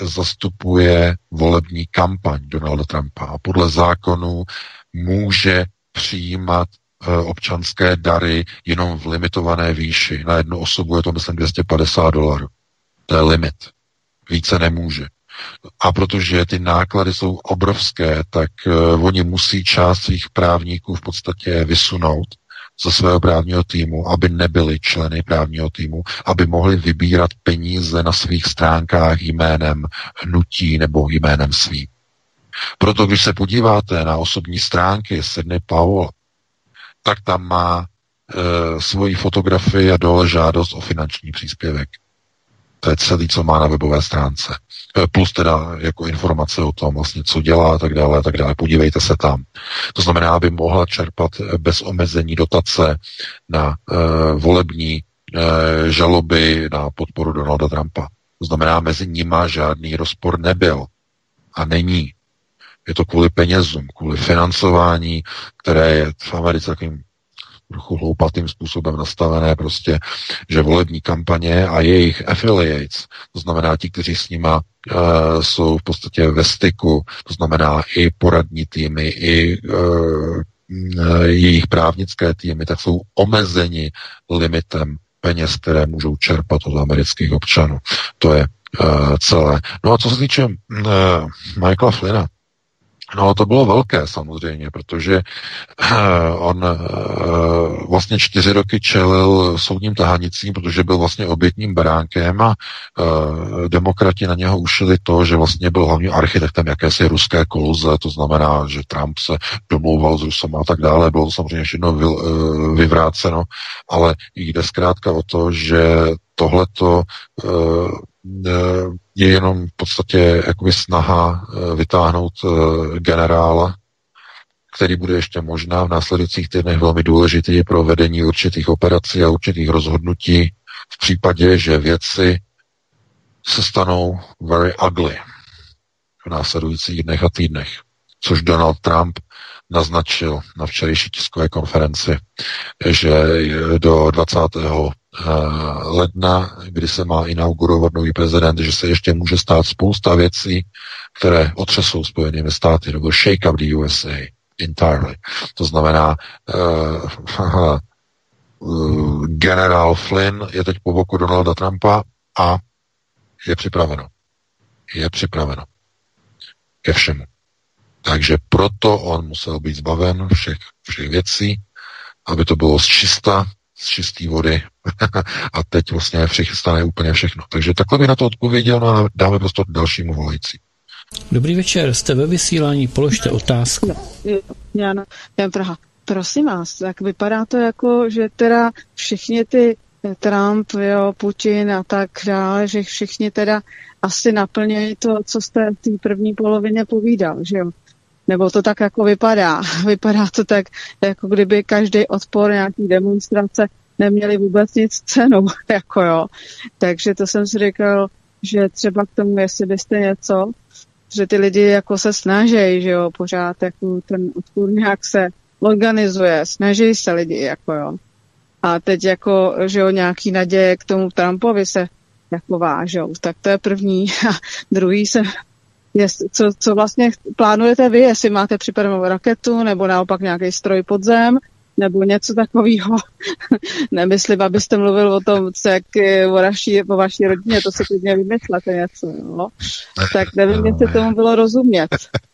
zastupuje volební kampaň Donalda Trumpa a podle zákonu může přijímat občanské dary jenom v limitované výši. Na jednu osobu je to, myslím, $250. To je limit. Více nemůže. A protože ty náklady jsou obrovské, tak oni musí část svých právníků v podstatě vysunout ze svého právního týmu, aby nebyli členy právního týmu, aby mohli vybírat peníze na svých stránkách jménem hnutí nebo jménem svým. Proto, když se podíváte na osobní stránky Sidney Powell, tak tam má svoji fotografii a dole žádost o finanční příspěvek. To je celý, co má na webové stránce. Plus teda jako informace o tom vlastně, co dělá a tak dále, a tak dále. Podívejte se tam. To znamená, aby mohla čerpat bez omezení dotace na volební žaloby na podporu Donalda Trumpa. To znamená, mezi nima žádný rozpor nebyl. A není. Je to kvůli penězům, kvůli financování, které je v Americe takovým trochu hloupatým způsobem nastavené prostě, že volební kampaně a jejich affiliates, to znamená ti, kteří s nima jsou v podstatě ve styku, to znamená i poradní týmy, i jejich právnické týmy, tak jsou omezeni limitem peněz, které můžou čerpat od amerických občanů. To je celé. No a co se týče Michaela Flynna, no to bylo velké samozřejmě, protože on vlastně 4 roky čelil soudním tahanicím, protože byl vlastně obětním beránkem a demokrati na něho ušili to, že vlastně byl hlavním architektem jakési ruské koluze, to znamená, že Trump se domlouval s Rusama a tak dále, bylo to samozřejmě všechno vyvráceno, ale jde zkrátka o to, že tohleto je jenom v podstatě jakoby snaha vytáhnout generála, který bude ještě možná v následujících týdnech velmi důležitý pro vedení určitých operací a určitých rozhodnutí v případě, že věci se stanou very ugly v následujících dnech a týdnech, což Donald Trump naznačil na včerejší tiskové konferenci, že do 20. ledna, kdy se má inaugurovat nový prezident, že se ještě může stát spousta věcí, které otřesou Spojenými státy, nebo shake up the USA entirely. To znamená, generál Flynn je teď po boku Donalda Trumpa a je připraveno. Je připraveno ke všemu. Takže proto on musel být zbaven všech věcí, aby to bylo z čistý vody a teď vlastně přichystané úplně všechno. Takže takhle bych na to odpověděl a dáme prostor dalšímu volající. Dobrý večer, jste ve vysílání, položte otázku. Jana Praha. Prosím vás, tak vypadá to jako, že teda všichni ty Trump, jo, Putin a tak dále, že všichni teda asi naplňují to, co jste v té první polovině povídal, že jo? Nebo to tak jako vypadá. Vypadá to tak, jako kdyby každý odpor, nějaký demonstrace neměli vůbec nic cenu, jako jo. Takže to jsem si říkal, že třeba k tomu, jestli byste něco, že ty lidi jako se snaží, že jo, pořád jako ten odpor nějak se organizuje, snaží se lidi, jako jo. A teď jako, že jo, nějaký naděje k tomu Trumpovi se jako vážou. Tak to je první. A druhý se, co vlastně plánujete vy, jestli máte připravenou raketu, nebo naopak nějaký stroj pod zem, nebo něco takového. Nemyslím, abyste mluvil o tom, co jak o vaší rodině, to si klidně vymyslete něco, jo. Tak nevím, jestli tomu bylo rozumět.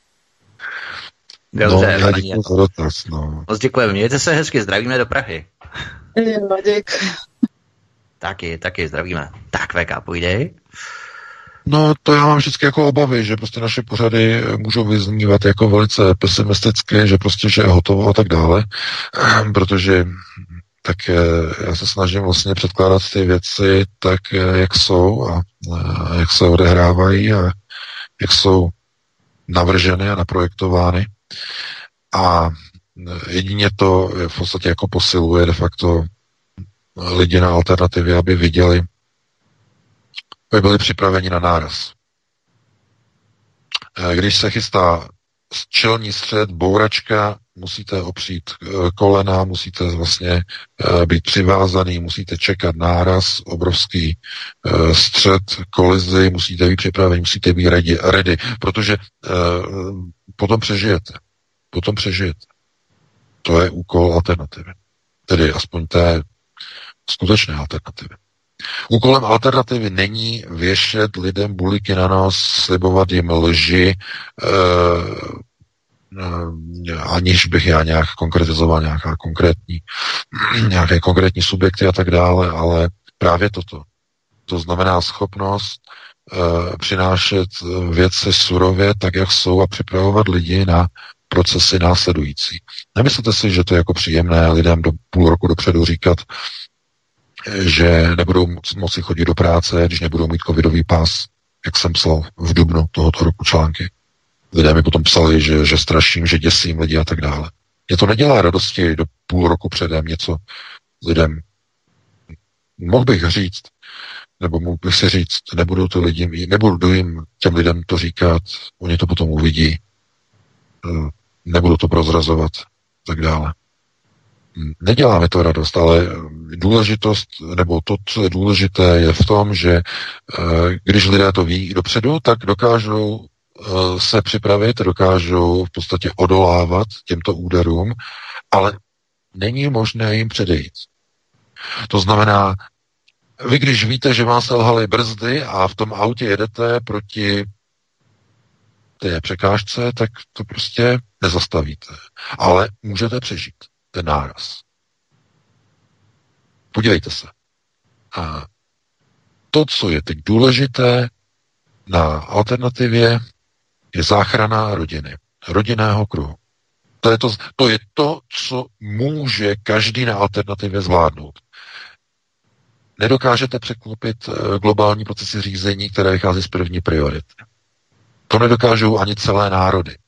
Dobře, no, děkuji za dotaz, no. Moc děkujeme, mějte se hezky, zdravíme do Prahy. Jo, děkuji. Taky zdravíme. Tak, VK, půjdej. No, to já mám vždycky jako obavy, že prostě naše pořady můžou vyznívat jako velice pesimistické, že prostě, že je hotovo a tak dále, protože tak já se snažím vlastně předkládat ty věci tak, jak jsou a jak se odehrávají a jak jsou navrženy a naprojektovány. A jedině to v podstatě jako posiluje de facto lidi na alternativy, aby viděli, aby byli připraveni na náraz. Když se chystá čelní střet, bouračka musíte opřít kolena, musíte vlastně být přivázaný, musíte čekat náraz, obrovský střet, kolizi, musíte být připraveni, musíte být ready, protože potom přežijete. To je úkol alternativy. Tedy aspoň té skutečné alternativy. Úkolem alternativy není věšet lidem buliky na nos, slibovat jim lži, aniž bych já nějak konkretizoval nějaké konkrétní subjekty a tak dále, ale právě toto. To znamená schopnost přinášet věci surově tak, jak jsou a připravovat lidi na procesy následující. Nemyslete si, že to je jako příjemné lidem do půl roku dopředu říkat, že nebudou moci chodit do práce, když nebudou mít covidový pas, jak jsem psal v dubnu tohoto roku články. Lidé mi potom psali, že straším, že děsím lidi a tak dále. Mě to nedělá radosti do půl roku předem něco lidem. Mohl bych říct, nebo mohl bych si říct, nebudu jim těm lidem to říkat, oni to potom uvidí, nebudu to prozrazovat, tak dále. Nedělá mi to radost, ale důležitost, nebo to, co je důležité, je v tom, že když lidé to ví dopředu, tak dokážou se připravit, dokážou v podstatě odolávat těmto úderům, ale není možné jim předejít. To znamená, vy když víte, že vám selhaly brzdy a v tom autě jedete proti té překážce, tak to prostě nezastavíte. Ale můžete přežít ten náraz. Podívejte se. A to, co je teď důležité na alternativě, je záchrana rodiny, rodinného kruhu. To je to, co může každý na alternativě zvládnout. Nedokážete překlopit globální procesy řízení, které vychází z první priority. To nedokážou ani celé národy.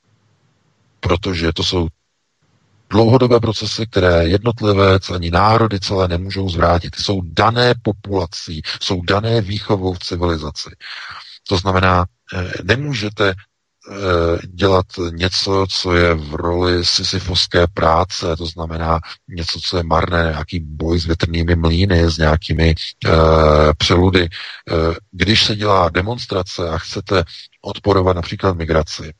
Protože to jsou dlouhodobé procesy, které jednotlivec ani národy celé nemůžou zvrátit. Jsou dané populací, jsou dané výchovou v civilizaci. To znamená, nemůžete dělat něco, co je v roli sisyfovské práce, to znamená něco, co je marné, nějaký boj s větrnými mlýny, s nějakými přeludy. Když se dělá demonstrace a chcete odporovat například migraci,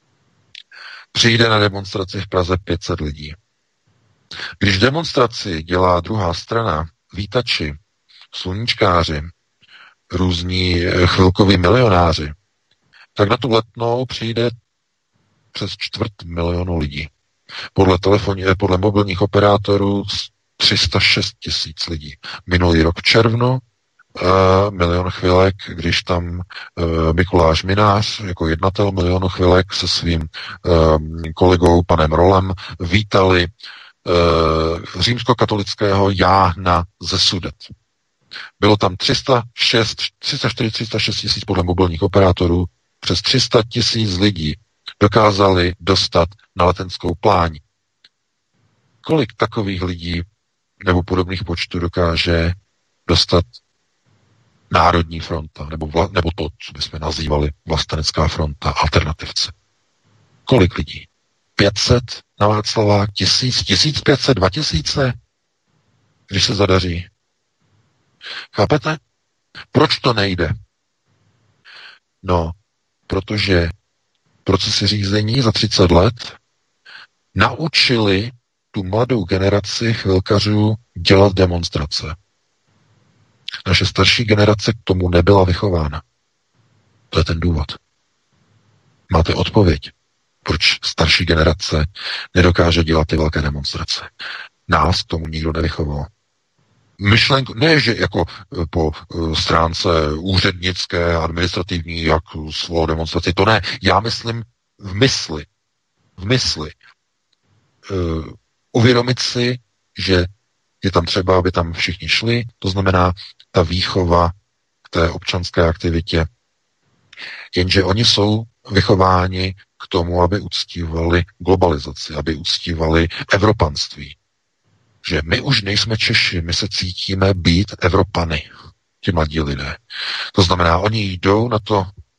přijde na demonstraci v Praze 500 lidí. Když demonstraci dělá druhá strana, vítači, sluníčkáři, různí chvilkoví milionáři, tak na tu Letnou přijde přes 250 000 lidí. Podle mobilních operátorů 306 000 lidí. Minulý rok v červnu 1 000 000 chvilek, když tam Mikuláš Minář jako jednatel 1 000 000 chvilek se svým kolegou panem Rolem vítali římskokatolického Jáhna ze Sudet. Bylo tam 306 000 podle mobilních operátorů, přes 300 000 lidí dokázali dostat na letenskou pláň. Kolik takových lidí nebo podobných počtů dokáže dostat Národní fronta, nebo to, co bychom nazývali vlastenecká fronta, alternativci? Kolik lidí? 500 na Václavák, 1000, 1500, 2000? Když se zadaří. Chápete? Proč to nejde? No, protože procesy řízení za 30 let naučili tu mladou generaci chvilkařů dělat demonstrace. Naše starší generace k tomu nebyla vychována. To je ten důvod. Máte odpověď, proč starší generace nedokáže dělat ty velké demonstrace. Nás k tomu nikdo nevychoval. Myšlenku, ne, že jako po stránce úřednické, administrativní, jak svou demonstraci, to ne. Já myslím v mysli. Uvědomit si, že je tam třeba, aby tam všichni šli, to znamená ta výchova k té občanské aktivitě. Jenže oni jsou vychováni k tomu, aby uctívali globalizaci, aby uctívali evropanství. Že my už nejsme Češi, my se cítíme být Evropany, ti mladí lidé. To znamená, oni jdou na to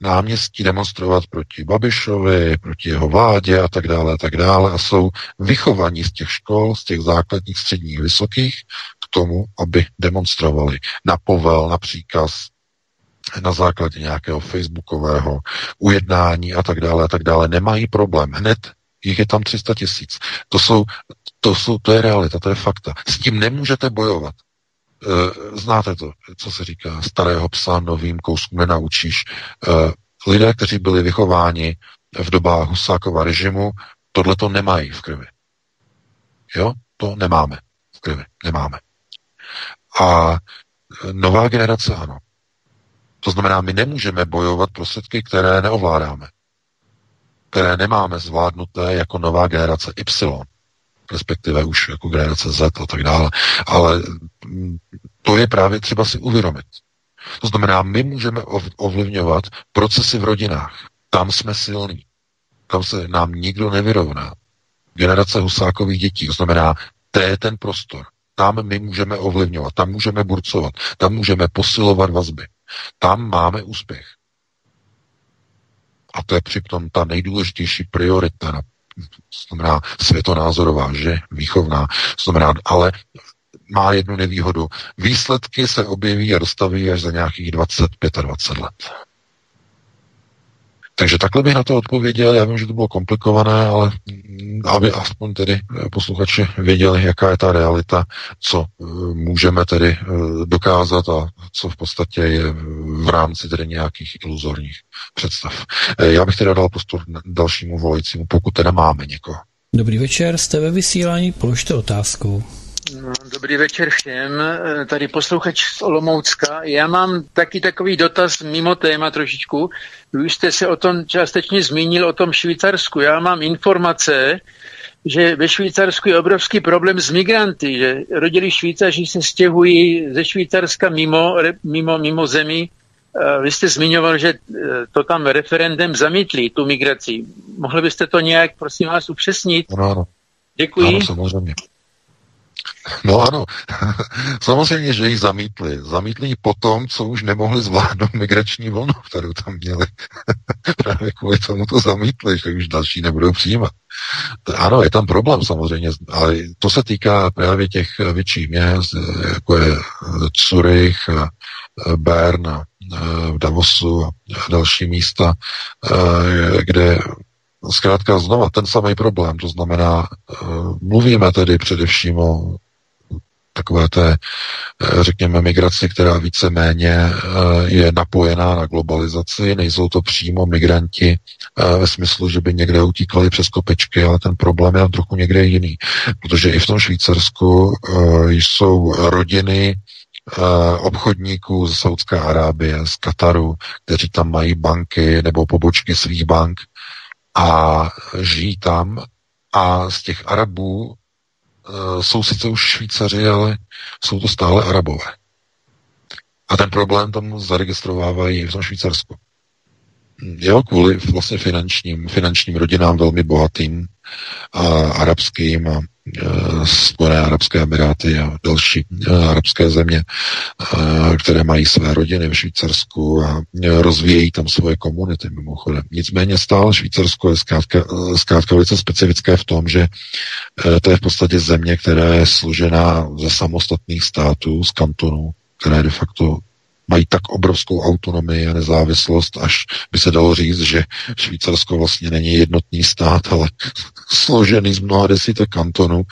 náměstí demonstrovat proti Babišovi, proti jeho vládě a tak dále a jsou vychovaní z těch škol, z těch základních, středních, vysokých k tomu, aby demonstrovali na povel, na příkaz, na základě nějakého facebookového ujednání a tak dále. Nemají problém. Hned jich je tam 300 000. To je realita, to je fakta. S tím nemůžete bojovat. Znáte to, co se říká, starého psa novým kouskům nenaučíš. Lidé, kteří byli vychováni v dobách Husákova režimu, tohle to nemají v krvi. Jo? To nemáme v krvi. Nemáme. A nová generace ano. To znamená, my nemůžeme bojovat prostředky, které neovládáme. Které nemáme zvládnuté jako nová generace Y. Respektive už jako generace Z a tak dále. Ale to je právě třeba si uvědomit. To znamená, my můžeme ovlivňovat procesy v rodinách. Tam jsme silní. Tam se nám nikdo nevyrovná. Generace Husákových dětí. To znamená, to je ten prostor. Tam my můžeme ovlivňovat. Tam můžeme burcovat. Tam můžeme posilovat vazby. Tam máme úspěch. A to je přitom ta nejdůležitější priorita, znamená světonázorová, že výchovná, znamená, ale má jednu nevýhodu. Výsledky se objeví a dostaví až za nějakých 25 let. Takže takhle bych na to odpověděl. Já vím, že to bylo komplikované, ale aby aspoň tedy posluchači věděli, jaká je ta realita, co můžeme tedy dokázat a co v podstatě je v rámci tedy nějakých iluzorních představ. Já bych teda dal prostor dalšímu volajícímu, pokud teda máme někoho. Dobrý večer, jste ve vysílání, položte otázku. No, dobrý večer všem, tady posluchač z Olomoucka. Já mám taky takový dotaz mimo téma trošičku. Vy už jste se o tom částečně zmínil, o tom Švýcarsku. Já mám informace, že ve Švýcarsku je obrovský problém s migranty, že rodilí Švýcaři se stěhují ze Švýcarska mimo zemi. Vy jste zmiňoval, že to tam referendem zamítli, tu migraci. Mohli byste to nějak, prosím vás, upřesnit? Ano. Děkuji. Ano, samozřejmě. No ano, samozřejmě, že ji zamítli. Zamítli ji potom, co už nemohli zvládnout migrační vlnu, kterou tam měli. Právě kvůli tomu to zamítli, že už další nebudou přijímat. Ano, je tam problém samozřejmě, ale to se týká právě těch větších měst, jako je Zurich, Bern, v Davosu a další místa, kde zkrátka znova ten samý problém, to znamená, mluvíme tedy především o takové té, řekněme, migraci, která víceméně je napojená na globalizaci, nejsou to přímo migranti ve smyslu, že by někde utíkali přes kopečky, ale ten problém je trochu někde jiný, protože i v tom Švýcarsku jsou rodiny obchodníků z Saúdské Arábie, z Kataru, kteří tam mají banky nebo pobočky svých bank a žijí tam a z těch Arabů jsou sice už Švýcaři, ale jsou to stále Arabové. A ten problém tam zaregistrovávají v tom Švýcarsku. Jo, kvůli vlastně finančním rodinám velmi bohatým a arabským a Spojené arabské emiráty a další arabské země, které mají své rodiny v Švýcarsku a rozvíjejí tam svoje komunity mimochodem. Nicméně stále Švýcarsko je zkrátka velice specifické v tom, že to je v podstatě země, která je složená ze samostatných států, z kantonů, které de facto mají tak obrovskou autonomii a nezávislost, až by se dalo říct, že Švýcarsko vlastně není jednotný stát, ale složený z mnoha desítek kantonů,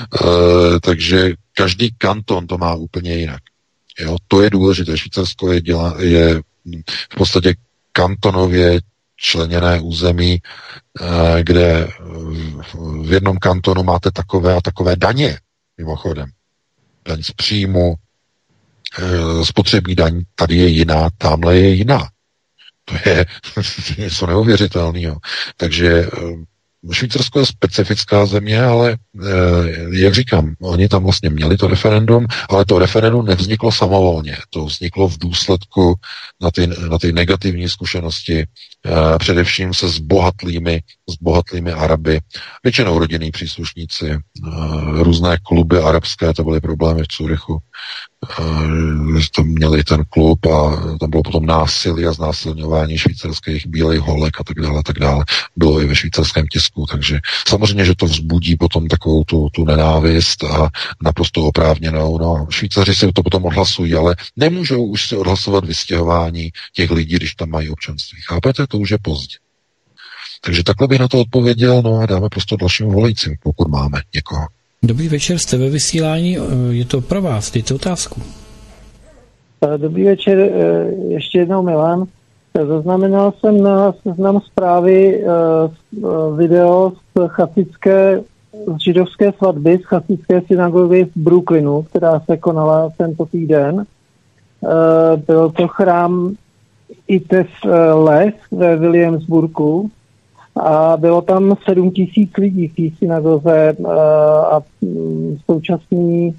takže každý kanton to má úplně jinak. Jo, to je důležité. Švýcarsko je v podstatě kantonově členěné území, kde v jednom kantonu máte takové a takové daně, mimochodem. Daň z příjmu, spotřební daň tady je jiná, tamhle je jiná. To je něco neuvěřitelného. Takže Švýcarsko je specifická země, ale jak říkám, oni tam vlastně měli to referendum, ale to referendum nevzniklo samovolně. To vzniklo v důsledku na ty negativní zkušenosti, především se zbohatlými Araby, většinou rodinní příslušníci, různé kluby arabské, to byly problémy v Curychu, že tam měli ten klub a tam bylo potom násilí a znásilňování švýcarských bílých holek a tak dále. Bylo i ve švýcarském tisku, takže samozřejmě, že to vzbudí potom takovou tu nenávist a naprosto oprávněnou. No, Švýcaři si to potom odhlasují, ale nemůžou už si odhlasovat vystěhování těch lidí, když tam mají občanství. Chápete? To už je pozdě. Takže takhle bych na to odpověděl, no a dáme prostě dalším volajícím, pokud máme někoho. Dobrý večer, jste ve vysílání, je to pro vás, dejte otázku. Dobrý večer, ještě jednou Milan. Zaznamenal jsem na Seznam Zprávy video z židovské svatby, z chasické synagogy v Brooklynu, která se konala tento týden. Byl to chrám ITEF Les ve Williamsburgu a bylo tam 7 000 lidí v té synagoze a současný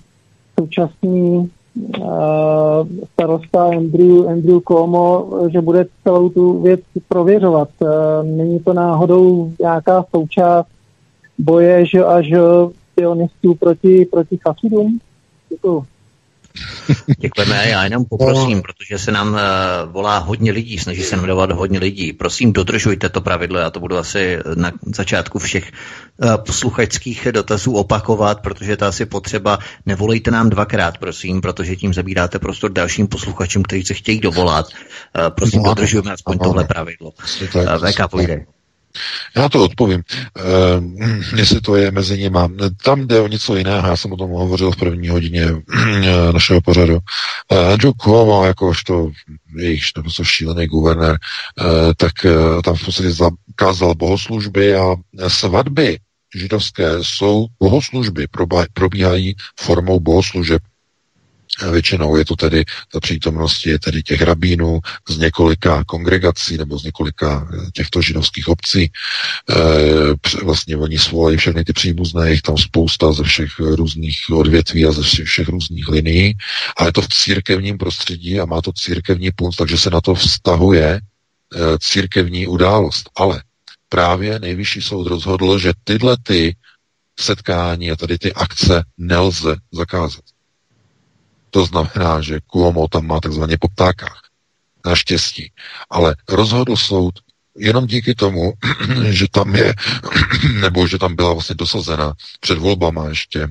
starosta Andrew Cuomo, že bude celou tu věc prověřovat. Není to náhodou nějaká součást boje až sionistů proti chasidům? Děkuju. Děkujeme, já jenom poprosím, protože se nám volá hodně lidí, snaží se nám dávat hodně lidí. Prosím, dodržujte to pravidlo, já to budu asi na začátku všech posluchačských dotazů opakovat, protože to asi potřeba. Nevolejte nám dvakrát, prosím, protože tím zabíráte prostor dalším posluchačům, kteří se chtějí dovolat. Prosím, dodržujeme aspoň tohle pravidlo. VK, pojdej. Já to odpovím. Jestli to je mezi nimi. Tam jde o něco jiného. Já jsem o tom hovořil v první hodině našeho pořadu. Andrew Cuomo, jakožto jejich naprosto šílený guvernér, tak tam v podstatě zakázal bohoslužby a svatby židovské jsou bohoslužby, probíhají formou bohoslužeb. Většinou je to tedy, ta přítomnost je tedy těch rabínů z několika kongregací nebo z několika těchto židovských obcí. Vlastně oni svolají všechny ty příbuzné, jich tam spousta ze všech různých odvětví a ze všech různých linií, ale je to v církevním prostředí a má to církevní punc, takže se na to vztahuje církevní událost. Ale právě Nejvyšší soud rozhodl, že tyhle ty setkání a tady ty akce nelze zakázat. To znamená, že Cuomo tam má takzvaně po ptákách. Naštěstí. Ale rozhodl soud jenom díky tomu, že tam je, nebo že tam byla vlastně dosazena před volbama ještě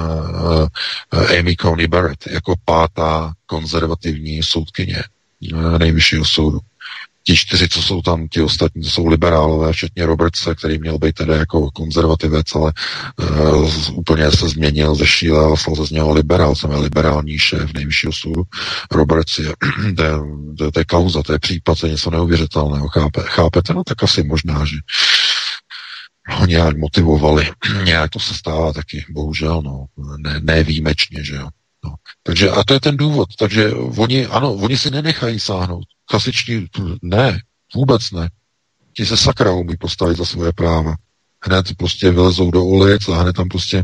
Amy Coney Barrett jako 5. konzervativní soudkyně Nejvyššího soudu. Ti 4, co jsou tam, ti ostatní, to jsou liberálové, včetně Robertse, který měl být tedy jako konzervativec, ale úplně se změnil, zešílel, stal se z něho liberál, jsem je liberální šéf Nejvyššího soudu. Roberts to je kauza, to je případ, to je něco neuvěřitelného, chápete? No tak asi možná, že ho nějak motivovali, nějak to se stává taky, bohužel, no, ne výjimečně, že jo. No. Takže a to je ten důvod, takže oni si nenechají sáhnout. Chasičtí ne, vůbec ne. Ti se sakra umí postavit za svoje práva. Hned prostě vylezou do ulic a hned tam prostě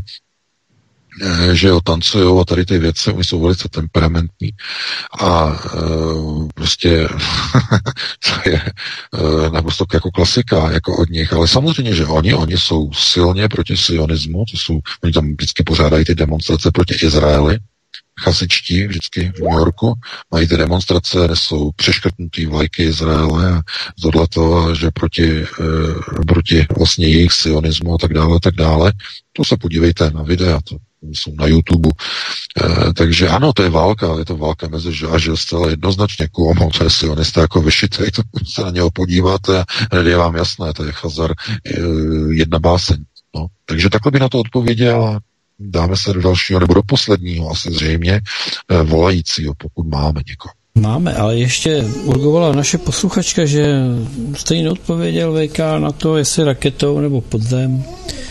že jo, tancujou a tady ty věci, oni jsou velice temperamentní a prostě to je naprosto jako klasika, jako od nich, ale samozřejmě, že oni jsou silně proti sionismu, oni tam vždycky pořádají ty demonstrace proti Izraeli, chasičtí vždycky v New Yorku mají ty demonstrace, jsou přeškrtnutý vlajky Izraele a tohleto, že proti vlastně jejich sionismu a tak dále. To se podívejte na videa, to jsou na YouTube. Takže ano, to je válka mezi a že zcela jednoznačně Cuomo, to je sionista jako vyšitej, to se na něho podíváte a je vám jasné, to je Chazar jedna báseň. No. Takže takhle by na to odpověděl. Dáme se do dalšího, nebo do posledního, asi zřejmě, volajícího, pokud máme někoho. Máme, ale ještě urgovala naše posluchačka, že stejně odpověděl VK na to, jestli raketou nebo podzem.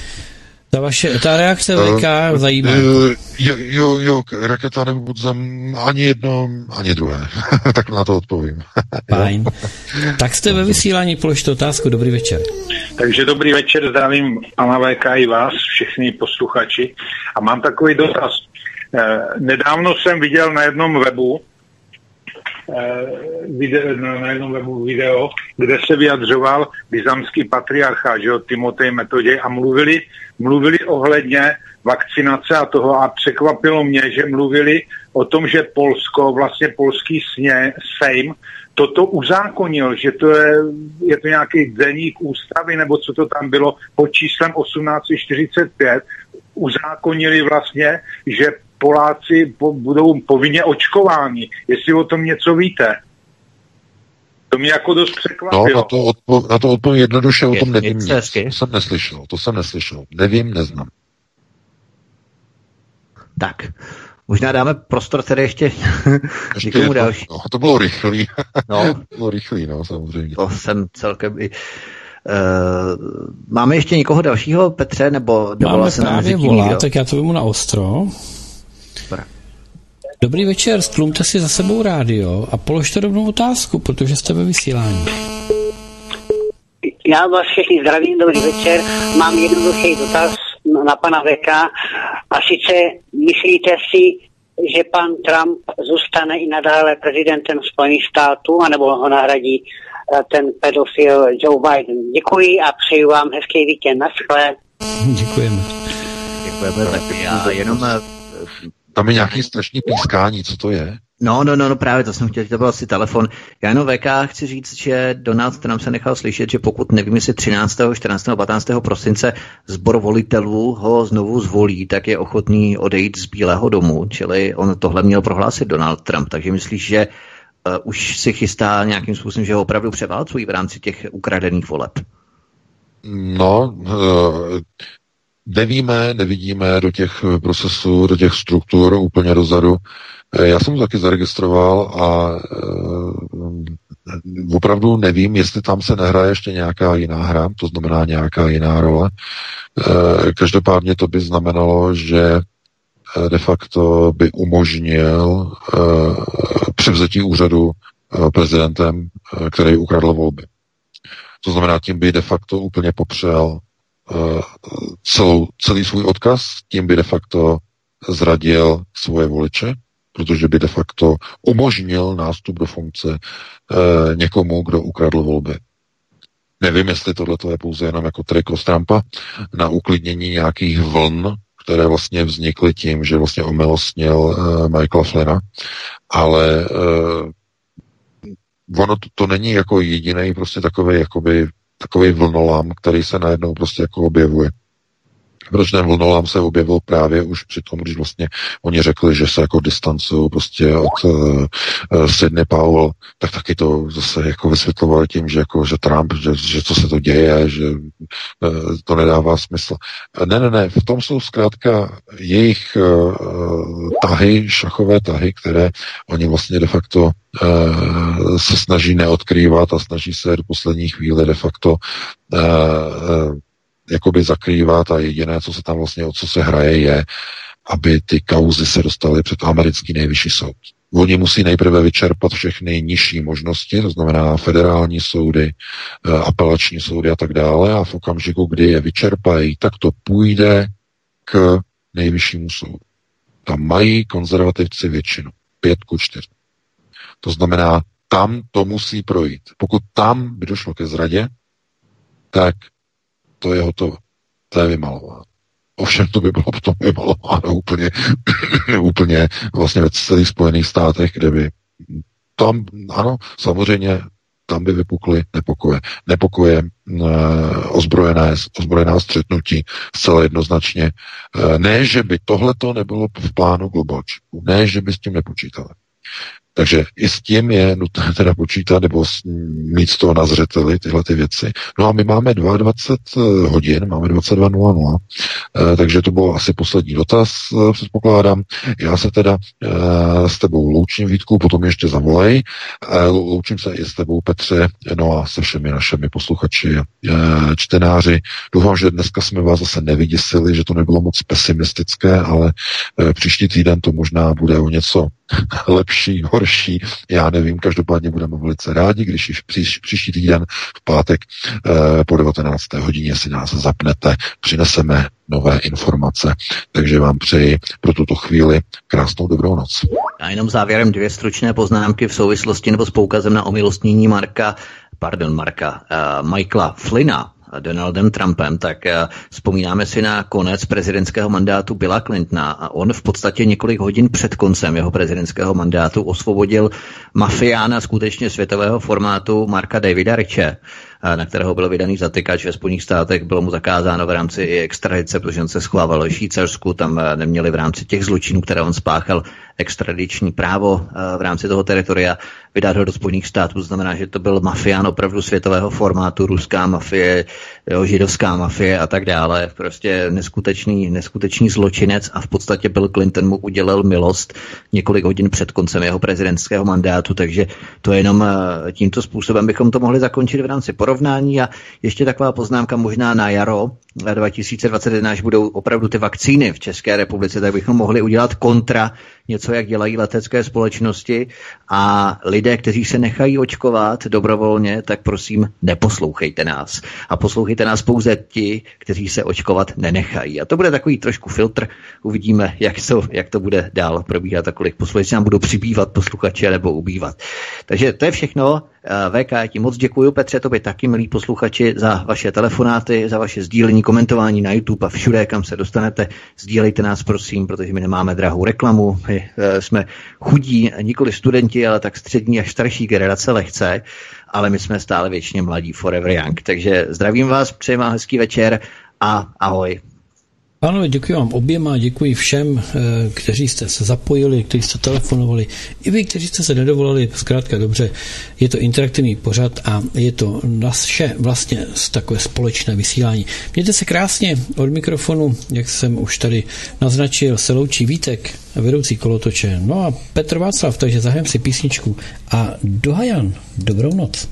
Ta reakce VK zajímá. Jo, raketa nebo podzem, ani jedno, ani druhé. Tak na to odpovím. Fajn. Tak jste ve vysílání, položte otázku, dobrý večer. Takže dobrý večer, zdravím pana VK i vás, všichni posluchači. A mám takový dotaz. Nedávno jsem viděl na jednom webu na jednom webu video, kde se vyjadřoval byzantský patriarcha, že jo, Timotej Metoděj, a mluvili ohledně vakcinace a toho, a překvapilo mě, že mluvili o tom, že Polsko, vlastně polský sejm, toto uzákonil, že je to nějaký deník ústavy, nebo co to tam bylo, pod číslem 1845, uzákonili vlastně, že Poláci budou povinně očkováni. Jestli o tom něco víte. To mě jako dost překvapilo. No, na to odpovím jednoduše, o tom nevím nic. To jsem neslyšel. Nevím, neznám. Tak, možná dáme prostor tedy ještě někomu další. No, to bylo rychlý. No. Bylo rychlý, no, samozřejmě. To jsem celkem i... máme ještě někoho dalšího, Petře, nebo máme se právě volá, tak já to vemu na ostro. Dobrý večer, stlumte si za sebou rádio a položte rovnou otázku, protože jste ve vysílání. Já vás všechny zdravím, dobrý večer. Mám jednoduchý dotaz na pana Veka, a sice myslíte si, že pan Trump zůstane i nadále prezidentem Spojených států, anebo ho nahradí ten pedofil Joe Biden? Děkuji a přeju vám hezký víkend. Naschle. Děkujeme. Taky. Já jenom... Tam je nějaký strašný pískání, co to je? No, právě to jsem chtěl, to byl asi telefon. Já jenom VK chci říct, že Donald Trump se nechal slyšet, že pokud, nevím, jestli 13., 14., 15. prosince sbor volitelů ho znovu zvolí, tak je ochotný odejít z Bílého domu, čili on tohle měl prohlásit Donald Trump. Takže myslíš, že už si chystá nějakým způsobem, že ho opravdu převálcují v rámci těch ukradených voleb? No, nevíme, nevidíme do těch procesů, do těch struktur úplně dozadu. Já jsem to taky zaregistroval a opravdu nevím, jestli tam se nehraje ještě nějaká jiná hra, to znamená nějaká jiná role. Každopádně to by znamenalo, že de facto by umožnil převzetí úřadu prezidentem, který ukradl volby. To znamená, tím by de facto úplně popřel celý svůj odkaz, tím by de facto zradil svoje voliče, protože by de facto umožnil nástup do funkce někomu, kdo ukradl volby. Nevím, jestli tohle je pouze jenom jako trik z Trumpa na uklidnění nějakých vln, které vlastně vznikly tím, že vlastně omilostnil Michaela Flynna, ale ono to není jako jediný prostě takový vlnolám, který se najednou prostě jako objevuje. Protože ten vlnolám se objevil právě už při tom, když vlastně oni řekli, že se jako distancují prostě od Sidney Powell, tak taky to zase jako vysvětlovali tím, že Trump, že co se to děje, že to nedává smysl. Ne, v tom jsou zkrátka jejich tahy, šachové tahy, které oni vlastně de facto se snaží neodkrývat a snaží se do poslední chvíle de facto jakoby zakrývat, a jediné, co se tam vlastně, o co se hraje, je, aby ty kauzy se dostaly před americký nejvyšší soud. Oni musí nejprve vyčerpat všechny nižší možnosti, to znamená federální soudy, apelační soudy a tak dále, a v okamžiku, kdy je vyčerpají, tak to půjde k nejvyššímu soudu. Tam mají konzervativci většinu, 5-4. To znamená, tam to musí projít. Pokud tam by došlo ke zradě, tak to je hotovo. To je vymalováno. Ovšem to by bylo potom vymalováno úplně vlastně ve celých Spojených státech, kde by tam, ano, samozřejmě tam by vypukly nepokoje, ozbrojená střetnutí, zcela jednoznačně. Ne, že by tohleto nebylo v plánu Globalčíku, ne, že by s tím nepočítali. Takže i s tím je nutné teda počítat nebo mít z toho na zřeteli tyhle ty věci. No a my máme 22 hodin, máme 22:00, takže to byl asi poslední dotaz, předpokládám. Já se teda s tebou loučím, Vítku, potom ještě zavolej. Loučím se i s tebou, Petře, no a se všemi našimi posluchači, čtenáři. Doufám, že dneska jsme vás zase nevyděsili, že to nebylo moc pesimistické, ale příští týden to možná bude o něco lepší, horší, já nevím, každopádně budeme velice rádi, když již příští týden v pátek po 19. hodině si nás zapnete, přineseme nové informace, takže vám přeji pro tuto chvíli krásnou dobrou noc. A jenom závěrem 2 stručné poznámky v souvislosti nebo s poukazem na omilostnění Michaela Flynna Donaldem Trumpem, tak vzpomínáme si na konec prezidentského mandátu Billa Clintona a on v podstatě několik hodin před koncem jeho prezidentského mandátu osvobodil mafiána skutečně světového formátu Marka Davida Riche, na kterého byl vydaný zatykač ve Spojených státech, bylo mu zakázáno v rámci i extradice, protože on se schovával ve Švýcarsku, tam neměli v rámci těch zločinů, které on spáchal, extradiční právo v rámci toho teritoria vydat ho do Spojených států. To znamená, že to byl mafián opravdu světového formátu, ruská mafie, židovská mafie a tak dále. Prostě neskutečný zločinec a v podstatě Bill Clinton mu udělal milost několik hodin před koncem jeho prezidentského mandátu, takže to jenom tímto způsobem bychom to mohli zakončit v rámci porovnání. A ještě taková poznámka možná na jaro 2021, až budou opravdu ty vakcíny v České republice, tak bychom mohli udělat kontra něco, jak dělají letecké společnosti a lidé, kteří se nechají očkovat dobrovolně, tak prosím neposlouchejte nás. A poslouchejte nás pouze ti, kteří se očkovat nenechají. A to bude takový trošku filtr. Uvidíme, jak to bude dál probíhat a kolik posluchačů nám budou přibývat posluchače nebo ubývat. Takže to je všechno. VK, já ti moc děkuju, Petře, tobě taky, milí posluchači, za vaše telefonáty, za vaše sdílení, komentování na YouTube a všude, kam se dostanete. Sdílejte nás, prosím, protože my nemáme drahou reklamu. My jsme chudí, nikoli studenti, ale tak střední až starší generace lehce, ale my jsme stále věčně mladí, forever young. Takže zdravím vás, přeji vám hezký večer a ahoj. Ano, děkuji vám oběma, děkuji všem, kteří jste se zapojili, kteří jste telefonovali, i vy, kteří jste se nedovolali, zkrátka dobře, je to interaktivní pořad a je to naše vlastně takové společné vysílání. Mějte se krásně, od mikrofonu, jak jsem už tady naznačil, se loučí Vítek, vedoucí kolotoče, no a Petr Václav, takže zahajeme si písničku a dohajan, dobrou noc.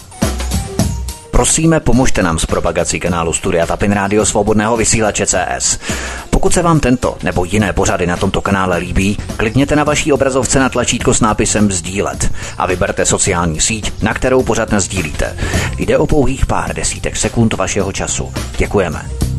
Prosíme, pomožte nám s propagací kanálu Studia Tapin Rádio Svobodného vysílače CS. Pokud se vám tento nebo jiné pořady na tomto kanále líbí, klikněte na vaší obrazovce na tlačítko s nápisem sdílet a vyberte sociální síť, na kterou pořad nasdílíte. Jde o pouhých pár desítek sekund vašeho času. Děkujeme.